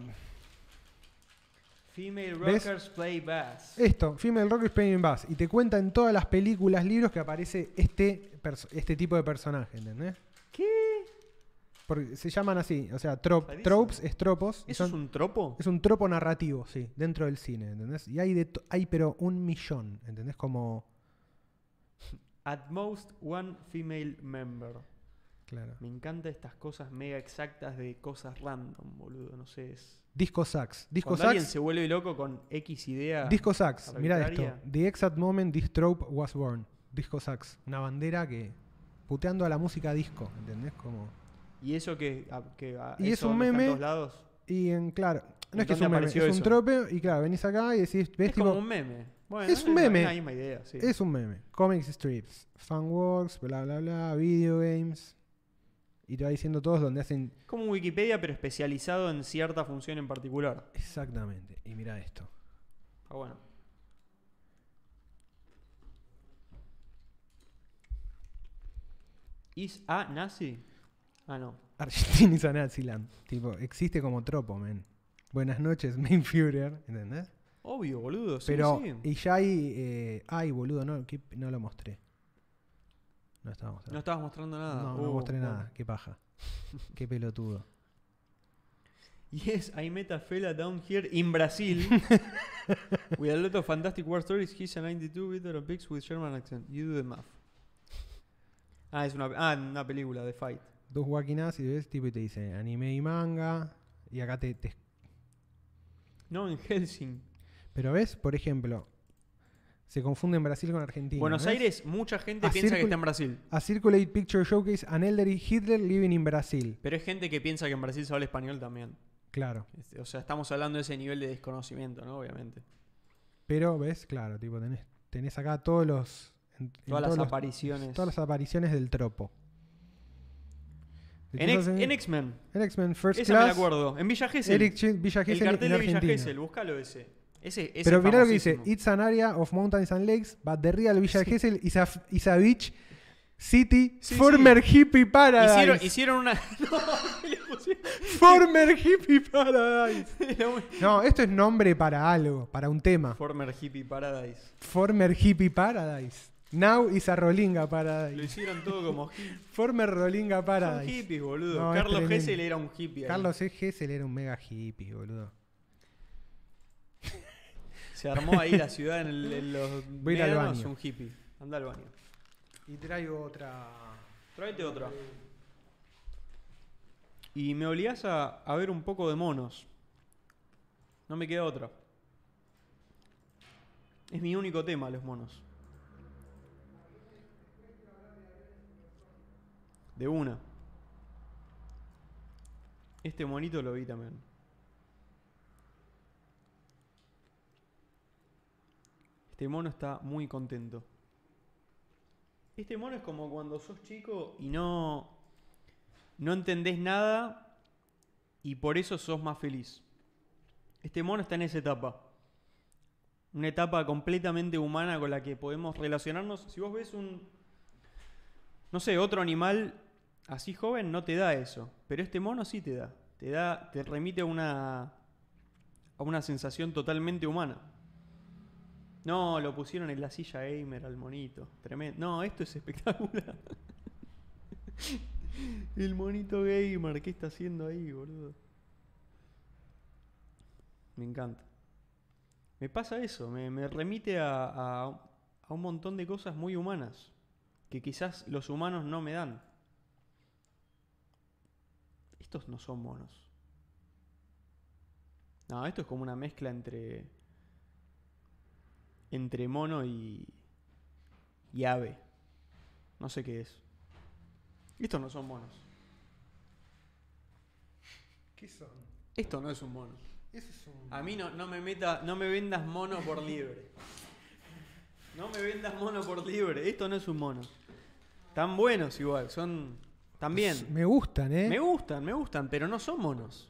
Female ¿Ves? rockers play bass. esto, Female Rockers Playing Bass, y te cuenta en todas las películas, libros que aparece este, perso- este tipo de personaje, ¿entendés? ¿Qué? Porque se llaman así, o sea, trop- Rarísimo. tropes es tropos. y ¿Eso es son- un tropo? es un tropo narrativo, sí, dentro del cine, ¿entendés? Y hay, de to- hay pero un millón, ¿entendés? Como... At most one female member. Claro. Me encantan estas cosas mega exactas de cosas random, boludo. No sé, es... Disco Sax. Disco Cuando alguien Sax. se vuelve loco con X idea... Disco Sax. Mira esto. arbitraria. The exact moment this trope was born. Disco Sax. Una bandera que... puteando a la música disco, ¿entendés? Como... ¿Y eso que, a- que a- Y es eso un no está en meme. todos lados? Y en, claro, no ¿En es que es dónde un meme, apareció es un eso? trope y claro, venís acá y decís, ves Es tipo, como un meme. Bueno, Es un la- meme. Es la misma idea, sí. es un meme. Comics strips, fanworks, bla bla bla, video games. Y te va diciendo todos donde hacen Como un Wikipedia, pero especializado en cierta función en particular. exactamente. Y mira esto. Ah, bueno. ¿Is a nazi? Ah, no. Argentina is a Naziland. Tipo, existe como tropo, men. Buenas noches, main Führer, ¿entendés? Obvio, boludo. Sí, Pero, sí. y ya hay, eh, ay, boludo, no, ¿qué- no lo mostré. No estaba mostrando. No estabas mostrando nada. No, no Uh, mostré bueno. nada. Qué paja. Qué pelotudo. Yes, I met a fella down here in Brazil with a lot of fantastic war stories. He's a ninety-two biter of pigs with German accent. You do the math. Ah, es una, ah, una película de Fight. Dos guaquinas y ves, tipo, y te dice anime y manga. Y acá te, te- No, en Helsing. Pero ves, por ejemplo, se confunde en Brasil con Argentina. Buenos ¿ves? Aires, mucha gente A piensa que circul- está en Brasil. A Circulate Picture Showcase an elderly Hitler living in Brasil. Pero hay gente que piensa que en Brasil se habla español también. Claro. Este, O sea, estamos hablando de ese nivel de desconocimiento, ¿no? Obviamente. Pero, ¿ves? Claro, tipo, tenés, tenés acá todos los... en- en Todas las todos los- apariciones. Todas las apariciones del tropo. En, X- Entonces, en X-Men. en X-Men First Esa me la Class, acuerdo. En Villa Gesell. Eric Ch- Villa El Gesell cartel en de Villa Argentina. Gesell. Búscalo ese. Ese, ese Pero es mirá lo que dice: famosísimo. It's an area of mountains and lakes, but the real Villa Gesell is a, is a beach city, Sí, former hippie paradise. Hicieron, hicieron una. No, le pusieron- Former hippie paradise. Era muy- No, esto es nombre para algo, para un tema. Former Hippie Paradise. Former hippie paradise. Now is a Rolinga Lo paradise. hicieron todo como hippie. Former Rolinga Son paradise. hippies, boludo. No, es Carlos tremendo. Gessel era un hippie. ahí. Carlos E. Gesell era un mega hippie, boludo. Se armó ahí la ciudad en, el- en los Voy a ir al veranos, baño. un hippie. Anda al baño. Y traigo otra. Tráete otra. Y me obligás a, a ver un poco de monos. No me queda otra. Es mi único tema, los monos. De una. Este monito lo vi también. Este mono está muy contento. Este mono es como cuando sos chico y no, no entendés nada y por eso sos más feliz. Este mono está en esa etapa. Una etapa completamente humana con la que podemos relacionarnos. Si vos ves un, no sé, otro animal así joven, no te da eso. Pero este mono sí te da. Te da, te remite a una, a una sensación totalmente humana. No, lo pusieron en la silla gamer al monito. Tremendo. No, esto es espectacular. El monito gamer, ¿qué está haciendo ahí, boludo? Me encanta. Me pasa eso, me, me remite a, a, a un montón de cosas muy humanas que quizás los humanos no me dan. Estos no son monos. No, esto es como una mezcla entre entre mono y y ave. No sé qué es. Estos no son monos. ¿Qué son? Esto no es un mono. Eso es un. A mí no, no me meta, no me vendas mono por libre. No me vendas mono por libre. Esto no es un mono. Tan buenos igual, son también. Me gustan, ¿eh? Me gustan, me gustan, pero no son monos.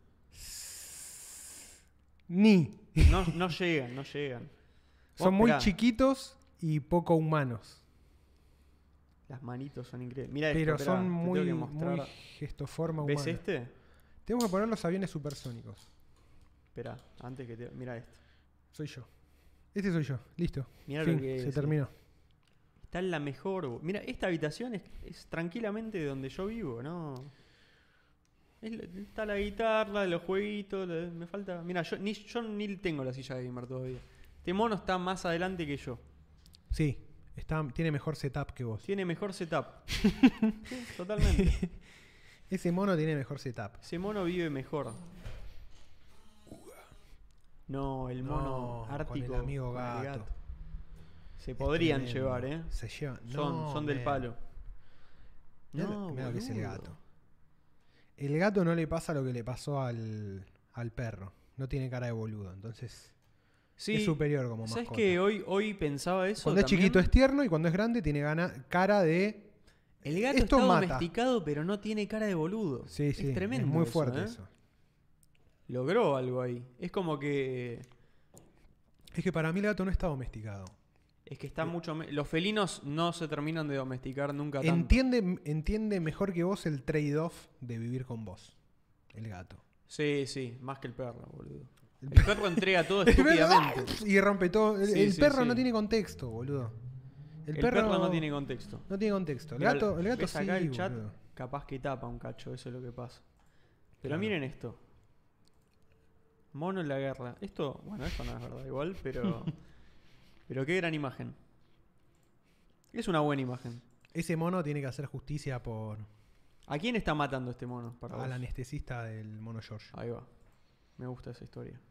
Ni. No, no llegan, no llegan. Vos Son muy esperá. chiquitos y poco humanos. Las manitos son increíbles. Mira Pero esto, esperá, son te muy, tengo que mostrar. muy gestoforma ¿Ves humana. este? Tenemos que poner los aviones supersónicos. Espera, antes que te. Mira esto. Soy yo. Este soy yo. Listo. Mirá Fin, lo que se es, terminó. Está en la mejor. Mira, esta habitación es, es tranquilamente de donde yo vivo, ¿no? Es la- está la guitarra, los jueguitos, la- me falta. Mira, yo ni, yo ni tengo la silla gamer todavía. Este mono está más adelante que yo. Sí, está, tiene mejor setup que vos. Tiene mejor setup. Sí, totalmente. Ese mono tiene mejor setup. Ese mono vive mejor. No, el mono No, ártico. con el amigo con el gato. Se Es podrían tremendo. llevar, ¿eh? Se llevan. Son, No, son del man. palo. Mirá lo- No, mirá lo que es el boludo. gato. El gato no le pasa lo que le pasó al, al perro. No tiene cara de boludo. Entonces Sí, es superior como ¿sabes mascota. que hoy, hoy pensaba eso? Cuando es también? chiquito es tierno y cuando es grande tiene gana, cara de... El gato Esto está mata. domesticado, pero no tiene cara de boludo. Sí, sí, es tremendo. muy eso, fuerte ¿eh? eso. Logró algo ahí. Es como que. Es que para mí el gato no está domesticado. Es que está mucho. me- Los felinos no se terminan de domesticar nunca tanto. Entiende, entiende mejor que vos el trade-off de vivir con vos. El gato. Sí, sí, más que el perro, boludo. El El perro entrega todo El perro- estúpidamente. Y rompe todo. El, Sí, el sí, perro sí. no tiene contexto, boludo. El, perro, no tiene contexto. no tiene contexto. El Mirá, gato, el gato ves sí, acá el chat, boludo. capaz que tapa un cacho, eso es lo que pasa. Pero Claro. miren esto. Mono en la guerra. Esto, bueno, esto no es verdad igual, pero. pero qué gran imagen. Es una buena imagen. Ese mono tiene que hacer justicia por ¿A quién está matando este mono? Para al vos? anestesista del mono George. Ahí va. Me gusta esa historia.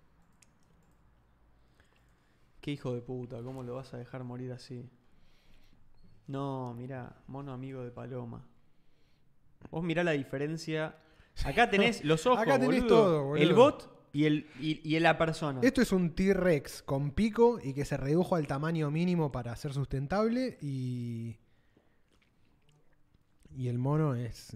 Qué hijo de puta, ¿cómo lo vas a dejar morir así? No, mirá, mono amigo de Paloma. Vos mirá la diferencia. Acá tenés los ojos, Acá tenés boludo. todo, boludo. El bot y, el, y, y la persona. Esto es un T-Rex con pico y que se redujo al tamaño mínimo para ser sustentable y. Y el mono es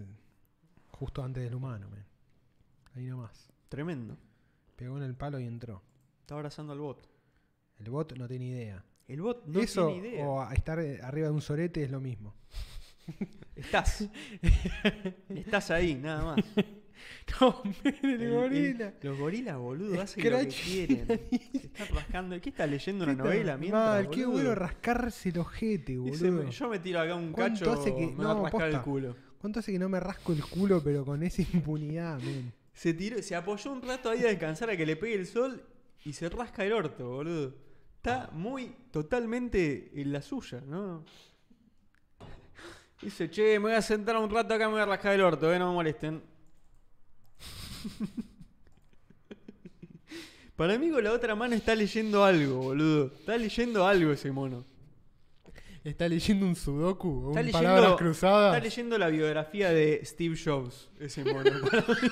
justo antes del humano, man. Ahí nomás. Tremendo. Pegó en el palo y entró. Está abrazando al bot. El bot no tiene idea. El bot no Eso tiene idea. o a estar arriba de un sorete es lo mismo. Estás. Estás ahí, nada más. No, miren el El- gorila. el- los gorilas, boludo, hacen Scratch. lo que quieren. Se está rascando. ¿Qué está leyendo una ¿Qué novela tal? mientras, Mal, qué boludo? bueno rascarse el ojete, Dice, boludo. yo me tiro acá un ¿Cuánto cacho, hace que- me va a no, rascar el posta. culo. ¿Cuánto hace que no me rasco el culo, pero con esa impunidad, men? Se tiró, se apoyó un rato ahí a descansar a que le pegue el sol y se rasca el orto, boludo. Está muy, totalmente en la suya, ¿no? Dice, che, me voy a sentar un rato acá, me voy a rascar el orto, eh, no me molesten. Para mí con la otra mano está leyendo algo, boludo. Está leyendo algo ese mono. ¿Está leyendo un sudoku o Está un leyendo, palabras cruzadas? está leyendo la biografía de Steve Jobs, ese mono. Para mí.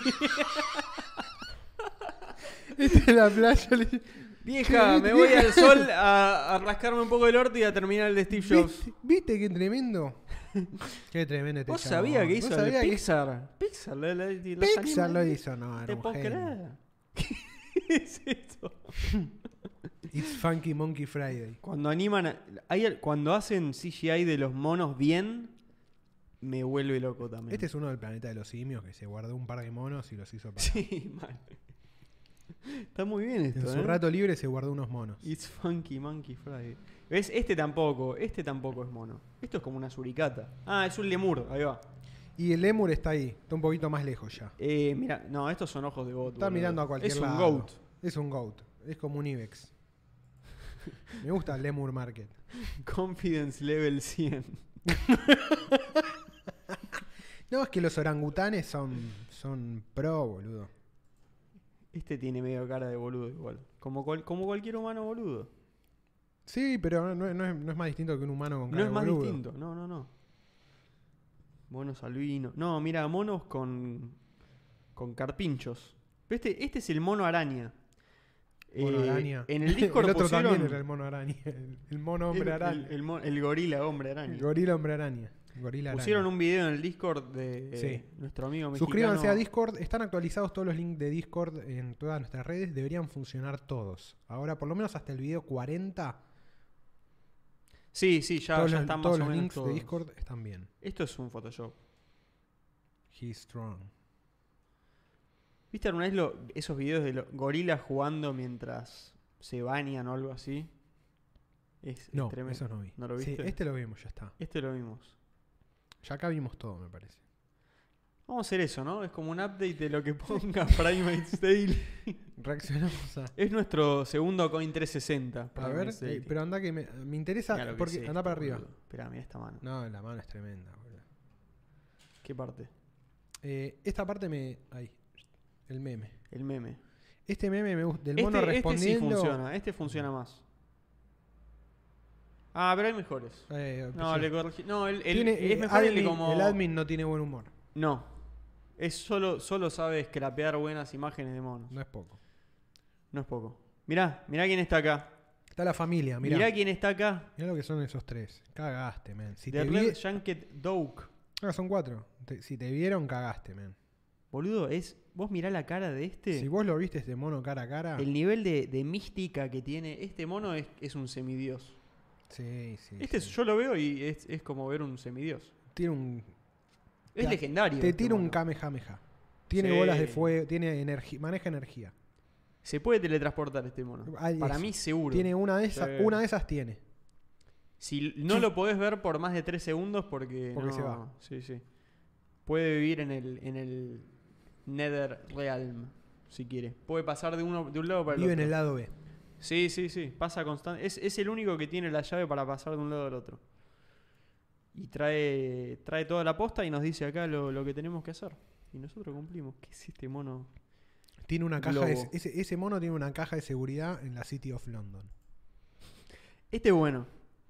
Está en la playa. le- Vieja, me voy al sol a, a rascarme un poco el orto y a terminar el de Steve Jobs. ¿Viste, ¿Viste qué tremendo? Qué tremendo este ¿Vos chabón. sabías que hizo ¿Vos el de sabías que- Pixar? Pixar, la, la, los Pixar lo animales. hizo, no, era ¿Te un puedo genio. creer? ¿Qué es esto? It's Funky Monkey Friday. Cuando animan, a- hay, cuando hacen C G I de los monos bien, me vuelve loco también. Este es uno del planeta de los simios que se guardó un par de monos y los hizo para. Sí, mal. Está muy bien esto, En su ¿eh? rato libre se guardó unos monos. It's Funky Monkey Friday. ¿Ves? Este tampoco, este tampoco es mono. Esto es como una suricata. Ah, es un lemur, ahí va. Y el lemur está ahí, está un poquito más lejos ya. Eh, mira, no, estos son ojos de goat. Está boludo. mirando a cualquier Es un lado. goat. Es un goat. Es como un Ibex. Me gusta el Lemur Market. Confidence level cien. No, es que los orangutanes son, son pro, boludo. Este tiene medio cara de boludo igual. Como, cual- como cualquier humano boludo. Sí, pero no, no es, no es más distinto que un humano con cara No es de más boludo. distinto, no, no, no. Monos albinos. No, mira, monos con. con carpinchos. Pero este, este es el mono araña. Mono Eh, araña. En el Discord el otro pusieron. también era el mono araña. El, el mono hombre el, araña. el- el mo- el gorila hombre araña. El gorila hombre araña. Gorila araña. Pusieron un video en el Discord de eh, Sí. nuestro amigo mexicano. Suscríbanse a Discord. Están actualizados todos los links de Discord en todas nuestras redes. Deberían funcionar todos. Ahora, por lo menos hasta el video cuarenta, Sí, sí, ya, todos, ya los, están todos más o los menos links todos. de Discord están bien. Esto es un Photoshop. He's strong. ¿Viste alguna vez lo- esos videos de los gorilas jugando mientras se bañan o algo así? Es, es No, tremendo. eso no vi. ¿No lo Sí, viste? este lo vimos, ya está. Este lo vimos. Ya acá vimos todo, me parece. Vamos a hacer eso, ¿no? Es como un update de lo que ponga Primates Daily. Reaccionamos a. Es nuestro segundo Coin trescientos sesenta. A ver, Primates eh, Daily. pero anda que me, me interesa. Mirá lo que Porque es anda esto, para arriba. boludo. Esperá, mira esta mano. No, la mano es tremenda, boludo. ¿Qué parte? Eh, esta parte me. Ahí. El meme. El meme. Este meme me gusta. Del Este, mono este sí respondiendo. funciona. Este funciona más. Ah, pero hay mejores. Eh, No, sí. le corregí. No, el, el- Tiene, es eh, mejor el de admin- como. el admin no tiene buen humor. No. Es solo, solo sabe scrapear buenas imágenes de monos. No es poco. No es poco. Mirá, mirá quién está acá. Está la familia, mirá. Mirá, Mirá, quién está acá. lo que son esos tres. Cagaste, men. Si The te Red vi... Junket Dog. Ah, son cuatro. Te- si te vieron, cagaste, men. Boludo, es. Vos mirá la cara de este. Si vos lo viste este mono cara a cara. El nivel de, de mística que tiene. Este mono es, es un semidios. Sí, sí. Este sí. yo lo veo y es, es como ver un semidios. Tiene un. Es Te- legendario. Te este tira un mono. Kamehameha. Tiene Sí. bolas de fuego, tiene energía, maneja energía. Se puede teletransportar este mono. Ahí Para es. mí seguro. Tiene una de esas, Sí. una de esas tiene. Si no lo podés ver por más de tres segundos porque, Porque no- se va. Sí, sí. Puede vivir en el, en el Nether Realm, si quiere. Puede pasar de uno de un lado para el Vive otro. en el lado B. Sí, sí, sí. Pasa constante. Es, es el único que tiene la llave para pasar de un lado al otro. Y trae, trae toda la posta y nos dice acá lo, lo que tenemos que hacer. Y nosotros cumplimos. ¿Qué es este mono? Tiene una caja de, Globo. ese, ese mono tiene una caja de seguridad en la City of London. Este es bueno.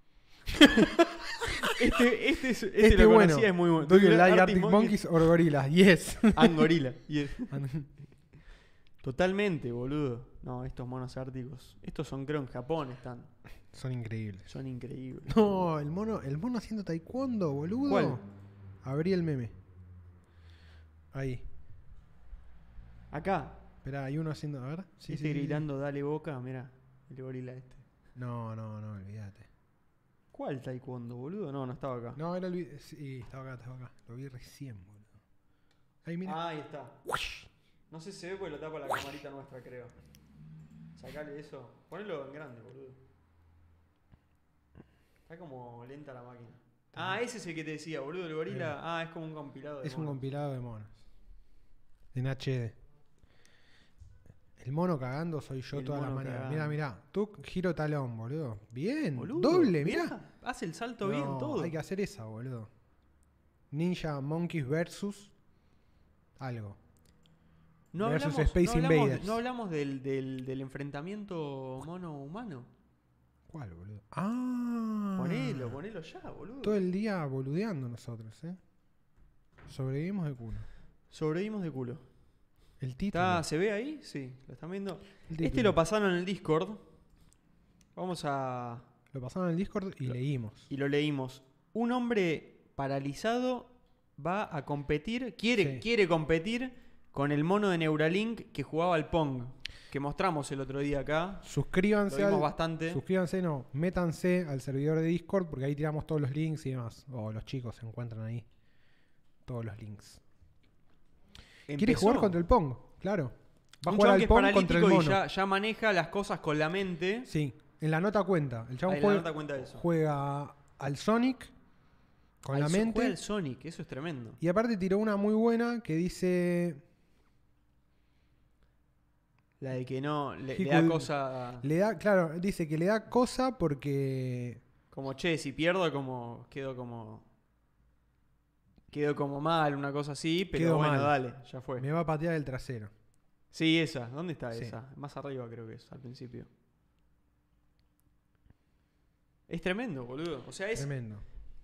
este, este, es, este, Este lo bueno. conocía, es muy bueno. Do you Arctic like Arctic Monkeys Monkeys or Gorillas? Yes. and Gorilla. Yes. Totalmente, boludo. No, estos monos árticos. Estos son, creo, en Japón están. Son increíbles. Son increíbles. No, el mono, el mono haciendo taekwondo, boludo. ¿Cuál? Abrí el meme. Ahí. Acá. Esperá, hay uno haciendo. A ver. Sí, este sí, sí, gritando, dale Boca, mirá. El gorila este. No, no, no, olvídate. ¿Cuál taekwondo, boludo? No, no estaba acá. No, era el video. Sí, estaba acá, estaba acá. Lo vi recién, boludo. Ahí, mira. Ah, ahí está. No sé si se ve porque lo tapa la camarita nuestra, creo. Sacale eso. Ponelo en grande, boludo. Está como lenta la máquina. Ah, ese es el que te decía, boludo. El gorila. Ah, es como un compilado de Es un monos. compilado de monos. En H D. El mono cagando soy yo El toda la mono mañana. cagando. Mirá, mirá. Tú giro talón, boludo. Bien. Boludo, Doble, mirá. Hace el salto No, bien todo. hay que hacer esa, boludo. Ninja Monkeys versus algo. No versus hablamos, Space no hablamos, Invaders. no hablamos del, del, del enfrentamiento mono-humano. ¿Cuál, boludo? Ah. Ponelo, ponelo ya, boludo. Todo el día boludeando nosotros, ¿eh? Sobrevivimos de culo. Sobrevivimos de culo. El título. ¿Está, ¿Se ve ahí? Sí, lo están viendo. El título. Este lo pasaron en el Discord. Vamos a... Lo pasaron en el Discord y Lo- leímos. Y lo leímos. Un hombre paralizado va a competir, quiere, Sí. quiere competir con el mono de Neuralink que jugaba al Pong, que mostramos el otro día acá. Lo Suscríbanse vimos al, bastante. Suscríbanse, no, métanse al servidor de Discord porque ahí tiramos todos los links y demás. O los chicos se encuentran ahí. Todos los links. ¿Quiere Empezó. jugar contra el Pong? Claro. Va a Un jugar chabón al que es Pong contra el paralítico y mono. ya, ya maneja las cosas con la mente. Sí, en la nota cuenta. El chabón Ahí la juega, nota cuenta de eso. juega al Sonic con Al la so- mente. Juega el Sonic, eso es tremendo. Y aparte tiró una muy buena que dice... La de que no, le, He le da could- cosa... Le da, claro, dice que le da cosa porque... Como, che, si pierdo, como quedo como... Quedo como mal, una cosa así, pero Quedo bueno, mal. dale, ya fue. Me va a patear el trasero. Sí, esa. ¿Dónde está Sí. esa? Más arriba creo que es, al principio. Es tremendo, boludo. O sea, es, Tremendo.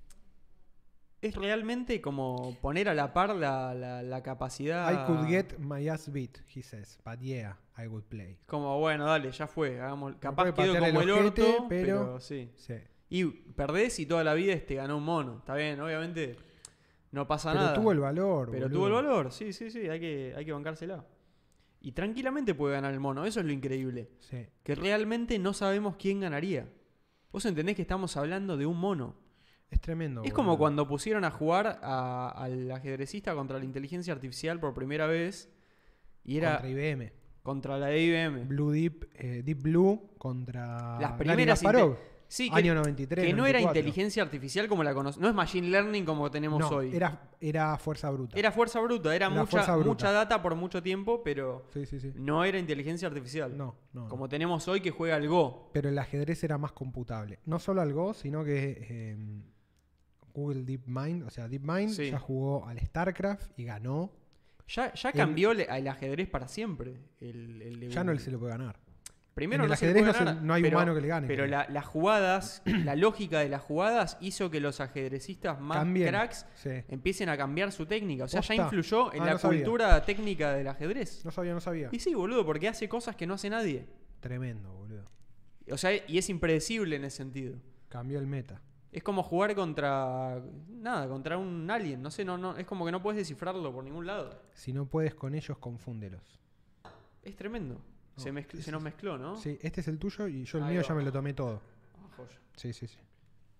es realmente como poner a la par la, la, la capacidad... I could get my ass beat, he says. But yeah, I would play. Como, bueno, dale, ya fue. Hagamos... Capaz puede quedo patear como el el ojete, orto, pero- pero... sí. Sí. Y perdés y toda la vida te ganó un mono. Está bien, obviamente no pasa Pero nada. tuvo el valor, Pero boludo. tuvo el valor, sí, sí, sí. Hay que, hay que bancársela. Y tranquilamente puede ganar el mono. Eso es lo increíble. Sí. Que realmente no sabemos quién ganaría. Vos entendés que estamos hablando de un mono. Es tremendo. Es boludo. como cuando pusieron a jugar a- al ajedrecista contra la inteligencia artificial por primera vez. Y era Contra I B M. contra la de I B M. Blue Deep, eh, Deep Blue contra Las Gary primeras Kasparov. Sí, que, Año noventa y tres, que no era noventa y cuatro. inteligencia artificial como la conocemos. No es machine learning como tenemos No, hoy. era, era fuerza bruta. Era fuerza bruta, era, Era mucha, fuerza bruta. mucha data por mucho tiempo, pero Sí, sí, sí. no era inteligencia artificial. No, no. no. Como tenemos hoy que juega al Go. Pero el ajedrez era más computable. No solo al Go, sino que eh, Google DeepMind, o sea, DeepMind Sí. ya jugó al StarCraft y ganó. Ya, ya El- cambió el, el ajedrez para siempre. El, el de Ya no Google. se lo puede ganar. Primero en el no se le ajedrez puede no se- ganar, no hay pero- humano que le gane, Pero creo. la- las jugadas, la lógica de las jugadas hizo que los ajedrecistas más Cambien. cracks Sí. empiecien a cambiar su técnica. O sea, ya Posta. influyó en Ah, la no sabía. cultura técnica del ajedrez. No sabía, no sabía. Y sí, boludo, porque hace cosas que no hace nadie. Tremendo, boludo. O sea, y es impredecible en ese sentido. Cambió el meta. Es como jugar contra. Nada, contra un alien. No sé, no, no, es como que no puedes descifrarlo por ningún lado. Si no puedes con ellos, confúndelos. Es tremendo. No, se, mezcl- sí, se nos sí. mezcló, ¿no? Sí, este es el tuyo y yo el Ahí mío va. ya me lo tomé todo. Ah, joya. Sí, sí, sí.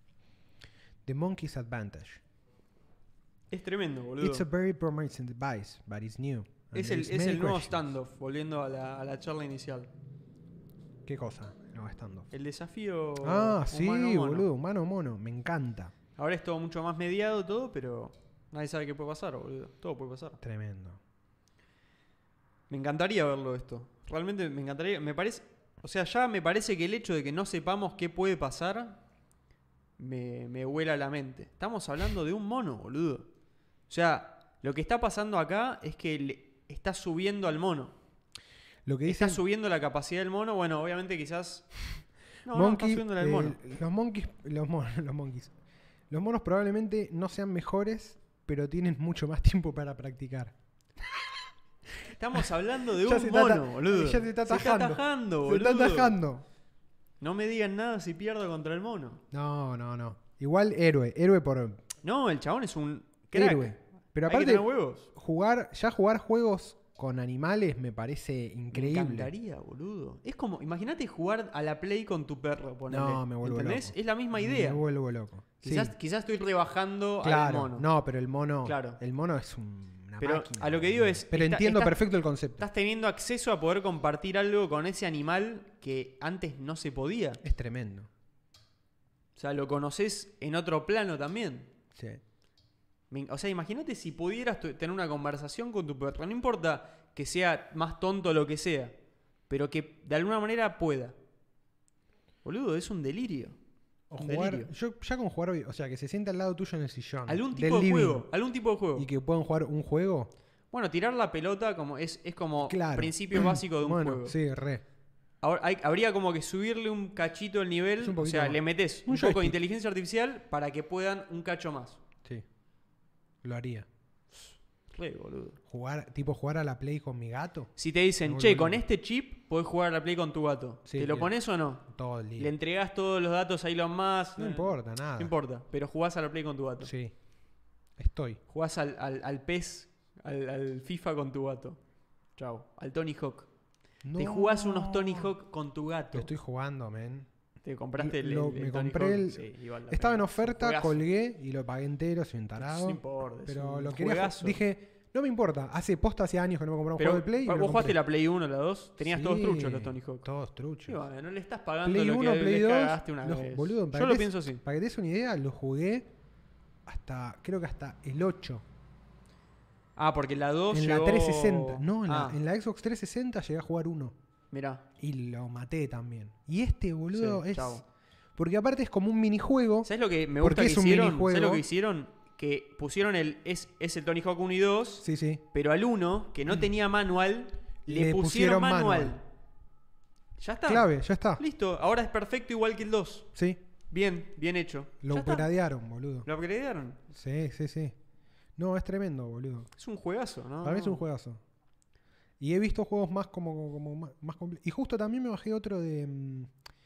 The Monkey's Advantage. Es tremendo, boludo. It's a very promising device, but it's new. and Es there el, is es many el nuevo questions. standoff, volviendo a la, a la charla inicial. ¿Qué cosa? No, standoff. El desafío. Ah, sí, humano-mono. boludo. Humano mono. Me encanta. Ahora es todo mucho más mediado, todo, pero nadie sabe qué puede pasar, boludo. Todo puede pasar. Tremendo. Me encantaría verlo esto. Realmente me encantaría. Me parece. O sea, ya me parece que el hecho de que no sepamos qué puede pasar me, me vuela la mente. Estamos hablando de un mono, boludo. O sea, lo que está pasando acá es que le está subiendo al mono. Lo que Está dicen subiendo la capacidad del mono. Bueno, obviamente quizás. No, no, está monkey, subiendo la del eh, mono. los monkeys, los monos, los monkeys. Los monos probablemente no sean mejores, pero tienen mucho más tiempo para practicar. Estamos hablando de Ya un se está ata- mono, boludo. ya se está atajando. atajando, Se boludo. está atajando. No me digan nada si pierdo contra el mono. No, no, no. Igual héroe, héroe por No, el chabón es un crack. héroe. Pero Hay que aparte, tener huevos. jugar, ya jugar juegos con animales me parece Me increíble. encantaría, boludo. Es como, imagínate jugar a la Play con tu perro, ponele. No, me vuelvo ¿Entendés? loco. Es la misma idea. Me vuelvo loco. Quizás, Sí, quizás estoy rebajando claro. al mono. No, pero el mono, Claro. el mono es un- una Pero máquina. a lo que digo es, Pero está- entiendo estás- perfecto el concepto. Estás teniendo acceso a poder compartir algo con ese animal que antes no se podía. Es tremendo. O sea, lo conoces en otro plano también. Sí. Me- O sea, imagínate si pudieras tu- tener una conversación con tu perro. No importa que sea más tonto o lo que sea, pero que de alguna manera pueda. Boludo, es un delirio. O Un jugar, delirio. yo ya con jugar, o sea, que se siente al lado tuyo en el sillón. Algún del tipo de living, juego. Algún tipo de juego. Y que puedan jugar un juego. Bueno, tirar la pelota como es, es como Claro. principio básico de un Bueno, juego. sí, re. Ahora, hay- habría como que subirle un cachito el nivel. Es un O poquito sea, más. le metes Un un, poco de joystick. inteligencia artificial para que puedan un cacho más. Sí. Lo haría. Re, boludo. Jugar, tipo jugar a la Play con mi gato. Si te dicen, Me che, vuelvo con loco. este chip podés jugar a la Play con tu gato. Sí, ¿Te lo bien. pones o no? Todo el día. Le entregás todos los datos a Elon Musk. No eh, importa, nada. No importa, pero jugás a la Play con tu gato. Sí. Estoy. Jugás al, al, al P E S, al, al FIFA con tu gato. Chau. Al Tony Hawk. Te No. jugás unos Tony Hawk con tu gato. Lo estoy jugando, men. Te compraste el, Lo- el- el me Tony compré Hawk. el- Sí, igual la Estaba en pena. oferta, Juegazo. colgué y lo pagué entero, soy un tarado. No importa, es Pero un lo quería. juegazo. Dije, no me importa. Hace posta hace años que no me compraba un Pero juego de Play. y me vos lo jugaste compré. la Play uno, la dos. Tenías todos Sí, truchos los Tony Hawk. Todos truchos. Y bueno, no le estás pagando Play lo uno, que Play le dos. cagaste una los- vez. boludo, para Yo que lo des- pienso así. Para que te des una idea, lo jugué hasta. Creo que hasta el ocho. Ah, porque la dos En llegó... la trescientos sesenta. No, en, Ah, la, en la Xbox trescientos sesenta llegué a jugar uno. mirá. Y lo maté también. Y este, boludo, Sí, es. chau. Porque aparte es como un minijuego. ¿Sabes lo que me Porque gusta que es un hicieron? minijuego. ¿Sabes lo que hicieron? Que pusieron el... Es, es el Tony Hawk uno y dos, Sí, sí. pero al uno, que no tenía manual, le, Le pusieron, pusieron manual. manual. Ya está. Clave, ya está. Listo, ahora es perfecto igual que el dos. Sí. Bien, bien hecho. Lo Ya está. upgradearon, boludo. Lo upgradearon. Sí, sí, sí. No, es tremendo, boludo. Es un juegazo, ¿no? Para mí es un juegazo. Y he visto juegos más como, como más, más compli- Y justo también me bajé otro de, mm,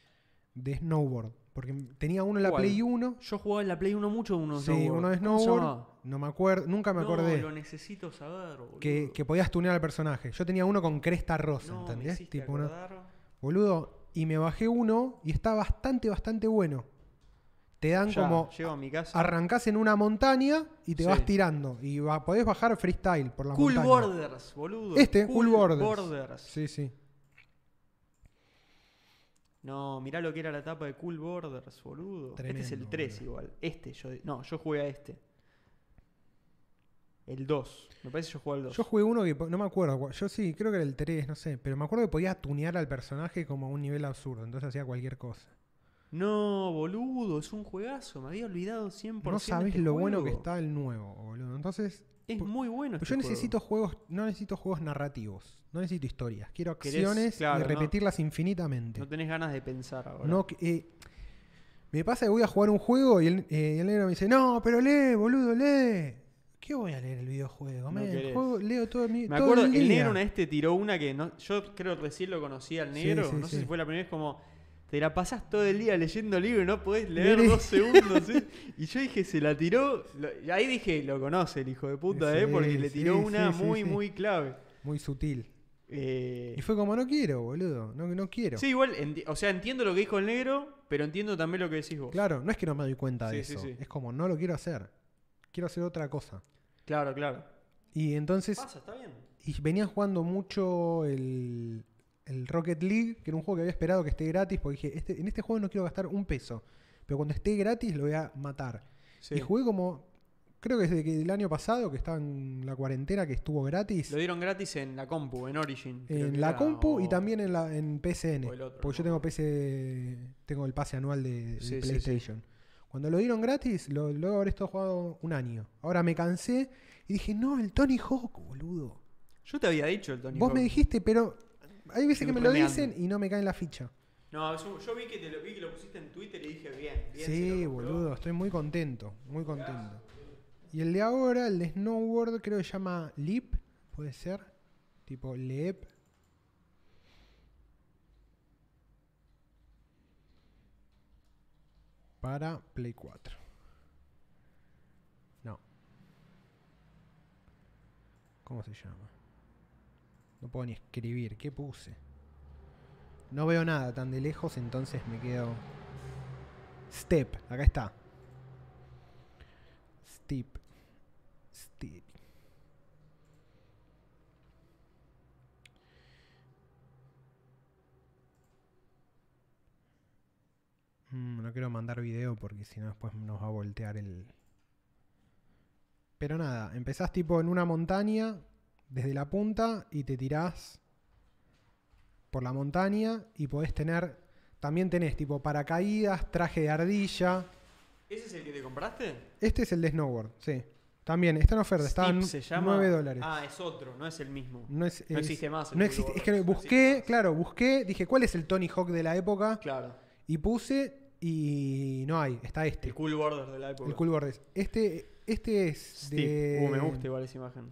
de snowboard. Porque tenía uno en la ¿Cuál? Play uno. Yo jugaba en la Play uno mucho uno Sí, snowboard. uno de ¿Cómo se snowboard. llamaba? No me acuerdo, nunca me acordé. No, lo necesito saber, boludo. que, que podías tunear al personaje. Yo tenía uno con cresta rosa, no, me ¿entendés? hiciste Tipo uno- acordar. Boludo, y me bajé uno y está bastante, bastante bueno. Te dan Ya, como. llego a mi casa. Arrancás en una montaña y te Sí. vas tirando. Y va- podés bajar freestyle por la Cool montaña. Borders, boludo. Este, Cool Borders. Borders. Sí, sí. No, mirá lo que era la etapa de Cool Borders, boludo. este es el Tremendo, tres boludo. igual. Este, yo, no, yo jugué a este. El dos. Me parece que yo jugué al dos. Yo jugué uno que po- no me acuerdo. cu- Yo sí, creo que era el tres, no sé. Pero me acuerdo que podía tunear al personaje como a un nivel absurdo. Entonces hacía cualquier cosa. No, boludo, es un juegazo. Me había olvidado cien por ciento. No sabés este lo bueno que juego. está el nuevo, boludo. Entonces, Es po- muy bueno yo este juego. necesito juegos, no necesito juegos narrativos. No necesito historias. Quiero Querés- acciones claro, y no. repetirlas infinitamente. No tenés ganas de pensar ahora. No, que- eh, me pasa que voy a jugar un juego y el, eh, el negro me dice, no, pero lee, boludo, lee. ¿Qué voy a leer el videojuego? No men? querés. Juego- leo todo mi Me todo acuerdo, el el día. negro una vez te tiró una que no, yo creo que recién lo conocí al Sí, negro. sí, no sé sí. si fue la primera vez como. Te la pasás todo el día leyendo libros y no podés leer Leer- dos segundos. ¿eh? Y yo dije, se la tiró. lo- y ahí dije, lo conoce el hijo de puta, Sí, ¿eh? Porque le tiró sí, una sí, sí, muy, sí. muy clave. Muy sutil. Eh, Y fue como, no quiero, boludo. No, no quiero. sí, igual, enti- o sea, entiendo lo que dijo el negro, pero entiendo también lo que decís vos. Claro, no es que no me doy cuenta de Sí, sí, eso. sí. Es como, no lo quiero hacer. Quiero hacer otra cosa. Claro, claro. Y entonces, Pasa, está bien. y venía jugando mucho el, el Rocket League, que era un juego que había esperado que esté gratis, porque dije, este, en este juego no quiero gastar un peso. Pero cuando esté gratis lo voy a matar. Sí. Y jugué como, creo que desde que el año pasado, que estaba en la cuarentena, que estuvo gratis, Lo dieron gratis en la compu, en Origin. creo en que la era, compu y o- también en, la, en P S N. o el otro, Porque yo no. tengo P C, tengo el pase anual de, de Sí, sí, sí. PlayStation. Cuando lo dieron gratis, lo, luego haber estado jugado un año. Ahora me cansé y dije, no, el Tony Hawk, boludo. Yo te había dicho el Tony Vos Hawk. me dijiste, pero hay veces Estoy que me lo bromeando. dicen y no me cae en la ficha. No, yo, yo vi, que te lo, vi que lo pusiste en Twitter y dije, bien, bien. se Sí, lo compró. boludo, estoy muy contento, muy contento. Y el de ahora, el de Snowboard, creo que se llama Leap, puede ser. Tipo Leap. Para Play cuatro. No. ¿Cómo se llama? No puedo ni escribir. ¿Qué puse? No veo nada tan de lejos, entonces me quedo... Step. Acá está. Step. Step. Mm, no quiero mandar video porque si no después nos va a voltear el... Pero nada, empezás tipo en una montaña desde la punta y te tirás por la montaña y podés tener... También tenés tipo paracaídas, traje de ardilla. ¿Ese es el que te compraste? Este es el de snowboard, sí. También está en oferta, está en se llama... nueve dólares. Ah, es otro, no es el mismo. No, es, No es- existe más el no Cool existe, es Board, que no busqué, existe más. claro, busqué, dije, ¿cuál es el Tony Hawk de la época? Claro. Y puse y no hay, está este. El Cool Border de la época. El Cool Board es. Este, este es Steve. de... Uh, me gusta igual esa imagen.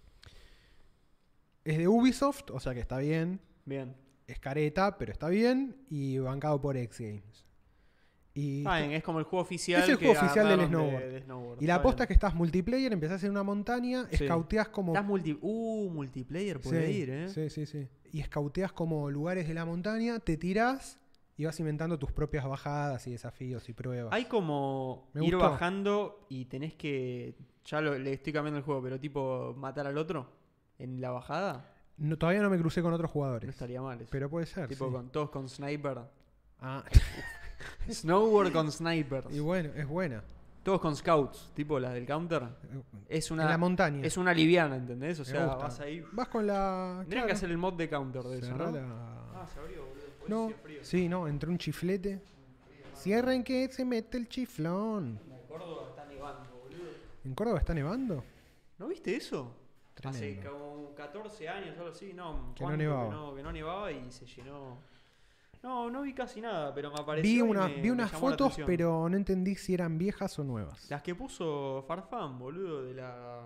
Es de Ubisoft, o sea que está bien. Bien. Es careta, pero está bien. Y bancado por X Games. Y, Ah, es como el juego oficial. Es el que juego oficial del agarraron snowboard. de- de snowboard. y la Está aposta es bien. que estás multiplayer, empezás en una montaña, Sí. escauteás como... Estás multi... Uh, multiplayer puede Sí, ir, ¿eh? sí, sí, sí. Y escauteas como lugares de la montaña, te tirás y vas inventando tus propias bajadas y desafíos y pruebas. Hay como Me ir gustó. bajando y tenés que... Ya lo- le estoy cambiando el juego, pero tipo matar al otro en la bajada. No, todavía no me crucé con otros No jugadores. estaría mal eso. Pero puede ser. tipo sí. con todos con sniper. Ah, Snowboard con snipers. y bueno, es buena. Todos con scouts, tipo las del counter. Es En la una, montaña. es una liviana, ¿entendés? O Me sea, gusta. vas ahí. Vas con la... Tendrían claro. que hacer el mod de counter de eso, Cerrá ¿no? la- Ah, se abrió, boludo. Por eso No, hacía frío. sí, no, entró un chiflete. Cierren que se mete el chiflón. En Córdoba está nevando, boludo. ¿En Córdoba está nevando? ¿No viste eso? Hace Tremendo. como catorce años, algo así, no. Que no ¿cuánto? nevaba. Que no, que no nevaba y se llenó. No, no vi casi nada, pero me apareció. Vi, y una, me- vi me unas llamó la fotos, atención. pero no entendí si eran viejas o nuevas. Las que puso Farfán, boludo, de la.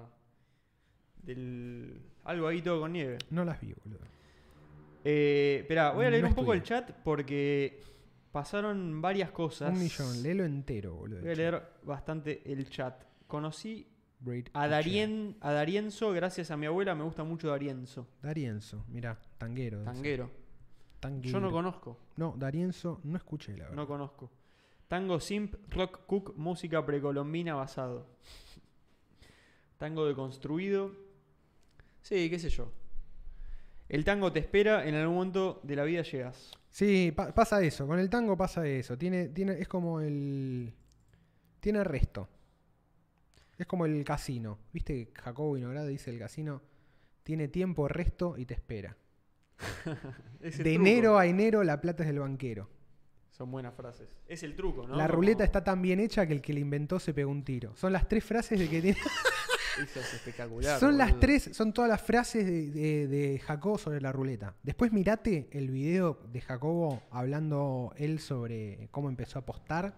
Del. Algo ahí todo con nieve. No las vi, boludo. Eh, espera, voy a leer No un poco estudié. el chat porque pasaron varias cosas. Un millón, léelo entero, boludo. Voy a leer bastante el chat. Conocí Great a, Picture. Darien, a Darienzo gracias a mi abuela, me gusta mucho Darienzo. Darienzo, mirá, tanguero. debe ser. Tanguero. Tanguero. Yo no conozco, No, Darienzo no escuché, la verdad. no conozco. Tango Simp, Rock Cook, música precolombina basado. Tango deconstruido. Sí, qué sé yo. El tango te espera, en algún momento de la vida llegas. Sí, pa- pasa eso. Con el tango pasa eso. Tiene, tiene, es como el. Tiene resto. Es como el casino. ¿Viste? Jacobo Vinograd dice el casino. Tiene tiempo, resto y te espera. Es el De truco. enero a enero la plata es del banquero. Son buenas frases. Es el truco, ¿no? La Como- ruleta está tan bien hecha que el que la inventó se pegó un tiro. Son las tres frases de que tiene. Eso es espectacular. Son las boludo. tres, son todas las frases de, de- de Jacobo sobre la ruleta. Después mirate el video de Jacobo hablando él sobre cómo empezó a apostar.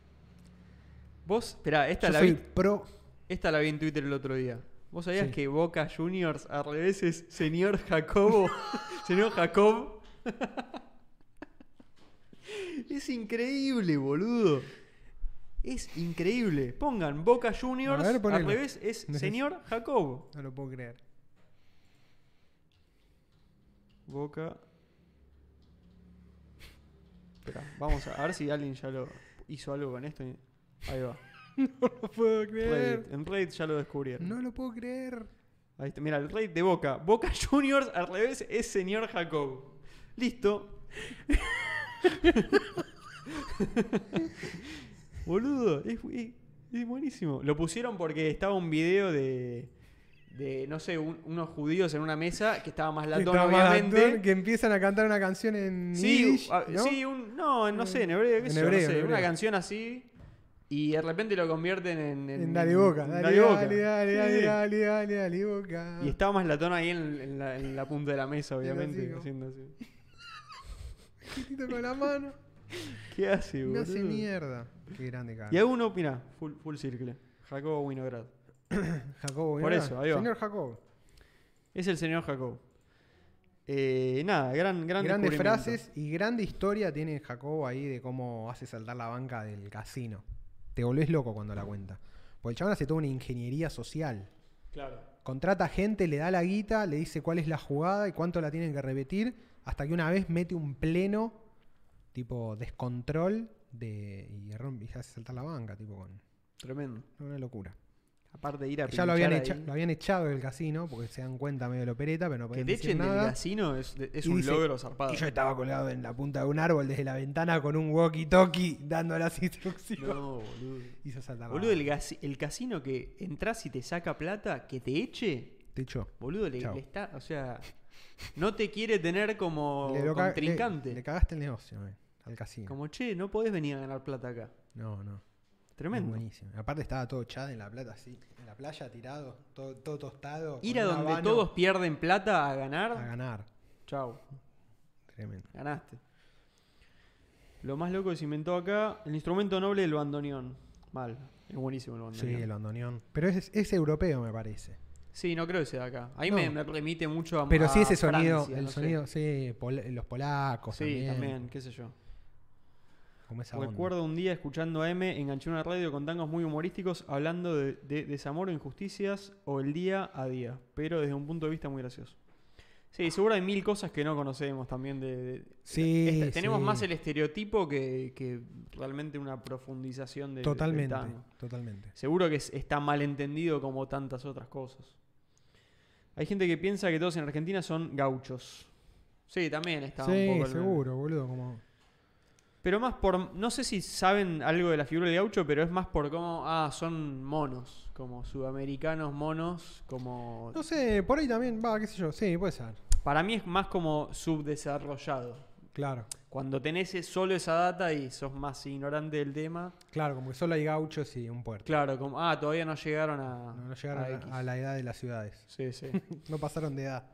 Vos, esperá, esta Yo la soy vi. pro. Esta la vi en Twitter el otro día. ¿Vos sabías Sí. que Boca Juniors al revés es señor Jacobo? Señor Jacob. Es increíble, boludo. Es increíble. Pongan Boca Juniors A ver, al ponelo. revés es Neces- señor Jacobo. No lo puedo creer. Boca. Espera, vamos a, a ver si alguien ya lo hizo algo con esto. Ahí va. No lo puedo creer. Reddit. En Reddit ya lo descubrieron. No lo puedo creer. Ahí está, mira, el Reddit de Boca. Boca Juniors al revés es señor Jacob. Listo. Boludo, es, es- es buenísimo. Lo pusieron porque estaba un video de, de no sé, un- unos judíos en una mesa que estaba más latón, Está más obviamente. latón, que empiezan a cantar una canción en Sí, Yiddish, a- ¿no? sí, un, no, no sé, en hebreo, qué En sé yo, no hebreo, sé, en hebreo. una canción así y de repente lo convierten en... En Dale Boca. en Dale, Dale Boca. dale, dale, Sí, dale, sí. dale, dale, dale, Boca. Y estaba más latón ahí en, en la, en la punta de la mesa, Y lo obviamente, sigo. haciendo así. Chiquitito con la mano. ¿Qué hace, Me boludo? hace mierda. Qué grande cara. Y hay uno, mira, full, full circle. Jacobo Winograd. Jacobo, Por mirá. eso, ahí va. Señor Jacobo. Es el señor Jacobo. Eh, nada, gran, gran Grandes descubrimiento. frases y grande historia tiene Jacobo ahí de cómo hace saltar la banca del casino. Te volvés loco cuando la cuenta. Porque el chabón hace toda una ingeniería social. Claro. contrata gente, le da la guita, le dice cuál es la jugada y cuánto la tienen que repetir, hasta que una vez mete un pleno, tipo descontrol, de y, rompe, y hace saltar la banca, tipo con... Tremendo. Una locura. Aparte de ir a Ya lo habían, ahí, echa, lo habían echado del casino, porque se dan cuenta medio de lo pereta, pero no que podían te decir echen nada. del casino es, es Y un dice, logro zarpado. Y yo estaba colgado en la punta de un árbol desde la ventana con un walkie-talkie dando las instrucciones. No, boludo. Hizo saltar la Boludo, el, banca. gas- el casino que entras y te saca plata, que te eche, Te echó. boludo, le, Chau. le está, o sea, no te quiere tener como Le, lo ca- contrincante. le- le cagaste el negocio, eh, al casino. Como, che, no podés venir a ganar plata acá. No, no. Tremendo. Buenísimo. Aparte estaba todo chad en la plata, así, en la playa tirado, todo, todo tostado. Ir con a un donde habano todos pierden plata a ganar, a ganar. chau, Tremendo. ganaste. Lo más loco que se inventó acá, el instrumento noble del bandoneón. Mal, es buenísimo el Sí, bandoneón. el bandoneón. Pero es, es europeo, me parece. Sí, no creo que sea de acá. Ahí No. me, me remite mucho a Pero sí a ese sonido, Francia, el no sé. sonido, sí, pol- los polacos Sí, también. también, qué sé yo. Como esa onda. Recuerdo un día escuchando a M, enganché una radio con tangos muy humorísticos hablando de, de desamor o injusticias o el día a día, pero desde un punto de vista muy gracioso. Sí, seguro hay mil cosas que no conocemos también de... de- Sí, esta- tenemos sí. más el estereotipo que, que realmente una profundización de, Totalmente, del tango. totalmente. Seguro que es- está mal entendido como tantas otras cosas. Hay gente que piensa que todos en Argentina son gauchos. Sí, también está un Sí, poco... el- seguro, boludo. Como... Pero más por... No sé si saben algo de la figura del gaucho, pero es más por cómo... Ah, son monos. Como sudamericanos monos. Como... No sé, por ahí también, va, qué sé yo. Sí, puede ser. Para mí es más como subdesarrollado. Claro. Cuando tenés es- solo esa data y sos más ignorante del tema. Claro, como que solo hay gauchos y un puerto. Claro, como... Ah, todavía no llegaron a... No, no llegaron a a, X. a la edad de las ciudades. Sí, sí. No pasaron de edad.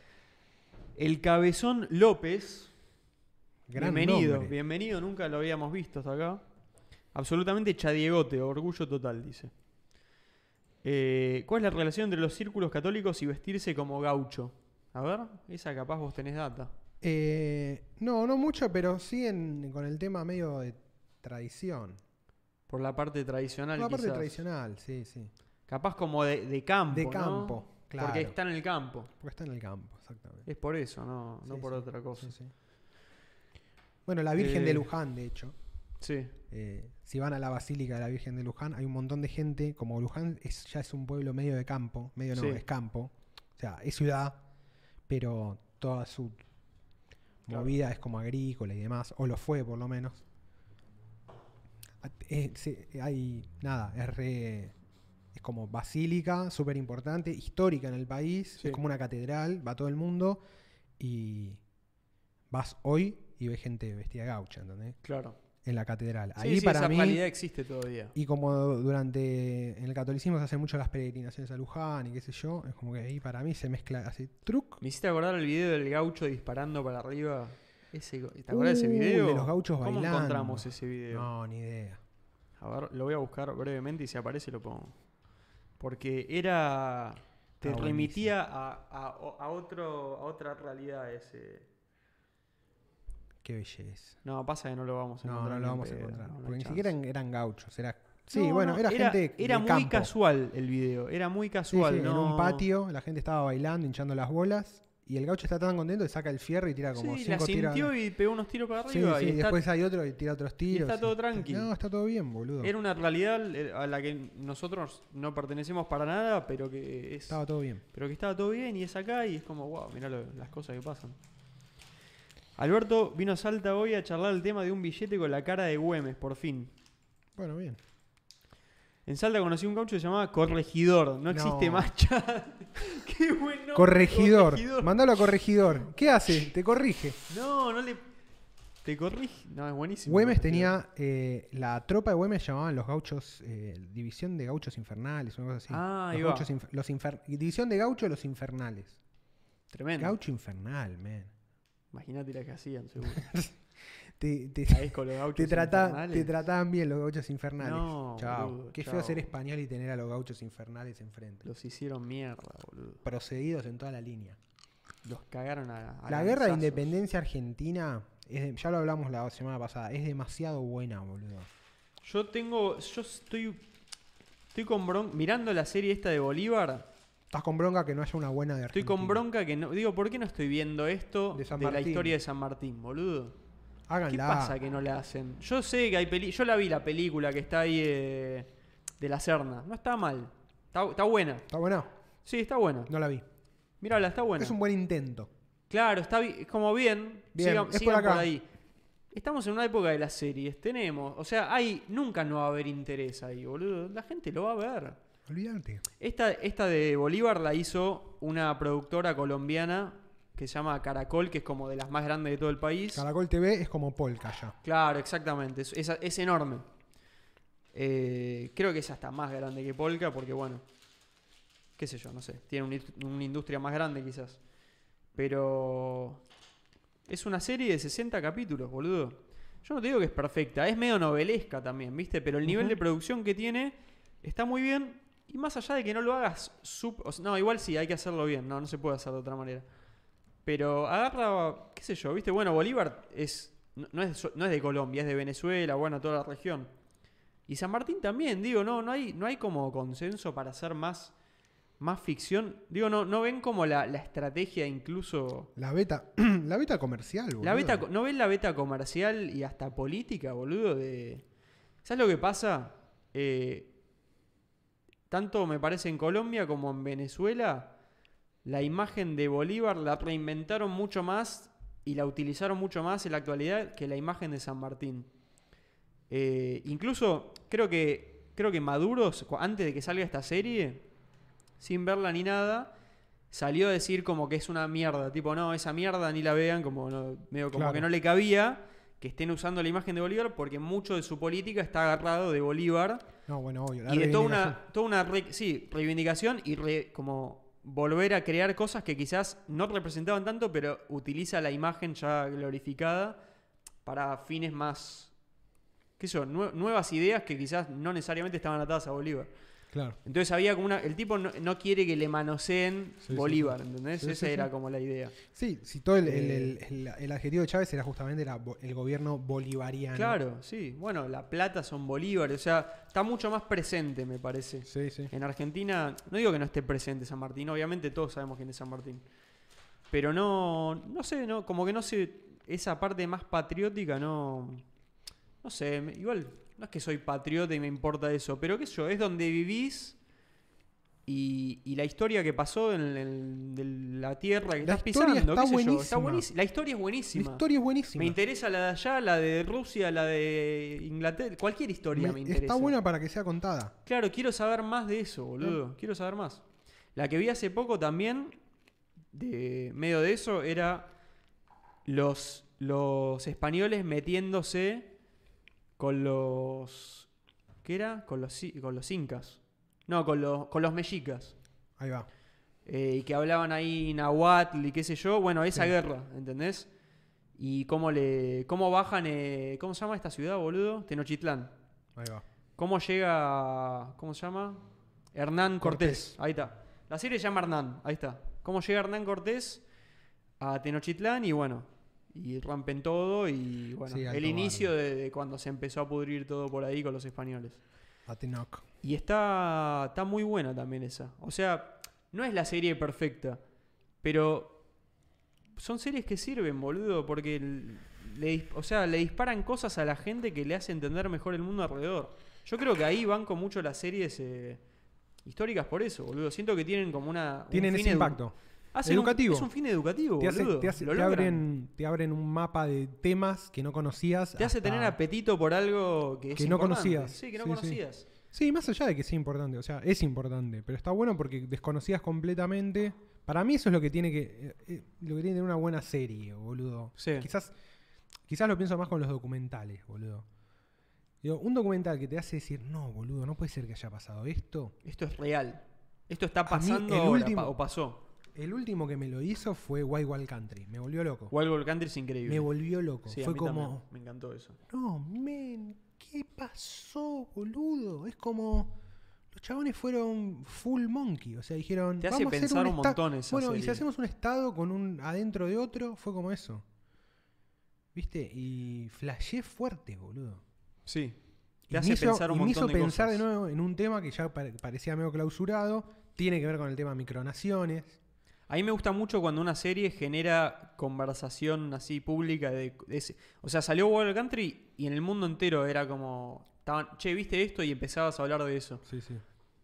El Cabezón López... Gran bienvenido, nombre. bienvenido, nunca lo habíamos visto hasta acá. Absolutamente chadiegote, orgullo total, dice. Eh, ¿Cuál es la relación entre los círculos católicos y vestirse como gaucho? A ver, esa capaz vos tenés data. Eh, no, no mucho, pero sí en- con el tema medio de tradición. Por la parte tradicional, La parte quizás. tradicional, sí, sí. Capaz como de, de campo, De ¿no? campo, claro. Porque está en el campo. Porque está en el campo, exactamente. Es por eso, no, no Sí, por sí, otra cosa. sí, sí. Bueno, la Virgen Eh, de Luján, de hecho. Sí. Eh, si van a la Basílica de la Virgen de Luján, hay un montón de gente. Como Luján es, ya es un pueblo medio de campo, medio no, Sí. es campo. O sea, es ciudad, pero toda su Claro. movida es como agrícola y demás, o lo fue por lo menos. Eh, sí, hay nada, es re. Es como basílica, súper importante, histórica en el país. Sí. Es como una catedral, va todo el mundo. Y vas hoy y ves gente vestida de gaucha, ¿entendés? Claro. En la catedral. Sí, Ahí sí, para esa mí. realidad existe todavía. Y como durante. En el catolicismo se hacen mucho las peregrinaciones a Luján y qué sé yo, es como que ahí para mí se mezcla así. Truc. Me hiciste acordar el video del gaucho disparando para arriba. Ese, ¿Te acuerdas de ese Uh, video? de los gauchos ¿Cómo bailando. encontramos ese video? No, ni idea. A ver, lo voy a buscar brevemente y si aparece lo pongo. Porque era... Te Está remitía a, a, a otro, a otra realidad ese... Qué belleza. No, pasa que no lo vamos a No, encontrar. no ni lo en vamos a pedo, encontrar. no, no hay porque ni chance. siquiera eran, eran gauchos. Era, sí, No, bueno, no, era, gente. Era de muy campo. casual el video. Era muy Sí, casual, sí, ¿no? En un patio, la gente estaba bailando, hinchando las bolas. Y el gaucho está tan contento que saca el fierro y tira como Sí, la cinco tiros. sintió y pegó unos tiros para Sí, arriba. sí, y y está- después hay otro y tira otros tiros. está todo tranqui. No, está todo bien, boludo. Era una realidad eh, a la que nosotros no pertenecemos para nada, pero que es... Estaba todo bien. Pero que estaba todo bien y es acá y es como, wow, mirá lo- las cosas que pasan. Alberto vino a Salta hoy a charlar el tema de un billete con la cara de Güemes, por fin. Bueno, bien. En Salta conocí un gaucho que se llamaba Corregidor. No, No. existe más chat. Qué buen nombre, Corregidor. Mándalo a corregidor. ¿Qué hace? Te corrige. No, no le... Te corrige. No, es buenísimo. Güemes Corregidor. tenía. eh, la tropa de Güemes llamaban los gauchos. Eh, división de gauchos infernales, una cosa así. Ah, ahí los va. gauchos inf- los infer- división de gauchos los infernales. Tremendo. Gaucho infernal, man. Imagínate la que hacían, seguro. Te, te, Ahí con los gauchos te, trata- infernales. te trataban bien los gauchos infernales. No, Chao. boludo, Qué chao. feo ser español y tener a los gauchos infernales enfrente. Los hicieron mierda, boludo. Procedidos en toda la línea. Los cagaron a, a La guerra de lanzazos. independencia argentina, es de- ya lo hablamos la semana pasada, es demasiado buena, boludo. Yo tengo. Yo estoy. Estoy con bron. Mirando la serie esta de Bolívar. Estás con bronca que no haya una buena de Estoy Argentina. con bronca que no... Digo, ¿por qué no estoy viendo esto De de, San la Martín. historia de San Martín, boludo? Háganla. ¿Qué pasa que no la hacen? Yo sé que hay peli... Yo la vi, la película que está ahí eh, de la Serna. No está mal. Está, está buena. ¿Está buena? Sí, está buena. No la vi. Mírala, está buena. Es un buen intento. Claro, está bi- es como bien. Bien, sigan, es por sigan por, acá. ahí. Estamos en una época de las series. Tenemos, o sea, hay nunca no va a haber interés ahí, boludo. La gente lo va a ver. Olvídate. Esta, esta de Bolívar la hizo una productora colombiana que se llama Caracol, que es como de las más grandes de todo el país. Caracol T V es como Polka ya. Claro, exactamente. Es, es- es enorme. Eh, creo que es hasta más grande que Polka porque, bueno, qué sé yo, no sé. Tiene un- una industria más grande quizás. Pero es una serie de sesenta capítulos, boludo. Yo no te digo que es perfecta. Es medio novelesca también, ¿viste? Pero el nivel Ujú. de producción que tiene está muy bien. Y más allá de que no lo hagas... sup- o sea, no, igual sí, hay que hacerlo bien. No, no se puede hacer de otra manera. Pero agarra, qué sé yo, ¿viste? Bueno, Bolívar es no, no es so- no es de Colombia, es de Venezuela, bueno, toda la región. Y San Martín también, digo, no, no hay, no hay como consenso para hacer más, más ficción. Digo, no, no ven como la, la estrategia incluso. La beta, la beta comercial, boludo. La beta, ¿no ven la beta comercial y hasta política, boludo? De, ¿sabes lo que pasa? Eh, tanto me parece en Colombia como en Venezuela, la imagen de Bolívar la reinventaron mucho más y la utilizaron mucho más en la actualidad que la imagen de San Martín. Eh, incluso creo que, creo que Maduro, cu- antes de que salga esta serie, sin verla ni nada, salió a decir como que es una mierda. Tipo, no, esa mierda ni la vean, como, no, medio como Claro. que no le cabía que estén usando la imagen de Bolívar porque mucho de su política está agarrado de Bolívar No, bueno, obvio. La y de toda una, reivindicación. toda una re- sí, reivindicación y re- como volver a crear cosas que quizás no representaban tanto, pero utiliza la imagen ya glorificada para fines más, qué sé yo, nue- nuevas ideas que quizás no necesariamente estaban atadas a Bolívar. Claro. Entonces había como una, el tipo no, no quiere que le manoseen Sí, sí, Bolívar, sí. ¿entendés? Sí, Esa sí, era sí. como la idea. Sí, si todo el, el- Eh. el- el- el adjetivo de Chávez era justamente era bo- el gobierno bolivariano. Claro, sí. Bueno, La Plata son Bolívares, o sea, está mucho más presente, me parece. Sí, sí. En Argentina, no digo que no esté presente San Martín, obviamente todos sabemos quién es San Martín. Pero no, no sé, no, como que no sé, esa parte más patriótica no, no sé, me- igual no es que soy patriota y me importa eso, pero qué sé yo, es donde vivís y, y la historia que pasó en, el- de la tierra que La estás historia pisando, está qué sé yo, está buenísima. buenísima. La historia es La buenísima. historia es buenísima. Me interesa la de allá, la de Rusia, la de Inglaterra, cualquier historia me, Me- interesa. Está buena para que sea contada. Claro, quiero saber más de eso, boludo. Quiero saber más. La que vi hace poco también, de medio de eso, era los, los españoles metiéndose con los... ¿Qué era? Con los, ci- con los incas. No, con los, con los mexicas. Ahí va. Eh, y que hablaban ahí nahuatl y qué sé yo. Bueno, esa Sí. guerra, ¿entendés? Y cómo le cómo bajan... eh, ¿cómo se llama esta ciudad, boludo? Tenochtitlán. Ahí va. ¿Cómo llega... ¿Cómo se llama? Hernán Cortés. Cortés. Ahí está. La serie se llama Hernán. Ahí está. ¿Cómo llega Hernán Cortés a Tenochtitlán? Y bueno, y rompen todo. Y bueno, Sí, alto el inicio bardo. de, de cuando se empezó a pudrir todo por ahí con los españoles. Atenoc. Y está, está muy buena también esa. O sea, no es la serie perfecta, pero son series que sirven, boludo, porque l- le, dis- o sea, le disparan cosas a la gente que le hace entender mejor el mundo alrededor. Yo creo que ahí van con mucho las series eh, históricas por eso, boludo. Siento que tienen como una... un Tienen fin ese edu- impacto. hacen un- Educativo. es un fin educativo, Te, hace- boludo. te hace- Lo te logran. abren, te abren un mapa de temas que no conocías. Te hace hasta- tener apetito por algo que, es Que no importante. conocías. Sí, que no Sí, sí. conocías. Sí, más allá de que sea importante. O sea, es importante. Pero está bueno porque desconocías completamente. Para mí eso es lo que tiene que. eh, eh, lo que tiene que tener una buena serie, boludo. Sí. Quizás, quizás lo pienso más con los documentales, boludo. Digo, un documental que te hace decir, no, boludo, no puede ser que haya pasado esto. Esto es real. Esto está A mí, pasando el ahora, último- pa- o pasó. El último que me lo hizo fue Wild Wild Country. Me volvió loco. Wild Wild Country es increíble. Me volvió loco. Sí, a fue mí como. también. Me encantó eso. No, men, ¿qué pasó, boludo? Es como. Los chabones fueron full monkey. O sea, dijeron. Te hace vamos a hacer pensar un esta- montón esa Bueno, y si serie. hacemos un estado con un adentro de otro, fue como eso. ¿Viste? Y flashé fuerte, boludo. Sí. Y Te me hace hizo, pensar un y me montón hizo de pensar cosas. de nuevo en un tema que ya pare- parecía medio clausurado, Tiene que ver con el tema micronaciones. A mí me gusta mucho cuando una serie genera conversación así pública. De, de ese, o sea, salió Wild Country y en el mundo entero era como... Estaban, che, ¿viste esto? Y empezabas a hablar de eso. Sí, sí.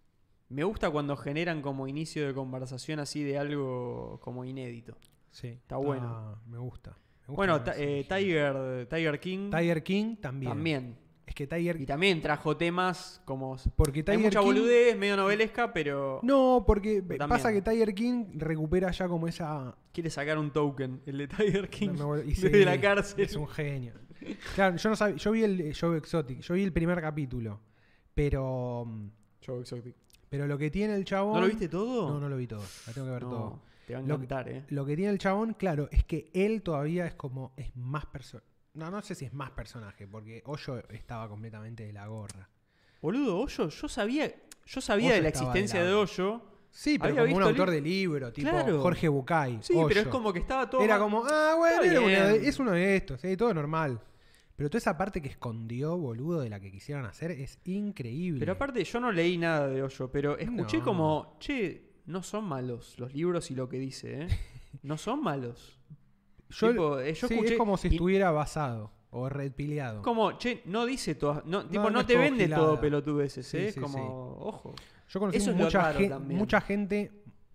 Me gusta cuando generan como inicio de conversación así de algo como inédito. Sí. Está bueno. Me gusta. Me gusta Bueno, que ta- eh, sí. Tiger, Tiger King Tiger King también. también. Es que Tiger Y también trajo temas como... Porque Hay Tiger mucha King... boludez, medio novelesca, pero... No, porque Pero pasa que también. Tiger King recupera ya como esa... Quiere sacar un token, el de Tiger King, No, no, y desde sí, la cárcel. Es un genio. Claro, yo no sabía, yo vi el Joe Exotic, yo vi el primer capítulo, pero Joe Exotic. pero lo que tiene el chabón... ¿No lo viste todo? No, no lo vi todo, la tengo que ver No, todo. te va a Lo que- encantar, eh. Lo que tiene el chabón, claro, es que él todavía es como, es más personaje. No, no sé si es más personaje, porque Hoyo estaba completamente de la gorra. Boludo, Hoyo, yo sabía, yo sabía Hoyo de la estaba existencia de de la- Hoyo. Sí, pero Había como un visto autor li- de libro, tipo Claro. Jorge Bucay. Sí, pero es Hoyo. como que estaba todo... Era mal- como, ah, bueno, Está era uno de- bien. es uno de estos, sí, todo normal. Pero toda esa parte que escondió, boludo, de la que quisieron hacer es increíble. Pero aparte, yo no leí nada de Hoyo, pero escuché No. como, che, no son malos los libros y lo que dice, ¿eh? No son malos. yo, tipo, eh, yo sí, escuché- es como si y- estuviera basado o redpiliado. Como, che, no dice todas... No, tipo, no no, es te todo vende gilada. todo pelotudeces, Sí, ¿eh? sí, como, sí. ojo. Yo conocí Eso es lo mucha, raro gen- también. mucha gente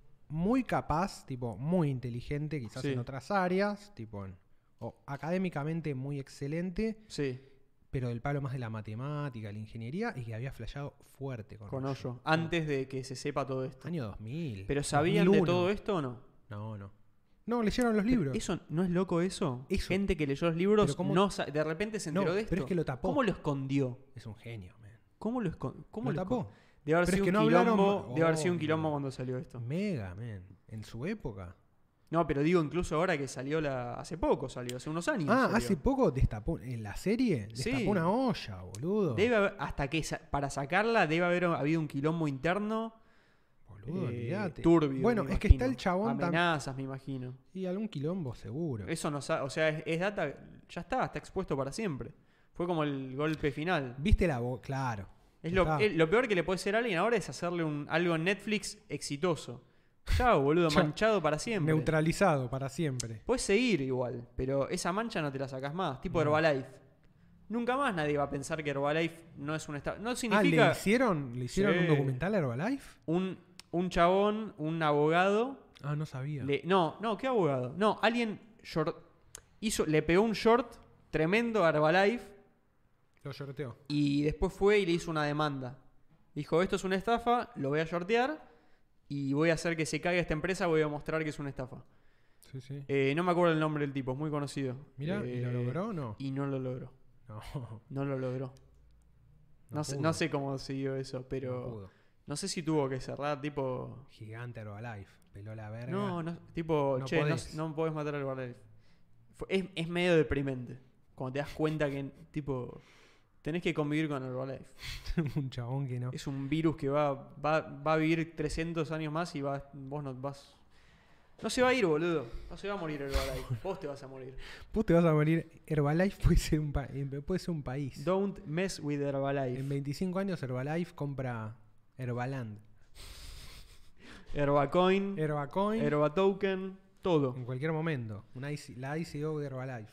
muy capaz, tipo muy inteligente, quizás Sí. en otras áreas, tipo en- o académicamente muy excelente, Sí, pero del palo más de la matemática, la ingeniería, y que había flasheado fuerte con, con Hoyo. Hoyo. Antes de que se sepa todo esto. Año dos mil. ¿Pero sabían de dos mil uno. todo esto o no? No, no. No, leyeron los libros. ¿Eso no es loco eso? Eso. Gente que leyó los libros, Pero cómo- no sa- de repente se enteró No, de esto. pero es que lo tapó. ¿Cómo lo escondió? Es un genio, man. ¿Cómo lo, escon- cómo Lo lo tapó. escon- Debe haber Pero es sido que un no hablaron- quilombo, debe haber sido un Oh, quilombo no. cuando salió esto. Mega, man. En su época. No, pero digo incluso ahora que salió la... Hace poco salió, hace unos años. Ah, salió. hace poco destapó, en la serie, destapó Sí. una olla, boludo. Debe haber, hasta que sa- para sacarla debe haber habido un quilombo interno Boludo, eh, olvídate. turbio. Bueno, me es que imagino. está el chabón tam- Amenazas, me imagino. y algún quilombo seguro. Eso no sa- o sea, es, es data, ya está, está expuesto para siempre. Fue como el golpe final. ¿Viste la voz? Claro. Es Ya lo, está. es- lo peor que le puede ser a alguien ahora es hacerle un, algo en Netflix exitoso. Chao, boludo, Ya. manchado para siempre. Neutralizado para siempre. Puedes seguir igual, pero esa mancha no te la sacas más. Tipo No. Herbalife. Nunca más nadie va a pensar que Herbalife no es un estafa. No Ah, ¿le significa hicieron, ¿le hicieron Sí. un documental a Herbalife? un, un chabón, un abogado. Ah, no sabía. le- no, no, ¿qué abogado? No, alguien short- hizo, le pegó un short tremendo a Herbalife Lo sorteó. y después fue y le hizo una demanda. Dijo, esto es una estafa, lo voy a shortear y voy a hacer que se caiga esta empresa, voy a mostrar que es una estafa. Sí, sí. Eh, no me acuerdo el nombre del tipo, es muy conocido. Mirá, ¿y lo Eh, logró o no? Y no lo logró. No. No lo logró. No, No sé, pudo. no sé cómo siguió eso, No pero pudo. no sé si tuvo que cerrar, tipo... Gigante Herbalife. Peló la verga. No, no, tipo, No che, no, podés. no podés matar al Herbalife. Fue- Es, es medio deprimente. Cuando te das cuenta que, tipo, tenés que convivir con Herbalife. Un chabón que no. Es un virus que va, va, va a vivir trescientos años más y va, vos no vas... No se va a ir, boludo. No se va a morir Herbalife. Vos te vas a morir. Vos te vas a morir. Herbalife puede ser un, pa- eh, puede ser un país. Don't mess with Herbalife. En veinticinco años Herbalife compra Herbaland. Herbacoin, Herbacoin. Herbatoken, todo. En cualquier momento. Una I C- la I C O de Herbalife.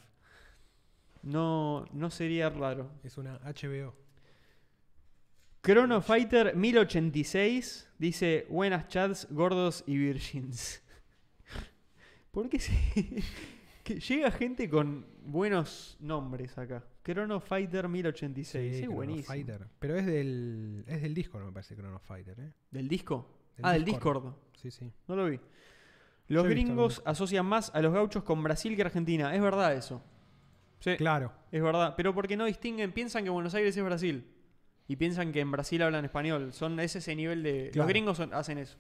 No, no sería raro. Es una H B O. Chrono Fighter mil ochenta y seis dice: buenas chats, gordos y virgins. ¿Por qué se.? que llega gente con buenos nombres acá. Chrono Fighter mil ochenta y seis. Sí, Chrono buenísimo. Fighter. Pero es del, es del Discord, me parece, Chrono Fighter. ¿eh? ¿Del disco? Del ah, del Discord. Discord. Sí, sí. No lo vi. Los Yo he visto gringos algún- asocian más a los gauchos con Brasil que Argentina. Es verdad eso. Sí, Claro. es verdad. Pero porque no distinguen, piensan que Buenos Aires es Brasil. Y piensan que en Brasil hablan español. Son es ese nivel de. Claro. Los gringos son- hacen eso.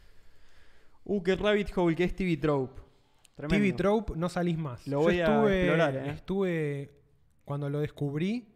Uh, qué rabbit hole que es T V Trope. Tremendo. T V Trope, no salís más. Lo Yo voy a estuve, explorar, ¿eh? Estuve, cuando lo descubrí,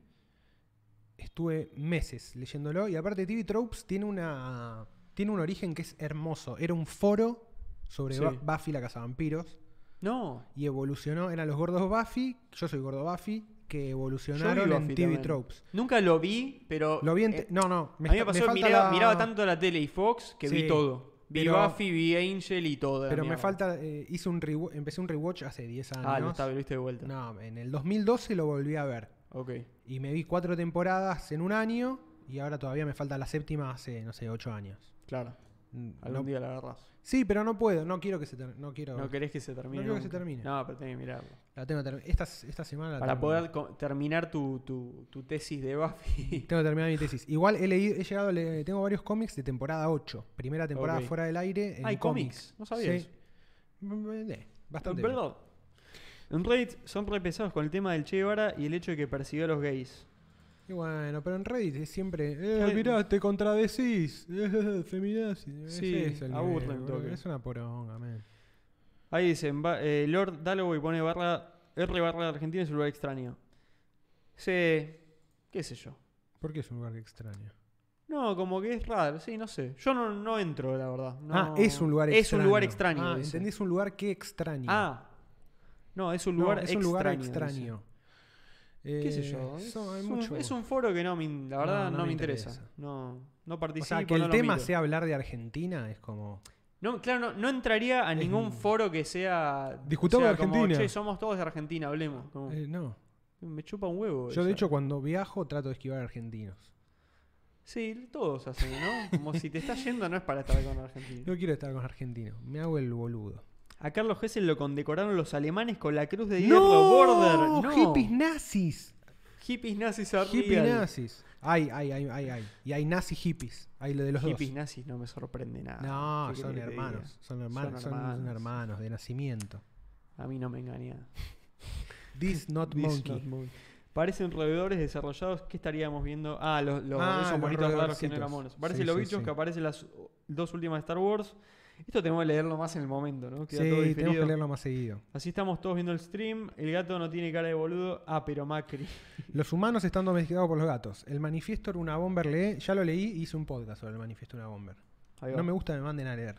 estuve meses leyéndolo. Y aparte, T V Tropes tiene una tiene un origen que es hermoso. Era un foro sobre Sí. Ba- Buffy la cazavampiros. No. Y evolucionó, eran los gordos Buffy, yo soy gordo Buffy, que Yo evolucionaron vi en Buffy T V también. Tropes. Nunca lo vi, pero. Lo vi en eh, te- no, no, a mí me está- pasó que falta miraba, la- miraba tanto la tele y Fox que vi Sí. todo. Vi Pero- Buffy, vi Angel y todo. de la Pero me mierda. falta, eh, hice un rewa- empecé un rewatch hace diez años. Ah, lo, está, lo viste de vuelta. No, en el dos mil doce lo volví a ver. Ok. Y me vi cuatro temporadas en un año y ahora todavía me falta la séptima hace, no sé, ocho años. Claro. Mm, Algún no- día la agarrás. Sí, pero no puedo, no quiero que se termine. No quiero. No querés que se termine. No quiero que se nunca. termine. No, pero tenés que mirarlo. La tengo que termi- esta, esta semana la Para tengo- poder co- terminar tu, tu, tu tesis de Buffy. Tengo que terminar mi tesis. Igual he leído, he llegado, le- tengo varios cómics de temporada ocho. Primera temporada Ok. fuera del aire. En Hay cómics. No sabía Sí. eso. Mm, eh, Bastante. bien. ¿Verdad? En Reddit son re pesados con el tema del Che Guevara y el hecho de que persiguió a los gays. Y bueno, pero en Reddit es siempre. Eh, Reddit- mirá, te contradecís. Eh, feminazi. Sí, Es eso el aburre nivel, un boludo. toque. Es una poronga, man. Ahí dicen, va- eh, Lord Dalloway pone barra R barra Argentina es un lugar extraño. Sí, qué sé yo. ¿Por qué es un lugar extraño? No, como que es raro, sí, no sé. Yo no, no entro, la verdad. No- Ah, es un lugar Es extraño. un lugar extraño. Ah, dice. entendí, es un lugar que extraño. Ah, no, es un No, lugar es extraño. un lugar dice. extraño. ¿Qué sé Eh, yo? Es, eso hay un, mucho- es un foro que no, me in- la verdad, No, no, no me me interesa. interesa. No, no O participo. sea, que no el lo tema miro. sea hablar de Argentina es como. No, claro, no, no entraría a Es ningún un- foro que sea. Discutamos o sea, de como, Argentina. che, somos todos de Argentina, hablemos. Como, eh, no. me chupa un huevo. Yo, de eso. hecho, cuando viajo trato de esquivar argentinos. Sí, todos hacen, ¿no? Como si te estás yendo, no es para estar con Argentina. No quiero estar con argentinos. Me hago el boludo. A Carlos Gessel lo condecoraron los alemanes con la cruz de hierro border. No, ¡Hippies nazis! Hippies nazis are Hippies real. nazis. Hay, hay, hay, hay, hay. Y hay nazi hippies. Hay lo de los Hippies dos. nazis no me sorprende nada. No, ¿Qué son querés que te hermanos. diga? Son hermanos. Son Son hermanos. hermanos de nacimiento. A mí no me engaña. This not This monkey. not monkey. Parecen roedores desarrollados. ¿Qué estaríamos viendo? Ah, los, los, Ah, esos los monitos raros que no roedorcitos. eran monos. Parecen Sí, los sí, bichos sí. que aparecen en las dos últimas de Star Wars. Esto tenemos que leerlo más en el momento, ¿no? Queda Sí, todo tenemos diferido. que leerlo más seguido. Así estamos todos viendo el stream. El gato no tiene cara de boludo. Ah, pero Macri. Los humanos están domesticados por los gatos. El manifiesto de una bomber lee. Ya lo leí, hice un podcast sobre el manifiesto de una bomber. Ahí va. No me gusta, me manden a leer.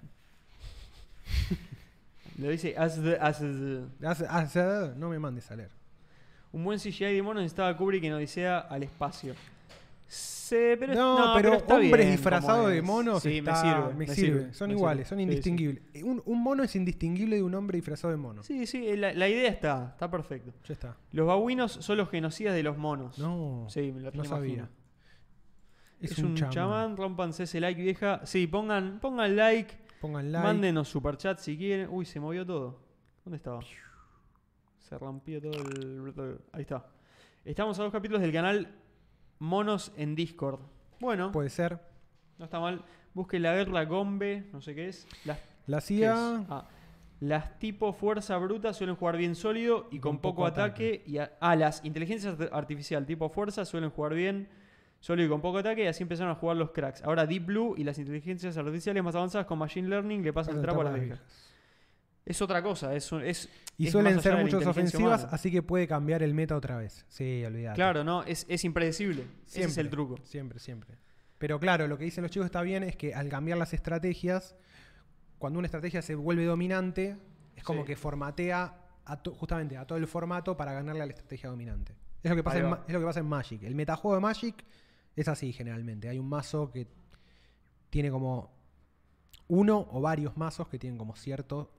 Lo dice as the, as the. Hace- hace- no me mandes a leer. Un buen C G I de monos necesitaba Kubrick en Odisea al espacio. Sí, pero, No, no, pero, está hombres bien disfrazados como de es. monos Sí, está- me sirve. me me sirve. sirve, Son me iguales, sirve. son Sí, sí. indistinguibles. Un, un mono es indistinguible de un hombre disfrazado de mono. Sí, sí, la, la idea está, está perfecto. Ya está. Los babuinos son los genocidas de los monos. No, Sí, me lo no imagino. sabía. Es, un chamán, chamán. rompanse ese like vieja. Sí, pongan, pongan like, Pongan like. mándenos superchat si quieren. Uy, se movió todo. ¿Dónde estaba? Se rompió todo el... Ahí está. Estamos a dos capítulos del canal Monos en Discord. Bueno, Puede ser. no está mal. Busquen la guerra Gombe, no sé qué es. Las, La ¿qué C I A. es? Ah, las tipo fuerza bruta suelen jugar bien sólido y con, poco, ataque. Y a, ah, las inteligencias art- artificial tipo fuerza suelen jugar bien sólido y con poco ataque. Y así empezaron a jugar los cracks. Ahora Deep Blue y las inteligencias artificiales más avanzadas con Machine Learning le pasan el trapo a las viejas. Es otra cosa. Es, un- es, Y es suelen más ser allá de la muchas inteligencia ofensivas, humana. así que puede cambiar el meta otra vez. Sí, olvidate. Claro, no, es, es impredecible. Ese es Siempre, el truco. Siempre, siempre. Pero claro, lo que dicen los chicos está bien, es que al cambiar las estrategias, cuando una estrategia se vuelve dominante, es como Sí. que formatea a to- justamente a todo el formato para ganarle a la estrategia dominante. Es lo que pasa, Ahí en, va. Ma- es lo que pasa en Magic. El metajuego de Magic es así generalmente. Hay un mazo que tiene como uno o varios mazos que tienen como cierto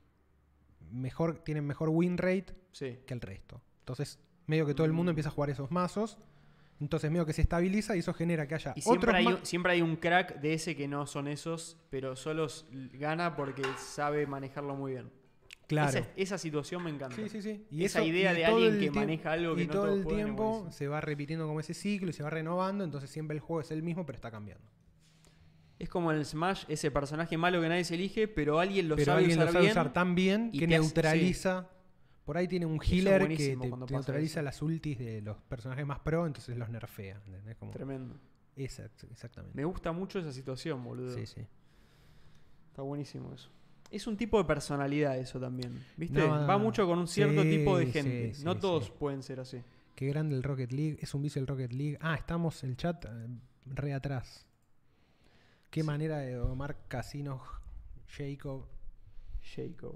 mejor, tienen mejor win rate Sí. que el resto. Entonces, medio que todo el mundo Mm. empieza a jugar esos mazos. Entonces, medio que se estabiliza y eso genera que haya Y siempre otros hay, ma- un, siempre hay un crack de ese que no son esos, pero solo s- gana porque sabe manejarlo muy bien. Claro. Esa, esa situación me encanta. Sí, sí, sí. Y Esa eso- idea y de todo alguien el que tiemp- maneja algo que y no todo todos el pueden, es tiempo buenísimo. se va repitiendo como ese ciclo y se va renovando. Entonces, siempre el juego es el mismo, pero está cambiando. Es como en el Smash, ese personaje malo que nadie se elige, pero alguien lo pero sabe alguien usar lo sabe bien. usar tan bien y que te hace- neutraliza. Por ahí tiene un es healer que buenísimo te, cuando te pasa neutraliza eso. las ultis de los personajes más pro, entonces los nerfea. ¿Entendés? Como Tremendo. esa, exactamente. Me gusta mucho esa situación, boludo. Sí, sí. Está buenísimo eso. Es un tipo de personalidad eso también. ¿Viste? No, Va mucho con un cierto sí, tipo de sí, gente. sí, no todos sí. pueden ser así. Qué grande el Rocket League. Es un vicio el Rocket League. Ah, estamos el chat eh, re atrás. Qué Sí. manera de domar Casino Jacob. Jacob.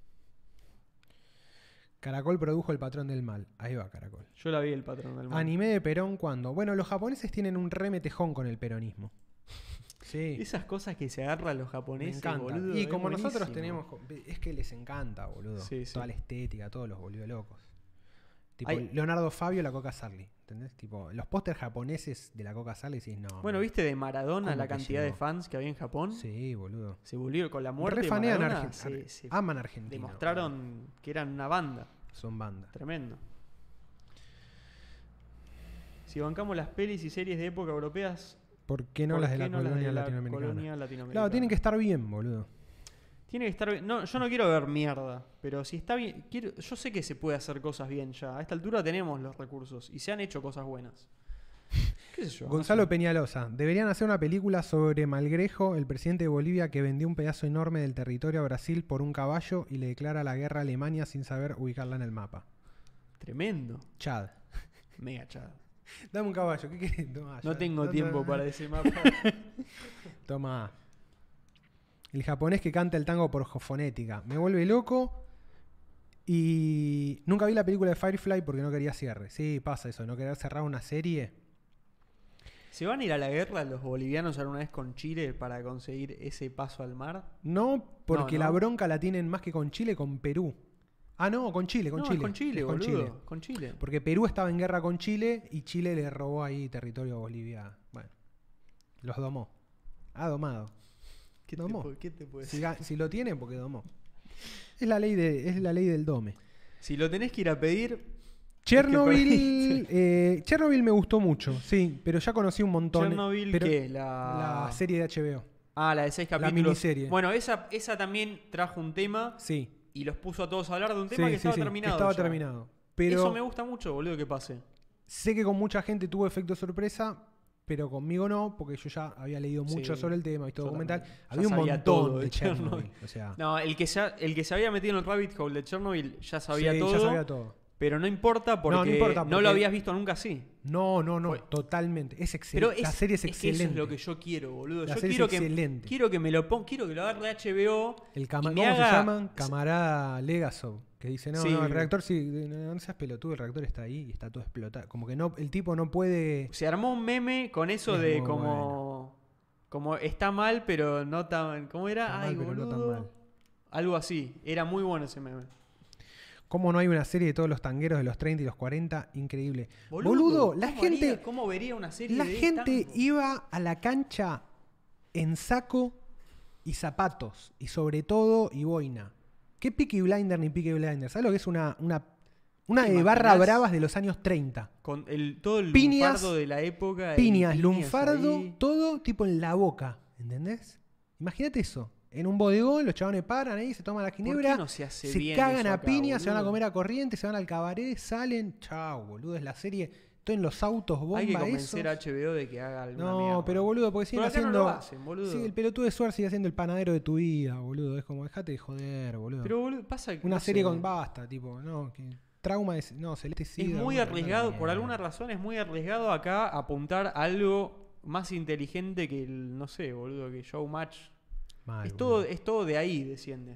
Caracol produjo El Patrón del Mal. Ahí va Caracol. Yo la vi el patrón del mal. Anime de Perón cuando. Bueno, los japoneses tienen un remetejón con el peronismo. Sí. Esas cosas que se agarran los Me japoneses, encanta. boludo. Y es como nosotros buenísimo. tenemos. Es que les encanta, boludo. Sí, sí. Toda la estética, todos los volvió locos. Tipo, Hay- Leonardo Fabio, la Coca Sarli. ¿Entendés? Tipo, los pósters japoneses de la Coca Sarli decís, no. Bueno, man. ¿viste de Maradona ¿Cómo la que cantidad de llegó? fans que había en Japón? Sí, boludo. Se volvieron con la muerte de Refanean a Maradona. Argen- se- se Aman a Argentina. demostraron que eran una banda. boludo. Son bandas. Tremendo. Si bancamos las pelis y series de época europeas, ¿Por qué no ¿por las de qué la no las colonia de la latinoamericana? colonia latinoamericana? Claro, tienen que estar bien, boludo. Tiene que estar bien. No, yo no quiero ver mierda, pero si está bien, quiero, yo sé que se puede hacer cosas bien ya. A esta altura tenemos los recursos y se han hecho cosas buenas. ¿Qué sé yo? Gonzalo no sé. Peñalosa. Deberían hacer una película sobre Malgrejo, el presidente de Bolivia que vendió un pedazo enorme del territorio a Brasil por un caballo y le declara la guerra a Alemania sin saber ubicarla en el mapa. Tremendo. Chad. Mega chad. Dame un caballo. ¿Qué querés? Tomá, No ya. tengo tiempo para ese mapa. Toma. El japonés que canta el tango por fonética. Me vuelve loco. Y nunca vi la película de Firefly porque no quería cierre. Sí, pasa eso, no querer cerrar una serie. ¿Se van a ir a la guerra los bolivianos alguna vez con Chile para conseguir ese paso al mar? No, porque No, la no. bronca la tienen más que con Chile, con Perú. Ah, no, con Chile, con no, Chile. es con Chile, Es con boludo. Chile. Con Chile. Porque Perú estaba en guerra con Chile y Chile le robó ahí territorio a Bolivia. Bueno, los domó. Ha domado. ¿Qué te, domó. pu- qué te puede Si, decir? ga- si lo tiene, porque domó. Es la ley de, es la ley del dome. Si lo tenés que ir a pedir, Chernobyl, perdiste. eh, Chernobyl me gustó mucho, sí, pero ya conocí un montón. Chernobyl, pero ¿qué? La... La serie de H B O. Ah, la de seis La capítulos. miniserie. Bueno, esa, esa también trajo un tema Sí. y los puso a todos a hablar de un tema Sí, que sí, estaba sí, terminado. Estaba ya. terminado. Pero Eso me gusta mucho, boludo, que pase. sé que con mucha gente tuvo efecto sorpresa, pero conmigo no, porque yo ya había leído mucho Sí, sobre el tema, visto yo documental. también. Ya Había un sabía montón todo de de Chernobyl. Chernobyl. O sea, No, el que, se, ha- el que se había metido en el rabbit hole de Chernobyl ya sabía sí, todo. ya sabía todo. Pero no importa porque no, no importa, porque- lo habías visto nunca así. No, no, no, Fue- totalmente. Es Pero excelente. es, la serie es es que excelente. eso es lo que yo quiero, boludo. La Yo serie quiero es que, excelente. quiero que me lo ponga, quiero que lo agarre H B O. El cama- y me ¿Cómo se haga- llaman? Camarada Legasov. Que dice, no, Sí. no, el reactor sí, no, no seas pelotudo, el reactor está ahí y está todo explotado. Como que no, el tipo no puede. Se armó un meme con eso Es de muy como. Como está mal, pero no tan. ¿Cómo era? Está Ay, mal, pero no tan boludo. mal. Algo así. Era muy bueno ese meme. ¿Cómo no hay una serie de todos los tangueros de los treinta y los cuarenta? Increíble. Boludo, Boludo, la ¿cómo gente. haría- ¿Cómo vería una serie La de gente tango? iba a la cancha en saco y zapatos. Y sobre todo, y boina. ¿Qué Peaky Blinder ni Peaky Blinder? ¿Sabes lo que es una, una, una ¿Te de barra imaginás? bravas de los años treinta? Con el, todo el Piñas, lunfardo de la época. y Piñas, lunfardo, ahí. todo tipo en la boca. ¿Entendés? Imagínate eso. En un bodegón, los chabones paran ahí, se toman la ¿Por qué ginebra, no se hace se bien cagan eso a acá, piña, se van a boludo? comer a corriente, se van al cabaret, salen. Chao, boludo. Es la serie. Estoy en los autos, bomba, Hay que eso. convencer a H B O de que haga alguna No, mierda. pero boludo, porque siguen Pero acá no haciendo. lo hacen, boludo. Sí, el pelotudo de Suar sigue siendo el panadero de tu vida, boludo. Es como, dejate de joder, boludo. Pero, boludo, pasa que. Una no serie sé. con basta, tipo, no, que trauma de. No, Celeste Es Sida. muy una arriesgado, por mierda. alguna razón es muy arriesgado acá apuntar a algo más inteligente que el, no sé, boludo, que Showmatch. Mal, Es boludo. todo, es todo de ahí, desciende.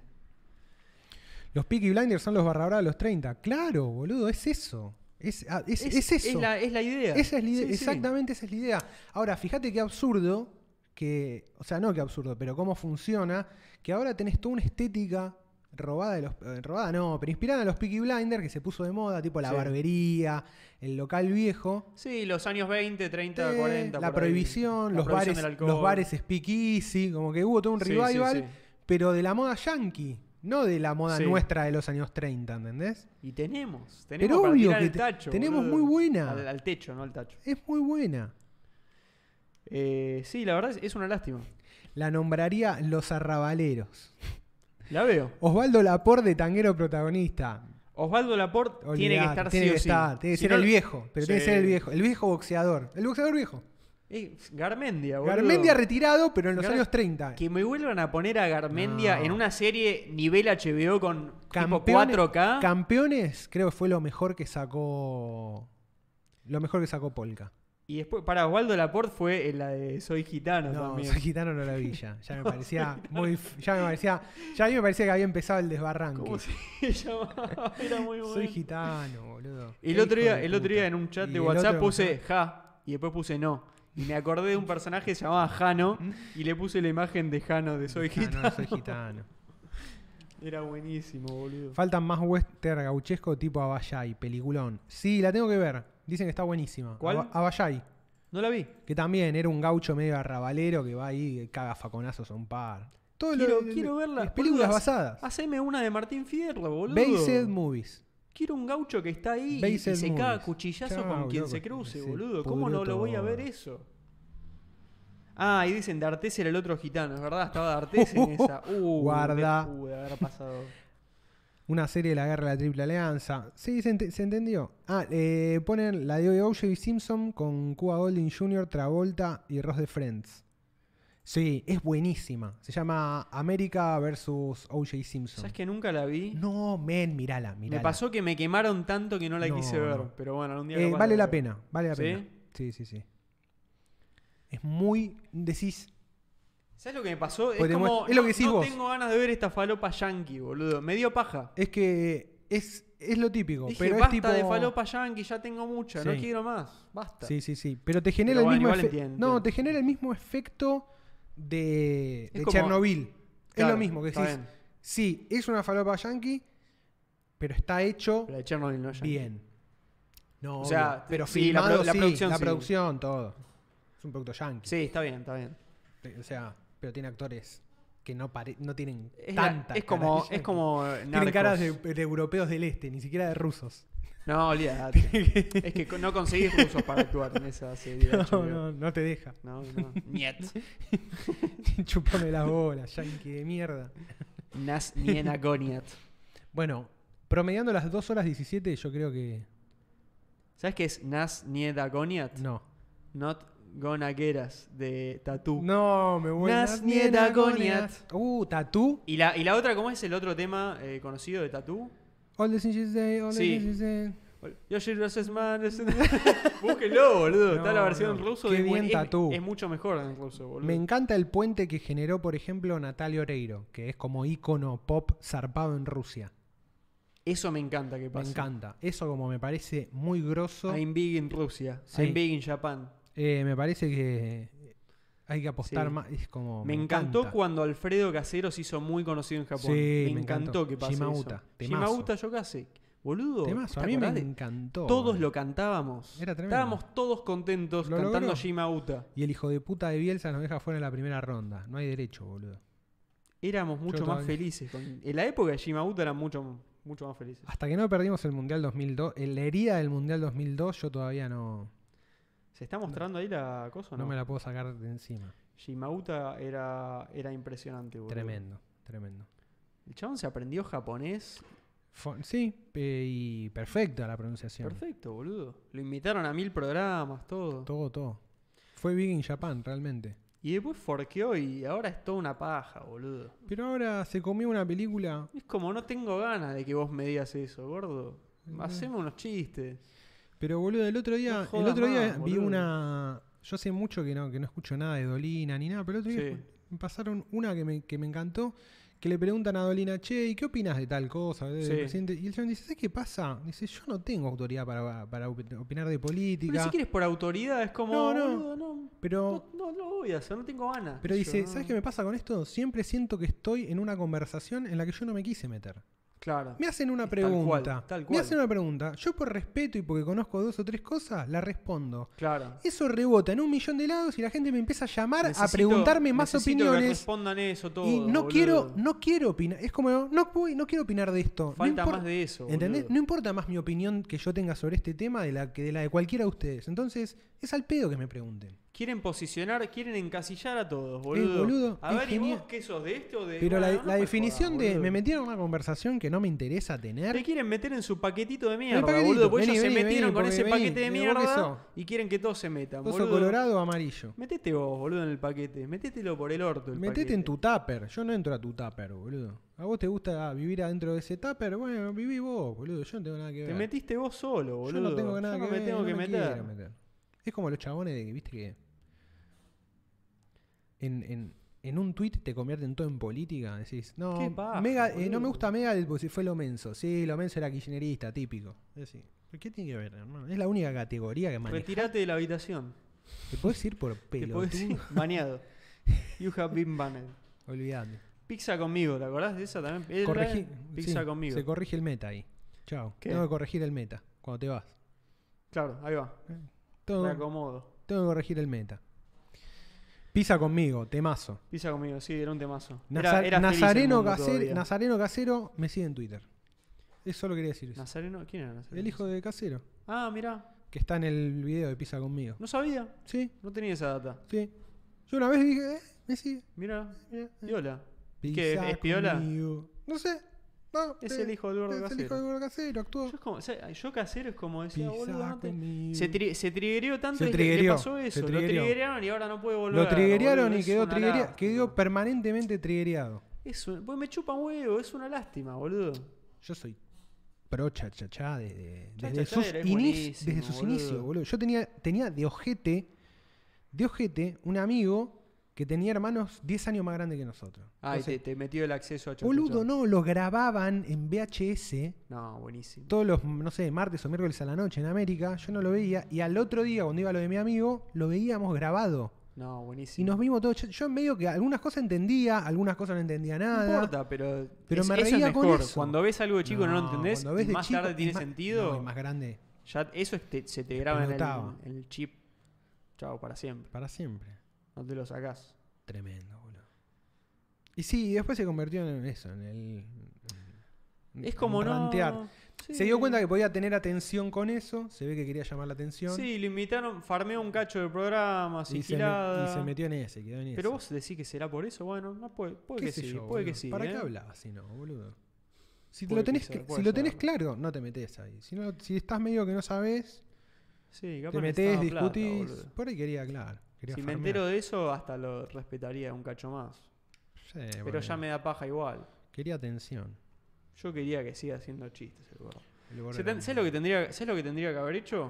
Los Peaky Blinders son los barra brava de los treinta. Claro, boludo, es eso. Es, ah, es, es eso. Es la, es la idea. Esa es la idea. Sí, sí. Exactamente esa es la idea. Ahora, fíjate qué absurdo que. O sea, no qué absurdo, pero cómo funciona. Que ahora tenés toda una estética robada de los. eh, robada no, pero inspirada en los Peaky Blinders, que se puso de moda, tipo la Sí. barbería, el local viejo. Sí, los años veinte, treinta, Eh, cuarenta. la por ahí. prohibición, La los, prohibición bares, del alcohol. los bares speakeasy, como que hubo todo un Sí, sí, revival, sí. pero de la moda yankee, no de la moda Sí. nuestra de los años treinta, ¿entendés? Y tenemos, tenemos Pero para obvio tirar que el te- tacho. tenemos boludo. muy buena. Al, al techo, no al tacho. Es muy buena. Eh, sí, la verdad es, es una lástima. La nombraría Los Arrabaleros. La veo. Osvaldo Laporte de tanguero protagonista. Osvaldo Laporte tiene que Olvidate, estar tiene sí que o sí. estar, tiene que Si ser no- el viejo, pero tiene que Sí. ser el viejo, el viejo boxeador, el boxeador viejo. Eh, Garmendia, boludo. Garmendia retirado, pero en los Gar- años treinta. Que me vuelvan a poner a Garmendia No. en una serie nivel H B O con tipo Campeones, cuatro K. Campeones, creo que fue lo mejor que sacó. Lo mejor que sacó Polka. Y después, para Osvaldo Laporte fue en la de Soy Gitano No, también. soy gitano no la vi ya. Ya me parecía muy. f- Ya me parecía. Ya a mí me parecía que había empezado el desbarranque. ¿Cómo se llamaba? Era muy bueno. Soy gitano, boludo. El Qué otro hijo día, de el otro puta. día en un chat Y de el WhatsApp otro- puse ja y después puse no. Y me acordé de un personaje que se llamaba Jano y le puse la imagen de Jano de Soy Ah, Gitano. no, soy gitano. Era buenísimo, boludo. Faltan más western gauchesco tipo Abayay, peliculón. Sí, la tengo que ver. Dicen que está buenísima. ¿Cuál? Aba- Abayay. No la vi. Que también era un gaucho medio arrabalero que va ahí y caga faconazos a un par. Todo Quiero, lo- quiero verla. las películas Boludo, basadas. Haceme una de Martín Fierro, boludo. Based Movies. Quiero un gaucho que está ahí y, y Based se caga movies. cuchillazo Chao, con quien loco. se cruce, Se boludo. ¿Cómo pudrió no lo voy a todo. ver eso? Ah, y dicen D'Artés era el otro gitano, es verdad, estaba D'Artés en esa. Uh, Guarda. de, uh, de haber pasado. Una serie de la guerra de la Triple Alianza. Sí, se, ent- se entendió. Ah, eh, ponen la de O J Simpson con Cuba Golding junior, Travolta y Ross de Friends. Sí, es buenísima. Se llama América versus O J Simpson. ¿Sabes que nunca la vi? No, men, mirala, mirala. Me pasó que me quemaron tanto que no la No, quise ver. no. Pero bueno, algún día Eh, capaz vale la veo. pena, vale la ¿Sí? pena. Sí, sí, sí. Es muy... Decís... ¿Sabes lo que me pasó? Es Pues te como, muestra- es lo no, que decís no vos. tengo ganas de ver esta falopa yankee, boludo. Me dio paja. Es que es, es lo típico. Dije, pero basta es tipo... de falopa yankee, ya tengo mucha, no Sí. quiero más. Basta. Sí, sí, sí. Pero te genera Pero el bueno, mismo igual efecto. entiendo, No, entiendo. te genera el mismo efecto de, Es de como- Chernobyl. es Claro, lo mismo que está decís. bien. Sí, es una falopa yankee, pero está hecho Pero la de Chernobyl no es yankee. bien. No, O sea, obvio, pero sí, la filmado, pro- la sí, producción la sí. producción, todo. Es un producto yankee. Sí, está bien, está bien. O sea, pero tiene actores que no pare- no tienen Es, la- tanta es cara como, de es yankee. como Tienen Narcos. caras de, de europeos del este, ni siquiera de rusos. No, olvídate. Es que co- no conseguís rusos para actuar en esa serie. de No, H B O. no, no te deja. No, no. Niet. Chupame las bolas, yankee de mierda. Nas niena goniat. Bueno, promediando las dos horas diecisiete, yo creo que. ¿Sabes qué es Nas nieta goniat? No. Not gonna get us, de Tatú. No, me voy Nas nieta goniat. Uh, Tatú. ¿Y la, y la otra, ¿cómo es el otro tema eh, conocido de Tatú? All the things you say, all the Sí. things you say. Yo soy Roses Man. Búsquenlo, boludo. Está la No, versión no. ruso. Qué de bien es, Tatú. es mucho mejor en ruso, boludo. Me encanta el puente que generó, por ejemplo, Natalia Oreiro, que es como ícono pop zarpado en Rusia. Eso me encanta que Me pase. encanta. Eso como me parece muy grosso. I'm big in Rusia. Sí. I'm big in Japan. Eh, me parece que hay que apostar Sí. más. Es como, Me, encantó encanta. cuando Alfredo Casero se hizo muy conocido en Japón. Sí, me, me encantó, encantó. que pase Shimauta, eso. temazo. Shimauta Yokase. Boludo. Temazo, ¿te a mí me acordás de- encantó. Todos boludo. lo cantábamos. Era tremendo. Estábamos todos contentos Lo cantando logró. Shimauta. Y el hijo de puta de Bielsa nos deja fuera en la primera ronda. No hay derecho, boludo. Éramos mucho más todavía- felices. con- En la época de Shimauta eran mucho, mucho más felices. Hasta que no perdimos el Mundial dos mil dos, en la herida del Mundial dos mil dos, yo todavía no, ¿Se está mostrando ahí la cosa o no no? me la puedo sacar de encima. Shimauta era, era impresionante, boludo. Tremendo, tremendo. El chabón se aprendió japonés. Fo- sí, eh, y perfecta la pronunciación. Perfecto, boludo. Lo invitaron a mil programas, todo. Todo, todo. Fue Big in Japan, realmente. Y después forqueó y ahora es toda una paja, boludo. Pero ahora se comió una película. Es como no tengo ganas de que vos me digas eso, gordo. Mm. Hacemos unos chistes. Pero boludo, el otro día, No el jodas otro día más, vi boludo. una. Yo hace mucho que no, que no escucho nada de Dolina ni nada, pero el otro día Sí. me pasaron una que me, que me encantó, que le preguntan a Dolina, che, ¿y qué opinas de tal cosa? del Sí. presidente? Y el chabón dice, ¿sabes qué pasa? Dice, yo no tengo autoridad para, para op- opinar de Pero política. si quieres por autoridad, es como. No, no. boludo, no, Pero, no, no lo voy a hacer, no tengo ganas. pero Yo, dice, no. ¿sabes qué me pasa con esto? Siempre siento que estoy en una conversación en la que yo no me quise meter. Claro. Me hacen una Es tal pregunta. cual, tal Me cual. hacen una pregunta. Yo por respeto y porque conozco dos o tres cosas, la respondo. Claro. Eso rebota en un millón de lados y la gente me empieza a llamar a Necesito- preguntarme más necesito que opiniones. respondan eso todo. Y no boludo. quiero, no quiero opinar. Es como, no, voy, no quiero opinar de esto. No Falta impor- más de eso. ¿Entendés? boludo. No importa más mi opinión que yo tenga sobre este tema de la que de la de cualquiera de ustedes. Entonces, es al pedo que me pregunten. Quieren posicionar, quieren encasillar a todos, Eh, boludo. boludo, a es ver, ¿y genial. vos qué sos de este o de Pero la, Bueno, no la me definición jodas, de boludo. me metieron en una conversación que no me interesa tener. Te quieren meter en su paquetito de mierda, paquetito, boludo. Porque vení, ellos vení, se metieron vení, con porque ese vení. paquete de ¿Y vos qué mierda sos? y quieren que todos se metan, ¿Sos boludo. colorado o amarillo? Metete vos, boludo, en el paquete. Metételo por el orto. El Metete paquete. en tu tupper. Yo no entro a tu tupper, boludo. ¿A vos te gusta vivir adentro de ese tupper? Bueno, viví vos, boludo. Yo no tengo nada que ver. Te metiste vos solo, boludo. Yo no tengo nada Yo que no ver. me tengo no que me meter. quiero meter. Es como los chabones de que, viste que en, en, en un tweet te convierten todo en política. Decís, no, Qué paja, Mega, eh, no boludo. me gusta Megadeth porque fue lo menso. Sí, lo menso era kirchnerista, típico. Decís, ¿pero qué tiene que ver, hermano? Es la única categoría que maneja. Retirate de la habitación. Te podés ir por Te podés pelotudo. ir baneado. You have been banned. Olvidate. Pizza conmigo, ¿te acordás de esa también? Era Corregí, Pizza sí, conmigo. Se corrige el meta ahí. Chao. ¿Qué? Tengo que corregir el meta cuando te vas. Claro, ahí va. Tengo, Me acomodo. tengo que corregir el meta. Pisa conmigo, temazo. Pizza conmigo, sí, era un temazo. Nazar- Era, era feliz el Nazareno, mundo Casero, todavía. Nazareno Casero me sigue en Twitter. Eso solo quería decir. Eso. ¿Nazareno? ¿Quién era Nazareno? El hijo de Casero, Ah, mirá. que está en el video de Pisa conmigo. No sabía. Sí, No tenía esa data. sí. Yo una vez dije, eh, me sigue. Mirá. Mirá, eh. Piola. Pisa ¿Qué, es piola? conmigo. No sé. No, Es eh, el hijo de Eduardo es el Casero. hijo de Eduardo Casero, actuó. Yo, es como, o sea, yo casero es como decía, Pisa boludo, no te- conmigo. Se, tri se triguereó tanto Se y le- triguereó, le pasó se eso. Lo triguereó. triguerearon y ahora no puede volver. Lo triguerearon boludo, y es quedó, una triguerea- lástima. quedó permanentemente triguereado. Es un- pues me chupa un huevo, es una lástima, boludo. Yo soy pro chachachá desde, Cha, desde cha, sus, cha, eres inici- buenísimo, desde sus boludo. inicios, boludo. Yo tenía, tenía de ojete, de ojete, un amigo que tenía hermanos diez años más grandes que nosotros. Ay, Entonces, te, te metió el acceso a Cha, Cha, boludo, Cha. no, lo grababan en V H S No, buenísimo. todos los, no sé, martes o miércoles a la noche en América. Yo no lo veía. Y al otro día, cuando iba lo de mi amigo, lo veíamos grabado. No, Y buenísimo. nos vimos todos. Yo, yo medio que algunas cosas entendía, algunas cosas no entendía nada. No importa, pero, Pero es- me eso es reía con mejor. eso. Cuando ves algo de chico y no lo entendés, cuando ves y de más chico, tarde es tiene más- sentido, no, y más grande ya eso es- te- se te graba en el, Explotaba. en el chip. Chao, para siempre. para siempre. No te lo sacás. Tremendo, boludo. Y sí, después se convirtió en eso, en el. en- Es en como no... rantear. Sí. Se dio cuenta que podía tener atención con eso, se ve que quería llamar la atención. Sí, lo invitaron, farmeó un cacho del programa, y, se me- sigilada. y se metió en ese, quedó en Pero ese. vos decís que será por eso, bueno, no puede, puede ¿Qué que sé sí, yo, puede que boludo? sí. ¿Para ¿eh? qué hablabas si no, boludo? Si Puede lo tenés, que sea, cl- puede si lo tenés ser. claro, no te metés ahí. Si, no, si estás medio que no sabés, Sí, capaz te necesitaba metés, plata, discutís. boludo. Por ahí quería, claro. Quería Si me farmear. entero de eso, hasta lo respetaría un cacho más. Sí, Pero bueno, ya me da paja igual. Quería atención. Yo quería que siga haciendo chistes el gordo. El gordo Se era ten- un- ¿Sabes lo que tendría, ¿sabes lo que tendría que haber hecho?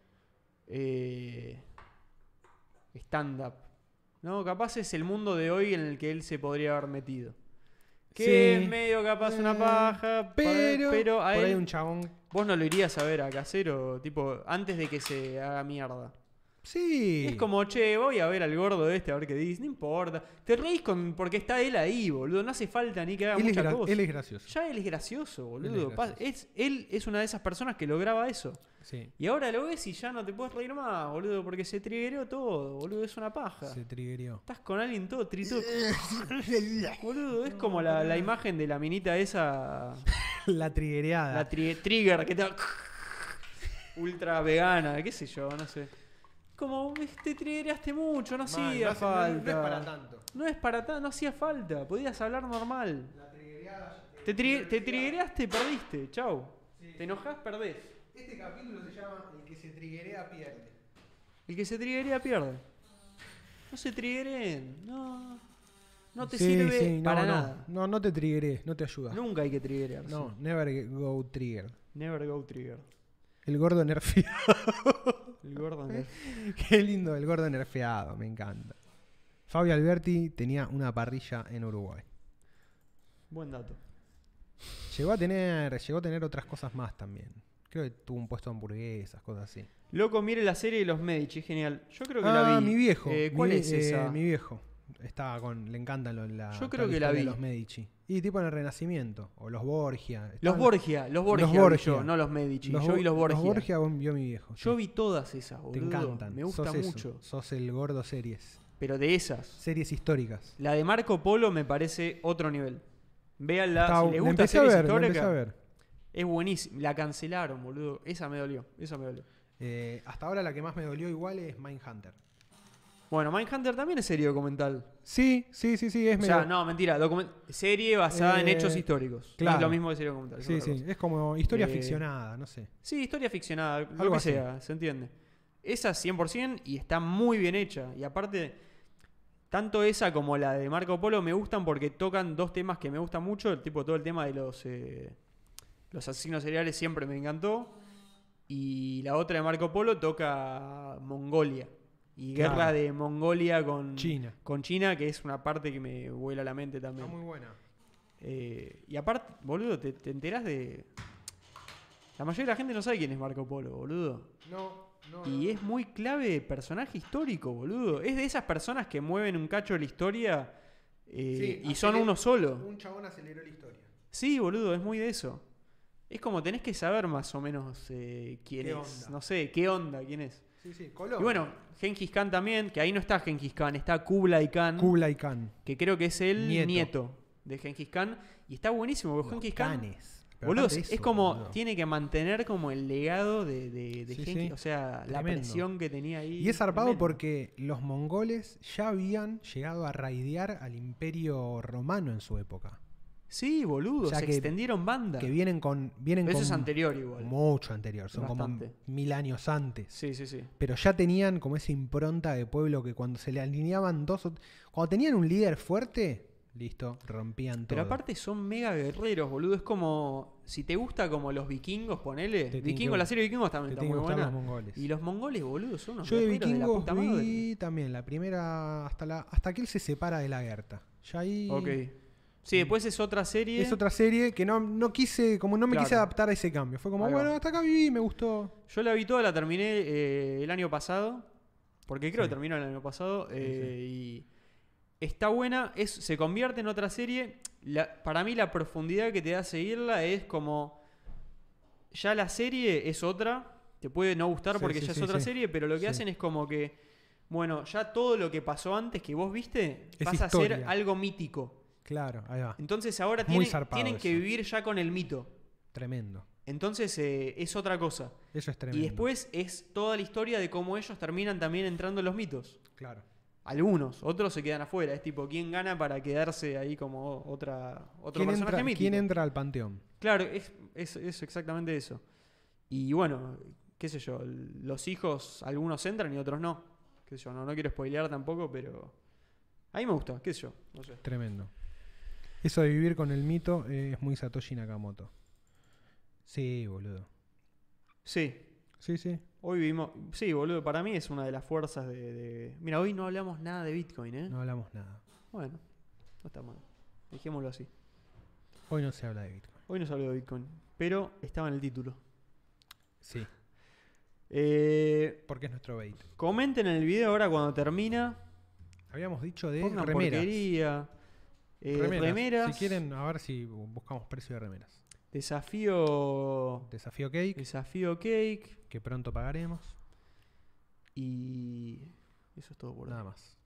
Eh, stand-up. ¿No? Capaz es el mundo de hoy en el que él se podría haber metido. Que Sí. es medio capaz una Eh, paja, Pero, pero a por ahí él, un chabón. vos no lo irías a ver a Casero, tipo, antes de que se haga mierda. Sí. Es como, che, voy a ver al gordo este a ver qué dice, no importa. Te reís con, porque está él ahí, boludo. No hace falta ni que haga él, es mucha gra- cosa. él es gracioso. Ya él es gracioso, boludo. Él es Pa- gracioso. es- él es una de esas personas que lo graba eso. Sí. Y ahora lo ves y ya no te puedes reír más, boludo, porque se triggereó todo, boludo. Es una paja. Se triggerió. Estás con alguien todo trito. Boludo, es como la, la imagen de la minita esa. La triggereada. La tri- trigger que te ultra vegana, qué sé yo, no sé. Como ves, te triggereaste mucho, no Mal, hacía no hace- falta. No, no es para tanto. No es para tanto, no hacía falta. Podías hablar normal. La triggereada. Te, tri- te triggereaste, perdiste. Chau. Te enojás, perdés. Este capítulo se llama El que se triggerea pierde. El que se triggerea pierde. No se triggeren. No. No te Sí, sirve sí, no, para no. nada. No, no te triggerees, no te ayuda. Nunca hay que triggerearse. No, never go trigger. Never go trigger. El gordo nerfeado. El gordo no. Qué lindo, el gordo nerfeado, me encanta. Fabio Alberti tenía una parrilla en Uruguay. Buen dato. Llegó a tener, llegó a tener otras cosas más también. Creo que tuvo un puesto de hamburguesas, cosas así. Loco, mire la serie de los Medici, genial. Yo creo que Ah, la vi. mi viejo. Eh, ¿Cuál mi, es eh, esa? mi viejo. Estaba con, le encantan lo- la, Yo toda creo que la historia de vi. los Medici. Y tipo en el Renacimiento. O los Borgia. Los Estaban- Borgia, los Borgia, Los vi Borgia. yo, no los Medici. Los yo vi Bo- los Borgia. Los Borgia vio mi viejo. Yo sí. vi todas esas, boludo. Te encantan. Me gusta sos eso, mucho. Sos el gordo series. Pero de esas. Series históricas. La de Marco Polo me parece otro nivel. Véanla, Estaba- si les la gusta empecé a series ver, la empecé a históricas, ver. es buenísima. La cancelaron, boludo. Esa me dolió, esa me dolió. Eh, hasta ahora la que más me dolió igual es Mindhunter. Bueno, Mindhunter también es serie documental. Sí, sí, sí, sí, es O medio... sea, no, mentira. document- serie basada en Eh, hechos históricos. No claro. es lo mismo que serie documental. es Sí, otra sí, cosa. es como historia Eh, ficcionada, no sé. Sí, historia ficcionada, lo Algo que así. sea, se entiende. Esa cien por ciento y está muy bien hecha. Y aparte, tanto esa como la de Marco Polo me gustan porque tocan dos temas que me gustan mucho. El tipo, todo el tema de los, eh, los asesinos seriales siempre me encantó. Y la otra de Marco Polo toca Mongolia. Y Claro. guerra de Mongolia con China. con China, que es una parte que me vuela la mente también. Está muy buena. Eh, y aparte, boludo, te, te enterás de... La mayoría de la gente no sabe quién es Marco Polo, boludo. No, No, y no. es muy clave personaje histórico, boludo. Es de esas personas que mueven un cacho de la historia eh, Sí, y son aceler- uno solo. Un chabón aceleró la historia. Sí, boludo, es muy de eso. Es como tenés que saber más o menos eh, quién ¿Qué es. onda? No sé, qué onda, quién es. Sí, sí, Colón. Y bueno, Genghis Khan también, que ahí no está Genghis Khan, está Kublai Khan, Kublai Khan. que creo que es el nieto, Nieto. de Genghis Khan. Y está buenísimo, porque Los Genghis Khan, canes. Pero boludo, aparte es, eso, es como, boludo. tiene que mantener como el legado de, de, de Sí, Genghis, sí. o sea, la Tremendo. presión que tenía ahí. Y es zarpado tremendo. porque los mongoles ya habían llegado a raidear al imperio romano en su época. Sí, boludo, O sea se que- extendieron banda. Que vienen con. Vienen Pero eso con es anterior igual. mucho anterior. Son Bastante. como mil años antes. Sí, sí, sí. Pero ya tenían como esa impronta de pueblo que cuando se le alineaban dos o. Cuando tenían un líder fuerte, listo, rompían todo. Pero aparte son mega guerreros, boludo. Es como. Si te gusta como los vikingos, ponele. Te tiene Vikingos, que- la serie Vikingos te también está tienen muy que gustar buena. los mongoles. Y los mongoles, boludo, son unos Yo de guerreros de la vikingos puta madre. vi también la primera. Hasta, la, hasta que él se separa de la Gerta. Ya ahí. Ok. Sí, después es otra serie. Es otra serie que no, no quise, como no me Claro. quise adaptar a ese cambio. Fue como, Ahí va. bueno, hasta acá viví, me gustó. Yo la vi toda, la terminé eh, el año pasado. Porque creo Sí. que terminó el año pasado. eh, Y está buena. Es, se convierte en otra serie. La- para mí la profundidad que te da seguirla es como... Ya la serie es otra. Te puede no gustar Sí, porque sí, ya sí, es otra sí. serie. Pero lo que Sí. hacen es como que... Bueno, ya todo lo que pasó antes que vos viste Es pasa a ser historia. algo mítico. Claro, ahí va. Entonces ahora Muy tienen, zarpado tienen que eso. vivir ya con el mito. Tremendo. Entonces eh, es otra cosa. Eso es tremendo. Y después es toda la historia de cómo ellos terminan también entrando en los mitos. Claro. Algunos, otros se quedan afuera. Es tipo, ¿quién gana para quedarse ahí como otra, otro ¿Quién personaje entra, mítico? ¿Quién entra al panteón? Claro, es, es, es exactamente eso. Y bueno, qué sé yo, los hijos, algunos entran y otros no. Qué sé yo, no, no quiero spoilear tampoco, pero... A mí me gusta, qué sé yo, no sé. Tremendo. Eso de vivir con el mito eh, es muy Satoshi Nakamoto. Sí, boludo. Sí, Sí, sí. hoy vimos... Sí, boludo, para mí es una de las fuerzas de... de- Mira, hoy no hablamos nada de Bitcoin, ¿eh? No hablamos nada. Bueno, no está mal. Dejémoslo así. Hoy no se habla de Bitcoin. Hoy no se habló de Bitcoin, pero estaba en el título. Sí, Eh, porque es nuestro bait. comenten en el video ahora cuando termina. Habíamos dicho de Pongan remeras. porquería. eh, remeras. remeras. Si quieren, a ver si buscamos precio de remeras. Desafío. Desafío Cake, Desafío Cake. que pronto pagaremos. Y. Eso es todo por hoy. Nada más.